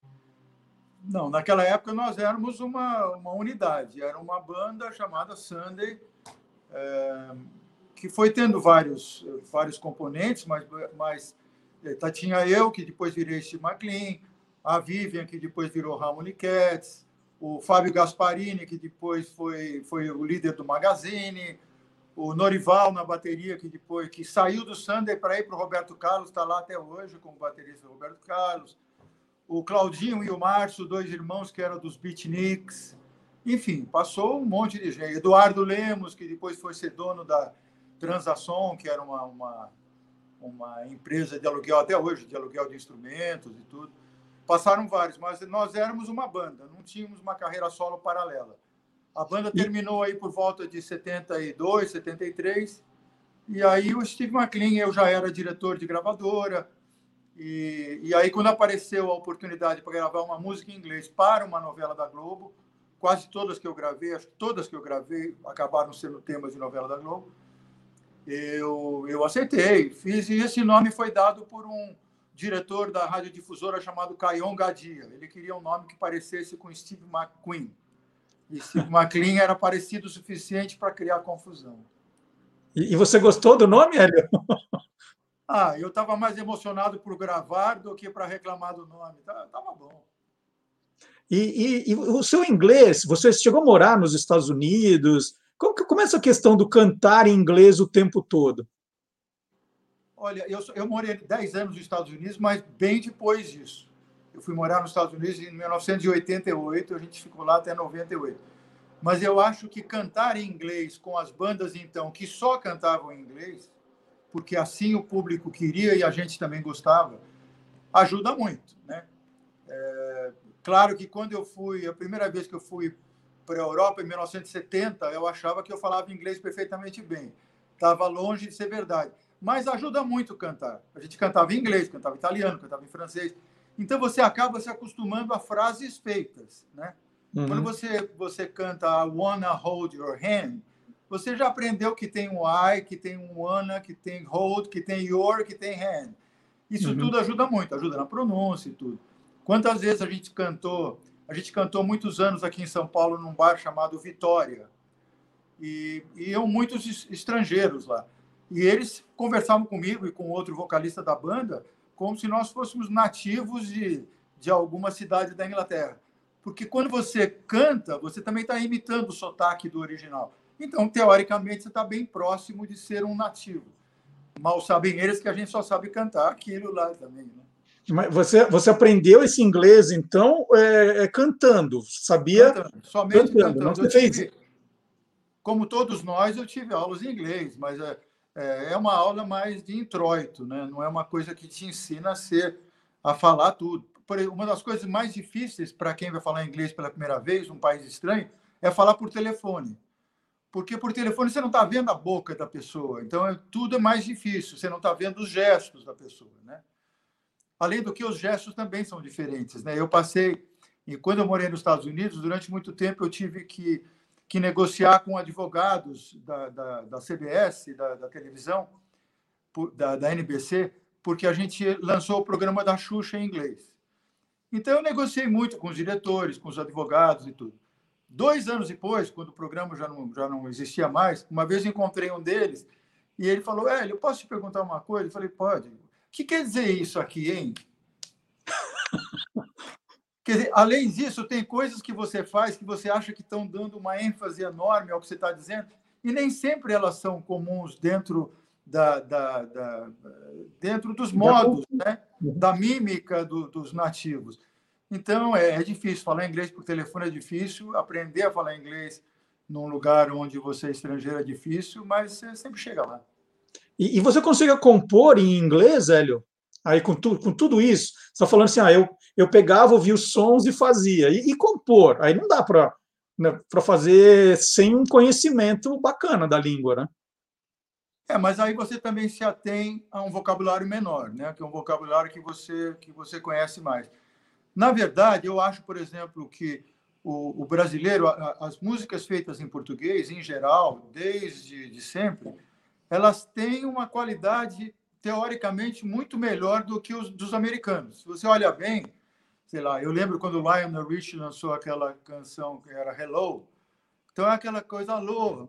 Não, naquela época nós éramos uma, uma unidade, era uma banda chamada Sunday, é, que foi tendo vários, vários componentes, mas, mas tá, tinha eu, que depois virei Steve McLean, a Vivian, que depois virou Harmony Cats, o Fábio Gasparini, que depois foi, foi o líder do Magazine, o Norival na bateria, que depois que saiu do Sunday para ir para o Roberto Carlos, está lá até hoje como baterista do Roberto Carlos, o Claudinho e o Márcio, dois irmãos que eram dos Beatniks, enfim, passou um monte de gente. Eduardo Lemos, que depois foi ser dono da Transação, que era uma, uma, uma empresa de aluguel, até hoje, de aluguel de instrumentos e tudo. Passaram vários, mas nós éramos uma banda, não tínhamos uma carreira solo paralela. A banda terminou aí por volta de setenta e dois, setenta e três, e aí o Steve McLean, eu já era diretor de gravadora, e, e aí quando apareceu a oportunidade para gravar uma música em inglês para uma novela da Globo, quase todas que eu gravei, acho que todas que eu gravei acabaram sendo temas de novela da Globo, eu, eu aceitei, fiz, e esse nome foi dado por um diretor da radiodifusora chamado Caion Gadia. Ele queria um nome que parecesse com Steve McQueen. E Steve McLean era parecido o suficiente para criar confusão. E, e você gostou do nome, Hélio? Ah, eu estava mais emocionado por gravar do que para reclamar do nome. Estava bom. E, e, e o seu inglês, você chegou a morar nos Estados Unidos? Como, como é essa questão do cantar em inglês o tempo todo? Olha, eu, eu morei dez anos nos Estados Unidos, mas bem depois disso. Eu fui morar nos Estados Unidos em mil novecentos e oitenta e oito, a gente ficou lá até noventa e oito. Mas eu acho que cantar em inglês com as bandas, então, que só cantavam em inglês, porque assim o público queria e a gente também gostava, ajuda muito, né? É, claro que quando eu fui, a primeira vez que eu fui para a Europa, em mil novecentos e setenta, eu achava que eu falava inglês perfeitamente bem. Estava longe de ser verdade. Mas ajuda muito cantar. A gente cantava em inglês, cantava em italiano, cantava em francês. Então você acaba se acostumando a frases feitas, né? Uhum. Quando você, você canta I Wanna Hold Your Hand, você já aprendeu que tem um I, que tem um wanna, que tem hold, que tem your, que tem hand. Isso uhum. tudo ajuda muito, ajuda na pronúncia e tudo. Quantas vezes a gente cantou, a gente cantou muitos anos aqui em São Paulo num bar chamado Vitória, e, e iam muitos estrangeiros lá. E eles conversavam comigo e com outro vocalista da banda como se nós fôssemos nativos de, de alguma cidade da Inglaterra. Porque quando você canta, você também está imitando o sotaque do original. Então, teoricamente, você está bem próximo de ser um nativo. Mal sabem eles que a gente só sabe cantar aquilo lá também, né? Mas você, você aprendeu esse inglês, então, é, é, cantando, sabia? Cantando, somente cantando. cantando. Não, você fez... tive, como todos nós, eu tive aulas em inglês, mas é, é uma aula mais de introito, né? Não é uma coisa que te ensina a, ser, a falar tudo. Uma das coisas mais difíceis para quem vai falar inglês pela primeira vez, num país estranho, é falar por telefone. Porque por telefone você não está vendo a boca da pessoa, então é, tudo é mais difícil, você não está vendo os gestos da pessoa, né? Além do que os gestos também são diferentes, né? Eu passei, e quando eu morei nos Estados Unidos, durante muito tempo eu tive que, que negociar com advogados da, da, da C B S, da, da televisão, da, da N B C, porque a gente lançou o programa da Xuxa em inglês. Então eu negociei muito com os diretores, com os advogados e tudo. Dois anos depois, quando o programa já não, já não existia mais, uma vez encontrei um deles e ele falou, Hélio, eu posso te perguntar uma coisa? Eu falei, pode. O que quer dizer isso aqui, hein? Quer dizer, além disso, tem coisas que você faz que você acha que estão dando uma ênfase enorme ao que você está dizendo e nem sempre elas são comuns dentro, da, da, da, dentro dos modos, né? Da mímica do, dos nativos. Então, é, é difícil. Falar inglês por telefone é difícil. Aprender a falar inglês num lugar onde você é estrangeiro é difícil, mas você sempre chega lá. E, e você consegue compor em inglês, Hélio? Aí, com, tu, com tudo isso, você está falando assim, ah, eu, eu pegava, ouvia os sons e fazia. E, e compor? Aí não dá para, né, para fazer sem um conhecimento bacana da língua, né? É, mas aí você também se atém a um vocabulário menor, né? Que é um vocabulário que você, que você conhece mais. Na verdade, eu acho, por exemplo, que o, o brasileiro, a, as músicas feitas em português, em geral, desde de sempre, elas têm uma qualidade, teoricamente, muito melhor do que os dos americanos. Se você olha bem, sei lá, eu lembro quando o Lionel Richie lançou aquela canção que era Hello, então é aquela coisa, alô,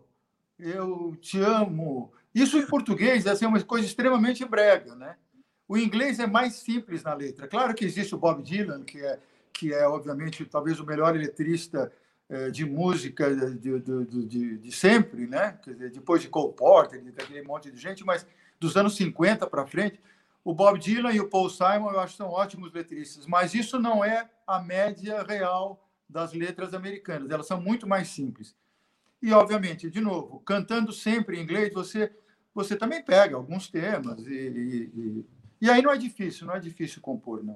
eu te amo. Isso em português é assim, uma coisa extremamente brega, né? O inglês é mais simples na letra. Claro que existe o Bob Dylan, que é, que é obviamente, talvez o melhor letrista eh, de música de, de, de, de sempre, né? Quer dizer, depois de Cole Porter, daquele monte de gente, mas dos anos cinquenta para frente, o Bob Dylan e o Paul Simon, eu acho que são ótimos letristas, mas isso não é a média real das letras americanas. Elas são muito mais simples. E, obviamente, de novo, cantando sempre em inglês, você, você também pega alguns temas e... e, e E aí não é difícil, não é difícil compor, não.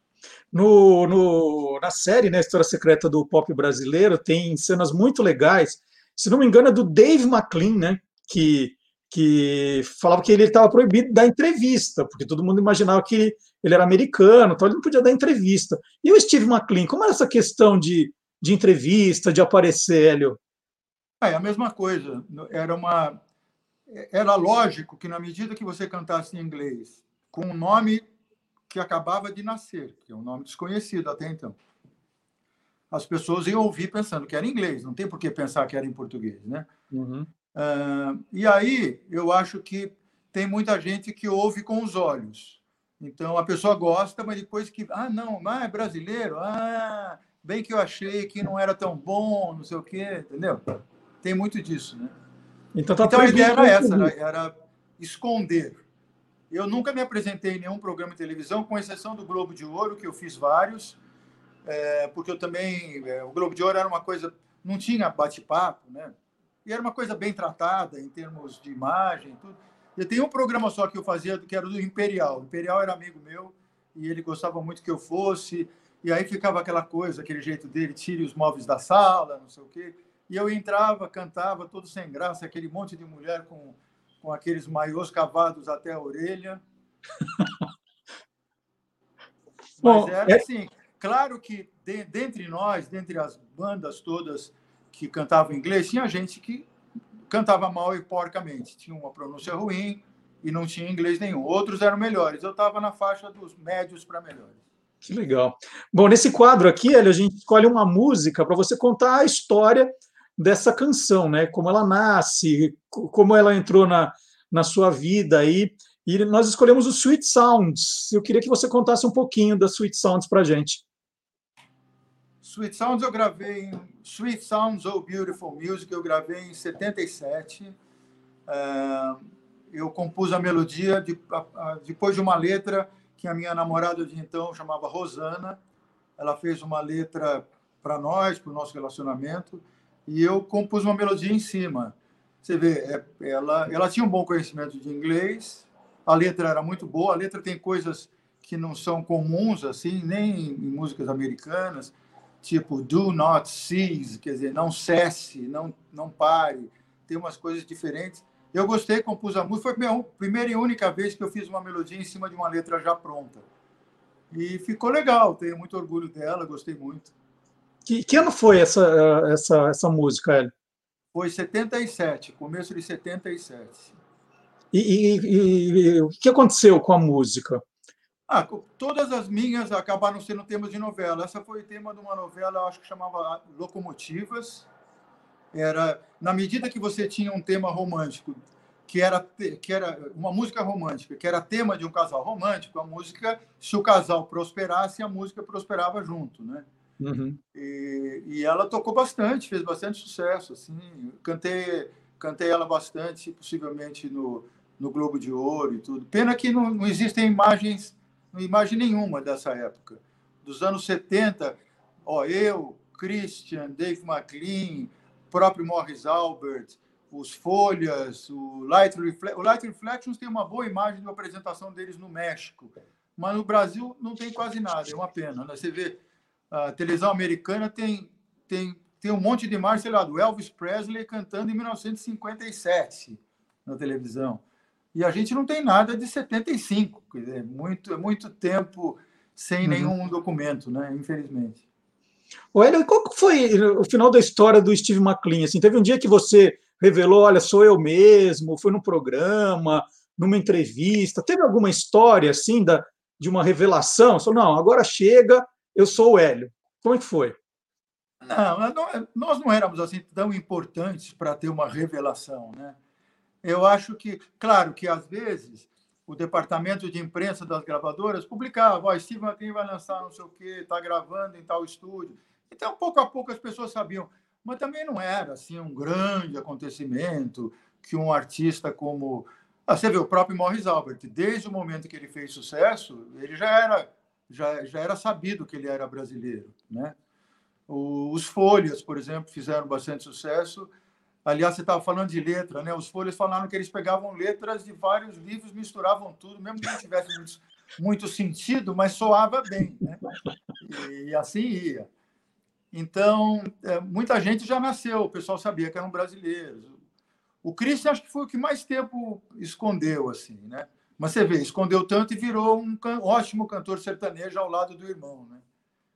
No, no, na série, né, História Secreta do Pop Brasileiro, tem cenas muito legais. Se não me engano, é do Dave McLean, né, que, que falava que ele estava proibido de dar entrevista, porque todo mundo imaginava que ele era americano, então ele não podia dar entrevista. E o Steve McLean, como era essa questão de, de entrevista, de aparecer, Hélio? É a mesma coisa. Era, uma, era lógico que, na medida que você cantasse em inglês, com um nome que acabava de nascer, que é um nome desconhecido até então, as pessoas iam ouvir pensando que era inglês, não tem por que pensar que era em português, né? Uhum. Uh, e aí, eu acho que tem muita gente que ouve com os olhos. Então, a pessoa gosta, mas depois que... Ah, não, ah, é brasileiro? Ah, bem que eu achei que não era tão bom, não sei o quê, entendeu? Tem muito disso, né? Então, tá então a ideia era essa, era, era esconder. Eu nunca me apresentei em nenhum programa de televisão, com exceção do Globo de Ouro, que eu fiz vários, é, porque eu também... É, o Globo de Ouro era uma coisa... Não tinha bate-papo, né? E era uma coisa bem tratada, em termos de imagem e tudo. Eu tenho um programa só que eu fazia, que era do Imperial. O Imperial era amigo meu, e ele gostava muito que eu fosse, e aí ficava aquela coisa, aquele jeito dele, tire os móveis da sala, não sei o quê. E eu entrava, cantava, todo sem graça, aquele monte de mulher com... com aqueles maiôs cavados até a orelha. Mas Bom, era é... assim, claro que de, dentre nós, dentre as bandas todas que cantavam inglês, tinha gente que cantava mal e porcamente. Tinha uma pronúncia ruim e não tinha inglês nenhum. Outros eram melhores. Eu estava na faixa dos médios para melhores. Que legal. Bom, nesse quadro aqui, Hélio, a gente escolhe uma música para você contar a história dessa canção, né? Como ela nasce, como ela entrou na, na sua vida aí. E nós escolhemos o Sweet Sounds. Eu queria que você contasse um pouquinho da Sweet Sounds para a gente. Sweet Sounds eu gravei em Sweet Sounds ou Beautiful Music, eu gravei em setenta e sete. Uh, eu compus a melodia de, a, a, depois de uma letra que a minha namorada de então chamava Rosana. Ela fez uma letra para nós, para o nosso relacionamento, e eu compus uma melodia em cima. Você vê, é, ela, ela tinha um bom conhecimento de inglês, a letra era muito boa, a letra tem coisas que não são comuns, assim, nem em músicas americanas, tipo do not cease, quer dizer, não cesse, não, não pare, tem umas coisas diferentes. Eu gostei, compus a música, foi a minha primeira e única vez que eu fiz uma melodia em cima de uma letra já pronta. E ficou legal, tenho muito orgulho dela, gostei muito. Que, que ano foi essa, essa, essa música, Hélio? Foi setenta e sete, começo de setenta e sete. E, e, e, e o que aconteceu com a música? Ah, todas as minhas acabaram sendo temas de novela. Essa foi o tema de uma novela, acho que chamava Locomotivas. Era, na medida que você tinha um tema romântico, que era, que era uma música romântica, que era tema de um casal romântico, a música, se o casal prosperasse, a música prosperava junto, né? Uhum. E, e ela tocou bastante, fez bastante sucesso. Assim, cantei, cantei ela bastante, possivelmente no, no Globo de Ouro e tudo. Pena que não, não existem imagens, não imagem nenhuma dessa época. Dos anos setenta, ó, eu, Christian, Dave McLean, o próprio Morris Albert, os Folhas, o Light, Refle- o Light Reflections tem uma boa imagem da apresentação deles no México, mas no Brasil não tem quase nada, é uma pena. Né? Você vê, a televisão americana tem, tem, tem um monte de imagem, sei lá, do Elvis Presley cantando em mil novecentos e cinquenta e sete na televisão. E a gente não tem nada de setenta e cinco, quer dizer, muito, é muito tempo sem uhum. nenhum documento, né? Infelizmente. O Hélio, qual foi o final da história do Steve McLean? Assim, teve um dia que você revelou, olha, sou eu mesmo, foi num programa, numa entrevista, teve alguma história assim da, de uma revelação? Você falou, não, agora chega, eu sou o Hélio. Como é que foi? Não, nós não éramos assim tão importantes para ter uma revelação, né? Eu acho que, claro, que às vezes o departamento de imprensa das gravadoras publicava, ó, Steve McLean vai lançar não sei o quê, está gravando em tal estúdio. Então, pouco a pouco as pessoas sabiam, mas também não era assim um grande acontecimento que um artista como... Ah, você vê, o próprio Morris Albert, desde o momento que ele fez sucesso, ele já era, já, já era sabido que ele era brasileiro, né? Os Folhas, por exemplo, fizeram bastante sucesso. Aliás, você estava falando de letra, né? Os Folhas falaram que eles pegavam letras de vários livros, misturavam tudo, mesmo que não tivesse muito, muito sentido, mas soava bem, né? E, e assim ia. Então, é, muita gente já nasceu, o pessoal sabia que eram brasileiros. O Christian, acho que foi o que mais tempo escondeu, assim, né? Mas você vê, escondeu tanto e virou um can- ótimo cantor sertanejo ao lado do irmão, né?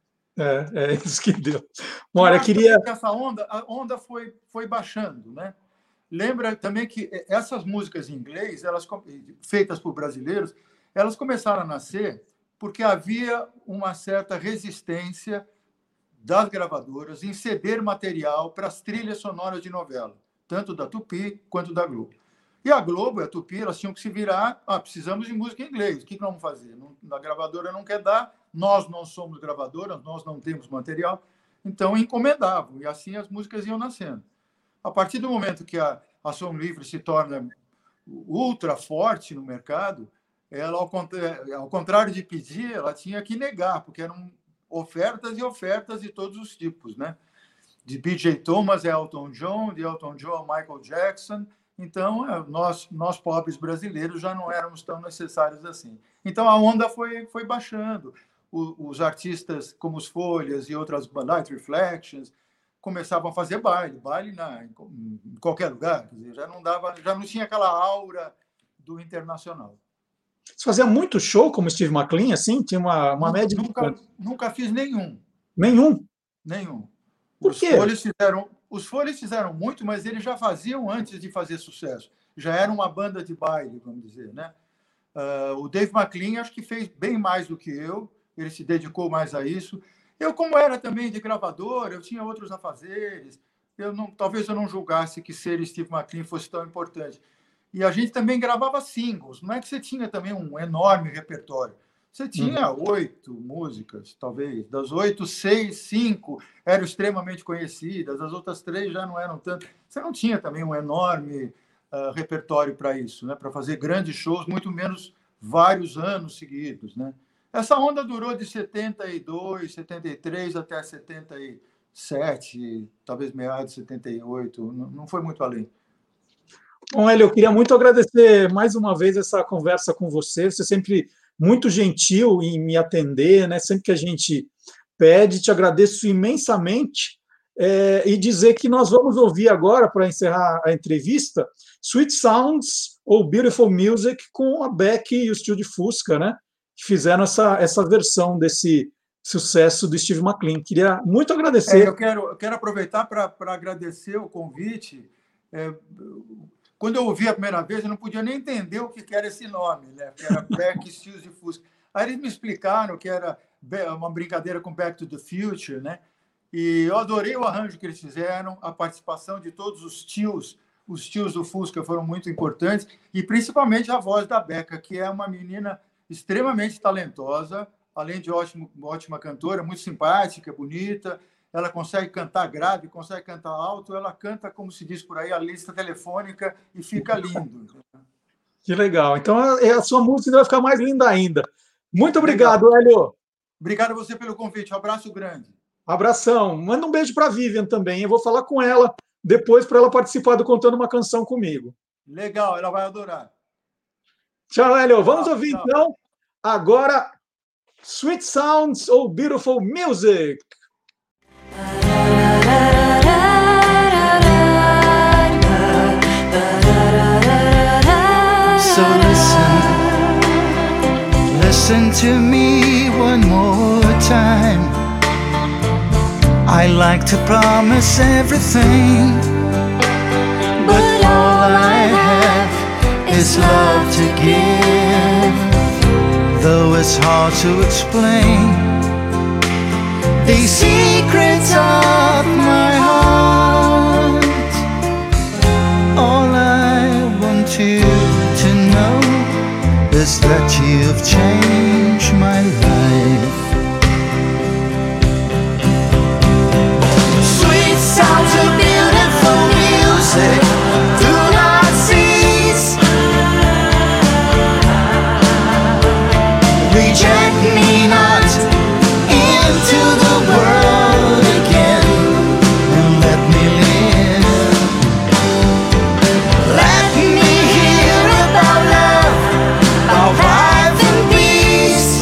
É, é isso que deu. Bora, eu queria... Essa onda, a onda foi, foi baixando, né? Lembra também que essas músicas em inglês, elas, feitas por brasileiros, elas começaram a nascer porque havia uma certa resistência das gravadoras em ceder material para as trilhas sonoras de novela, tanto da Tupi quanto da Globo. E a Globo e a Tupi, elas tinham que se virar, ah, precisamos de música em inglês, o que nós vamos fazer? A gravadora não quer dar, nós não somos gravadoras, nós não temos material, então encomendavam, e assim as músicas iam nascendo. A partir do momento que a ação livre se torna ultra forte no mercado, ela, ao contrário, ao contrário de pedir, ela tinha que negar, porque eram ofertas e ofertas de todos os tipos, né? De B J Thomas a Elton John, de Elton John a Michael Jackson. Então, nós, nós pobres brasileiros já não éramos tão necessários assim. Então, a onda foi, foi baixando. O, os artistas como os Folhas e outras Light Reflections começavam a fazer baile, baile na, em, em qualquer lugar. Quer dizer, já não dava, já não tinha aquela aura do internacional. Você fazia muito show como Steve McLean, assim? Tinha uma, uma nunca, média... Nunca, nunca fiz nenhum. Nenhum? Nenhum. Por Os quê? Folhas fizeram... os Folhas fizeram muito, mas eles já faziam antes de fazer sucesso. Já era uma banda de baile, vamos dizer, né? Uh, o Dave McLean acho que fez bem mais do que eu, ele se dedicou mais a isso. Eu, como era também de gravador, eu tinha outros afazeres, eu não, talvez eu não julgasse que ser Steve McLean fosse tão importante. E a gente também gravava singles, não é que você tinha também um enorme repertório. Você tinha uhum. oito músicas, talvez. Das oito, seis, cinco eram extremamente conhecidas, as outras três já não eram tanto. Você não tinha também um enorme uh, repertório para isso, né? Para fazer grandes shows, muito menos vários anos seguidos, né? Essa onda durou de setenta e dois, setenta e três até setenta e sete, talvez meados de setenta e oito, não foi muito além. Bom, Hélio, eu queria muito agradecer mais uma vez essa conversa com você. Você sempre muito gentil em me atender, né? Sempre que a gente pede, te agradeço imensamente. É, e dizer que nós vamos ouvir agora, para encerrar a entrevista, Sweet Sounds ou Beautiful Music com a Beck e o Steel de Fusca, né? Que fizeram essa, essa versão desse sucesso do Steve McLean. Queria muito agradecer. É, eu, quero, eu quero aproveitar para agradecer o convite. É, quando eu ouvi a primeira vez, eu não podia nem entender o que era esse nome, né? Que era Beck e Steel de Fusca. Aí eles me explicaram que era uma brincadeira com Back to the Future, né? E eu adorei o arranjo que eles fizeram, a participação de todos os tios. Os tios do Fusca foram muito importantes, e principalmente a voz da Becca, que é uma menina extremamente talentosa, além de ótimo, ótima cantora, muito simpática, bonita. Ela consegue cantar grave, consegue cantar alto, ela canta, como se diz por aí, a lista telefônica e fica lindo. Que legal. Então a sua música vai ficar mais linda ainda. Muito obrigado, obrigado. Hélio. Obrigado a você pelo convite. Um abraço grande. Abração. Manda um beijo para a Vivian também. Eu vou falar com ela depois para ela participar do Contando uma Canção comigo. Legal, ela vai adorar. Tchau, Hélio. Vamos tchau, ouvir, tchau. Então, agora, Sweet Sounds ou Beautiful Music. So listen, listen to me one more time. I like to promise everything, but all I have is love to give. Though it's hard to explain the secrets of my heart, all I want you to know is that you've changed my life. Sweet sounds of beautiful music do not cease. Reject me not into the world again, and let me live. Let me hear about love, of life and peace.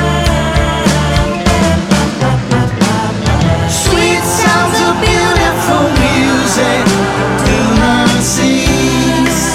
Sweet sounds of beautiful music do not cease.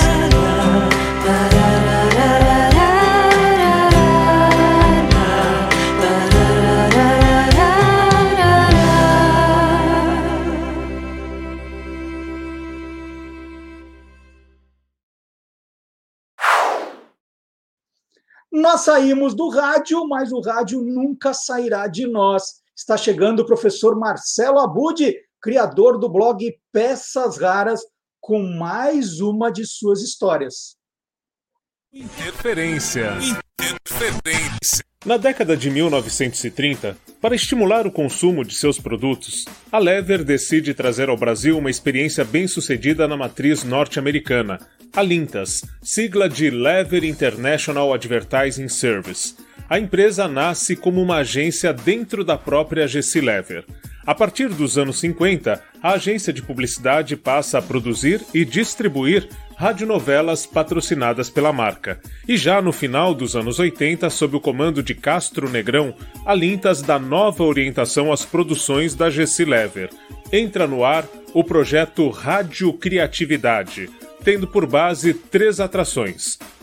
Nós saímos do rádio, mas o rádio nunca sairá de nós. Está chegando o professor Marcelo Abud, criador do blog Peças Raras, com mais uma de suas histórias. Interferência. Interferência. Na década de mil novecentos e trinta, para estimular o consumo de seus produtos, a Lever decide trazer ao Brasil uma experiência bem-sucedida na matriz norte-americana, a Lintas, sigla de Lever International Advertising Service. A empresa nasce como uma agência dentro da própria G C Lever. A partir dos anos cinquenta, a agência de publicidade passa a produzir e distribuir radionovelas patrocinadas pela marca. E já no final dos anos oitenta, sob o comando de Castro Negrão, a Lintas dá nova orientação às produções da G C Lever. Entra no ar o projeto Rádio Criatividade, tendo por base três atrações: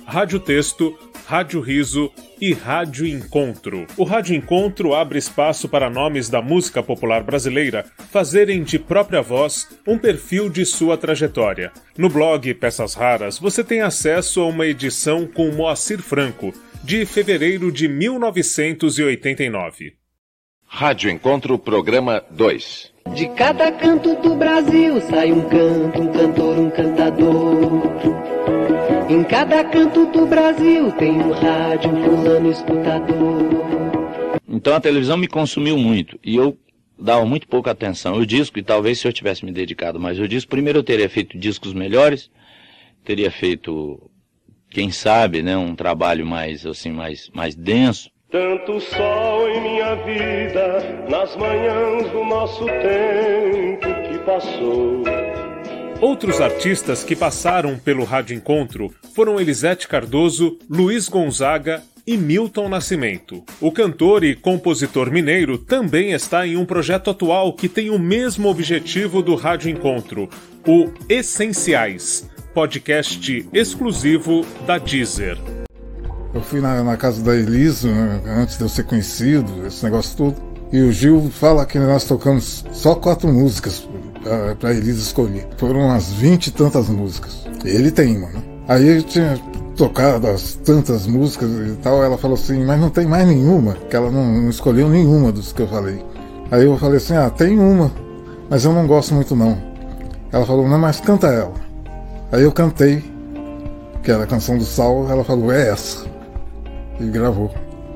Rádio Texto, Rádio Riso e Rádio Encontro. O Rádio Encontro abre espaço para nomes da música popular brasileira fazerem de própria voz um perfil de sua trajetória. No blog Peças Raras, você tem acesso a uma edição com Moacir Franco, de fevereiro de mil novecentos e oitenta e nove. Rádio Encontro, programa dois. De cada canto do Brasil sai um canto, um cantor, um cantador. Em cada canto do Brasil tem um rádio, um fulano escutador. Então a televisão me consumiu muito e eu dava muito pouca atenção. O disco, e talvez se eu tivesse me dedicado mais ao disco, primeiro eu teria feito discos melhores, teria feito, quem sabe, né, um trabalho mais, assim, mais, mais denso. Tanto sol em minha vida, nas manhãs do nosso tempo que passou. Outros artistas que passaram pelo Rádio Encontro foram Elisete Cardoso, Luiz Gonzaga e Milton Nascimento. O cantor e compositor mineiro também está em um projeto atual que tem o mesmo objetivo do Rádio Encontro, o Essenciais, podcast exclusivo da Deezer. Eu fui na, na casa da Elisa, né, antes de eu ser conhecido, esse negócio todo, e o Gil fala que nós tocamos só quatro músicas para a Elisa escolher. Foram umas vinte e tantas músicas. Ele tem uma, né? Aí eu tinha tocado as tantas músicas e tal, ela falou assim, mas não tem mais nenhuma, que ela não, não escolheu nenhuma dos que eu falei. Aí eu falei assim, ah, tem uma, mas eu não gosto muito não. Ela falou, não, mas canta ela. Aí eu cantei, que era a Canção do Sal, ela falou, é essa. E gravou.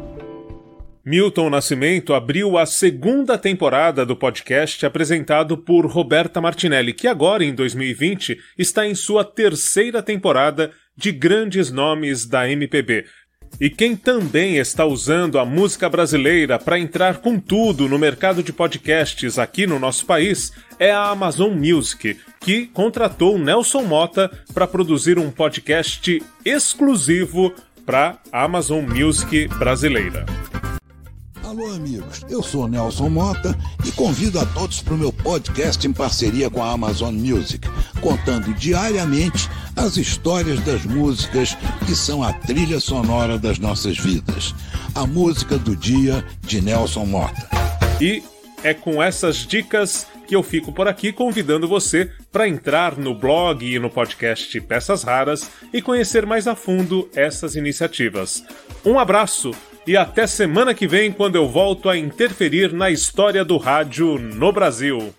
Milton Nascimento abriu a segunda temporada do podcast apresentado por Roberta Martinelli, que agora, em dois mil e vinte, está em sua terceira temporada de grandes nomes da M P B. E quem também está usando a música brasileira para entrar com tudo no mercado de podcasts aqui no nosso país é a Amazon Music, que contratou Nelson Motta para produzir um podcast exclusivo para a Amazon Music brasileira. Alô, amigos, eu sou Nelson Motta e convido a todos para o meu podcast em parceria com a Amazon Music, contando diariamente as histórias das músicas que são a trilha sonora das nossas vidas. A música do dia de Nelson Motta. E é com essas dicas que eu fico por aqui convidando você para entrar no blog e no podcast Peças Raras e conhecer mais a fundo essas iniciativas. Um abraço! E até semana que vem, quando eu volto a interferir na história do rádio no Brasil.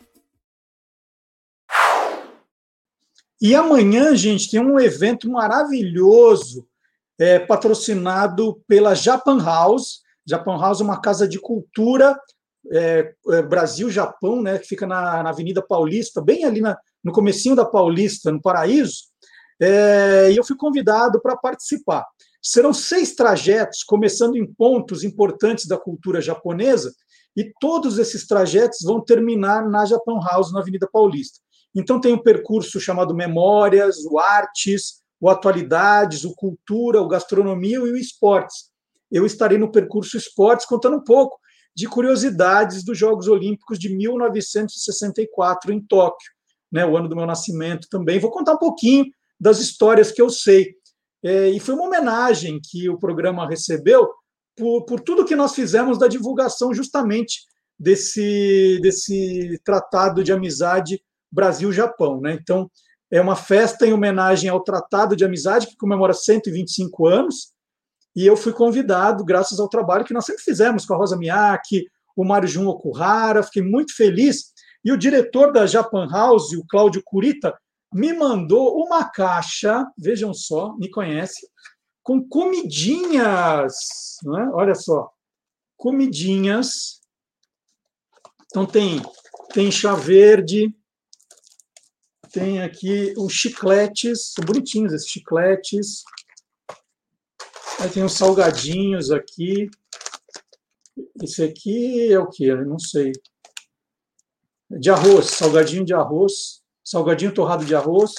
E amanhã, gente, tem um evento maravilhoso, é, patrocinado pela Japan House. Japan House é uma casa de cultura, é, é, Brasil-Japão, né, que fica na, na Avenida Paulista, bem ali na, no comecinho da Paulista, no Paraíso. É, e eu fui convidado para participar. Serão seis trajetos, começando em pontos importantes da cultura japonesa, e todos esses trajetos vão terminar na Japan House, na Avenida Paulista. Então tem um percurso chamado Memórias, o Artes, o Atualidades, o Cultura, o Gastronomia e o Esportes. Eu estarei no percurso Esportes contando um pouco de curiosidades dos Jogos Olímpicos de mil novecentos e sessenta e quatro em Tóquio, né, o ano do meu nascimento também. Vou contar um pouquinho das histórias que eu sei. É, e foi uma homenagem que o programa recebeu por, por tudo que nós fizemos da divulgação justamente desse, desse tratado de amizade Brasil-Japão, né? Então, é uma festa em homenagem ao Tratado de Amizade, que comemora cento e vinte e cinco anos, e eu fui convidado, graças ao trabalho que nós sempre fizemos com a Rosa Miyake, o Mário Jun Okuhara, fiquei muito feliz. E o diretor da Japan House, o Cláudio Curita, me mandou uma caixa, vejam só, me conhece, com comidinhas, né? Olha só, comidinhas. Então tem, tem chá verde, tem aqui os chicletes, são bonitinhos esses chicletes. Aí tem uns salgadinhos aqui. Esse aqui é o quê? Eu não sei. De arroz, salgadinho de arroz. Salgadinho torrado de arroz.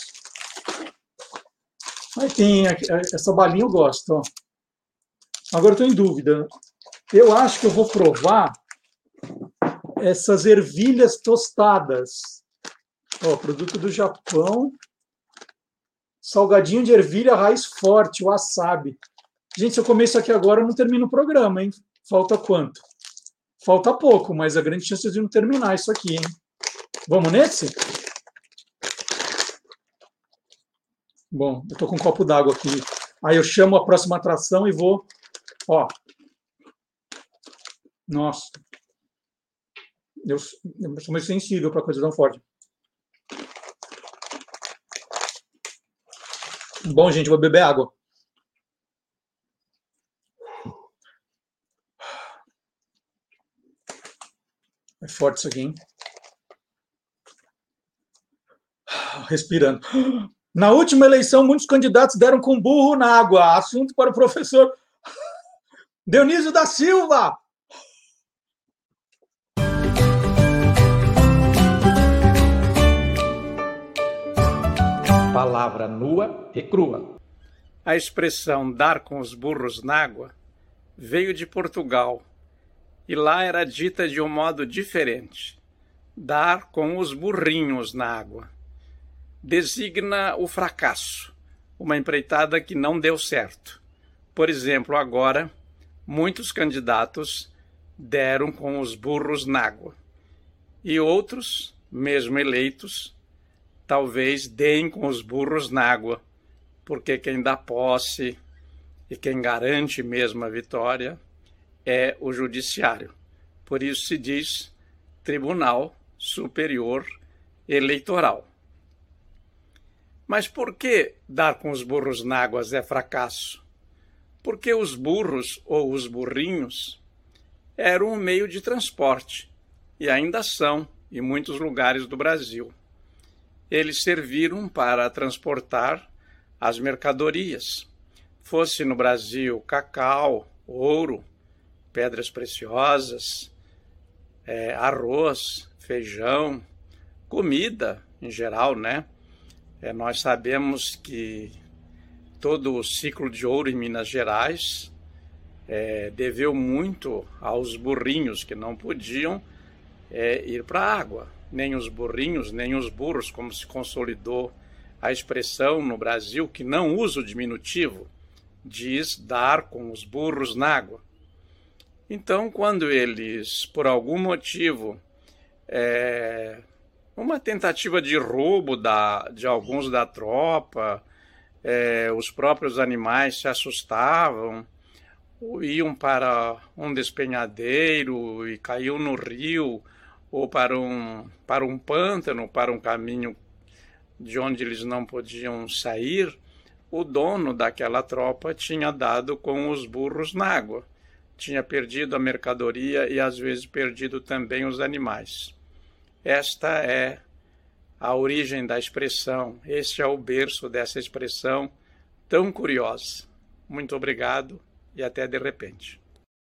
Aí tem essa balinha, eu gosto. Ó. Agora eu estou em dúvida. Eu acho que eu vou provar essas ervilhas tostadas. Ó, produto do Japão. Salgadinho de ervilha, raiz forte, wasabi. Gente, se eu comer isso aqui agora, eu não termino o programa, hein? Falta quanto? Falta pouco, mas a grande chance de não terminar isso aqui, hein? Vamos nesse? Bom, eu tô com um copo d'água aqui. Aí eu chamo a próxima atração e vou... Ó. Nossa. Eu, eu sou meio sensível para coisa tão forte. Bom, gente, vou beber água. É forte isso aqui, hein? Respirando. Na última eleição, muitos candidatos deram com burro na água. Assunto para o professor Dionísio da Silva. Palavra nua e crua. A expressão dar com os burros na água veio de Portugal e lá era dita de um modo diferente. Dar com os burrinhos na água. Designa o fracasso, uma empreitada que não deu certo. Por exemplo, agora, muitos candidatos deram com os burros na água. E outros, mesmo eleitos, talvez deem com os burros na água, porque quem dá posse e quem garante mesmo a vitória é o judiciário. Por isso se diz Tribunal Superior Eleitoral. Mas por que dar com os burros na água é fracasso? Porque os burros ou os burrinhos eram um meio de transporte e ainda são em muitos lugares do Brasil. Eles serviram para transportar as mercadorias, fosse no Brasil cacau, ouro, pedras preciosas, é, arroz, feijão, comida em geral, né? É, nós sabemos que todo o ciclo de ouro em Minas Gerais é, deveu muito aos burrinhos que não podiam é, ir para a água. Nem os burrinhos, nem os burros, como se consolidou a expressão no Brasil, que não usa o diminutivo, diz dar com os burros na água. Então, quando eles, por algum motivo, é, uma tentativa de roubo da, de alguns da tropa, é, os próprios animais se assustavam, iam para um despenhadeiro e caíam no rio, ou para um, para um pântano, para um caminho de onde eles não podiam sair, o dono daquela tropa tinha dado com os burros na água. Tinha perdido a mercadoria e, às vezes, perdido também os animais. Esta é a origem da expressão, este é o berço dessa expressão tão curiosa. Muito obrigado e até de repente.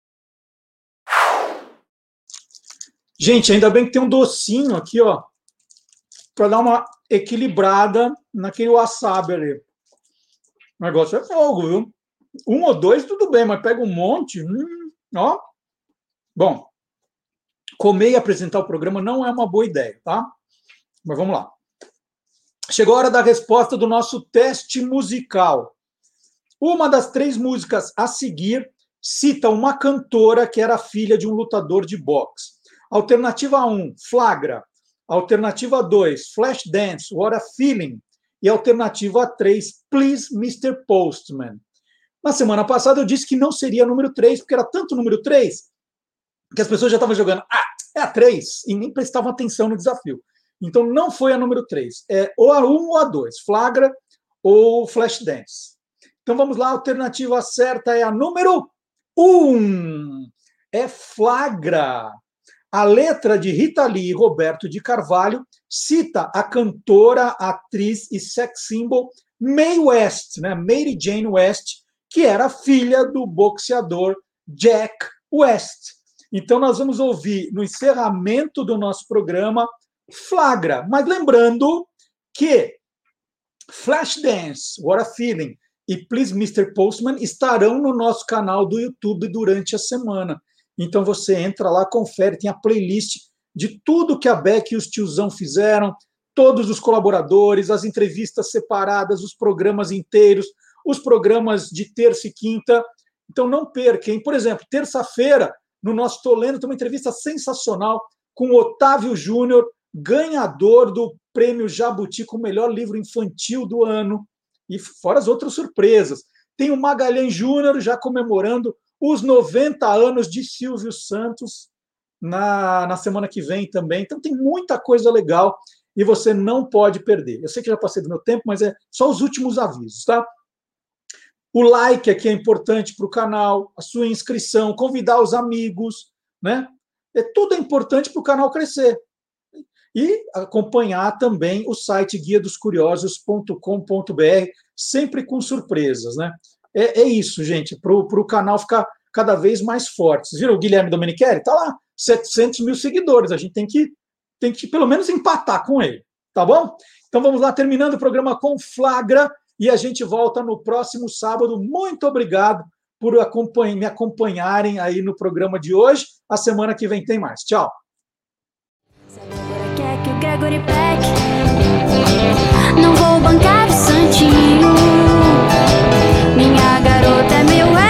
Gente, ainda bem que tem um docinho aqui, ó, para dar uma equilibrada naquele wasabi ali. O negócio é fogo, viu? Um ou dois, tudo bem, mas pega um monte, hum, ó. Bom, comer e apresentar o programa não é uma boa ideia, tá? Mas vamos lá. Chegou a hora da resposta do nosso teste musical. Uma das três músicas a seguir cita uma cantora que era filha de um lutador de boxe. Alternativa um, Flagra. Alternativa dois, Flashdance, What a Feeling. E alternativa três, Please, mister Postman. Na semana passada eu disse que não seria número três, porque era tanto número três que as pessoas já estavam jogando, ah, é a três, e nem prestavam atenção no desafio. Então não foi a número três, é ou a um ou a dois, Flagra ou Flashdance. Então vamos lá, a alternativa certa é a número um, é Flagra. A letra de Rita Lee e Roberto de Carvalho cita a cantora, atriz e sex symbol Mae West, né? Mary Jane West, que era filha do boxeador Jack West. Então nós vamos ouvir no encerramento do nosso programa Flagra, mas lembrando que Flashdance, What a Feeling e Please mister Postman estarão no nosso canal do YouTube durante a semana. Então você entra lá, confere, tem a playlist de tudo que a Beck e os tiozão fizeram, todos os colaboradores, as entrevistas separadas, os programas inteiros, os programas de terça e quinta. Então não percam. Por exemplo, terça-feira, no nosso Tô Lendo, tem uma entrevista sensacional com o Otávio Júnior, ganhador do Prêmio Jabuti com o melhor livro infantil do ano, e fora as outras surpresas. Tem o Magalhães Júnior já comemorando os noventa anos de Silvio Santos na, na semana que vem também. Então tem muita coisa legal e você não pode perder. Eu sei que já passei do meu tempo, mas é só os últimos avisos, tá? O like aqui é importante para o canal, a sua inscrição, convidar os amigos, né? É, tudo é importante para o canal crescer. E acompanhar também o site guia dos curiosos ponto com ponto br, sempre com surpresas, né? É, é isso, gente, para o canal ficar cada vez mais forte. Vocês viram o Guilherme Domenichelli? Está lá, setecentos mil seguidores. A gente tem que, tem que pelo menos empatar com ele, tá bom? Então vamos lá, terminando o programa com Flagra, e a gente volta no próximo sábado. Muito obrigado por acompanhar, me acompanharem aí no programa de hoje. A semana que vem tem mais. Tchau. Quer que o Gregory Peck não vou bancar o santinho. Minha garota é meu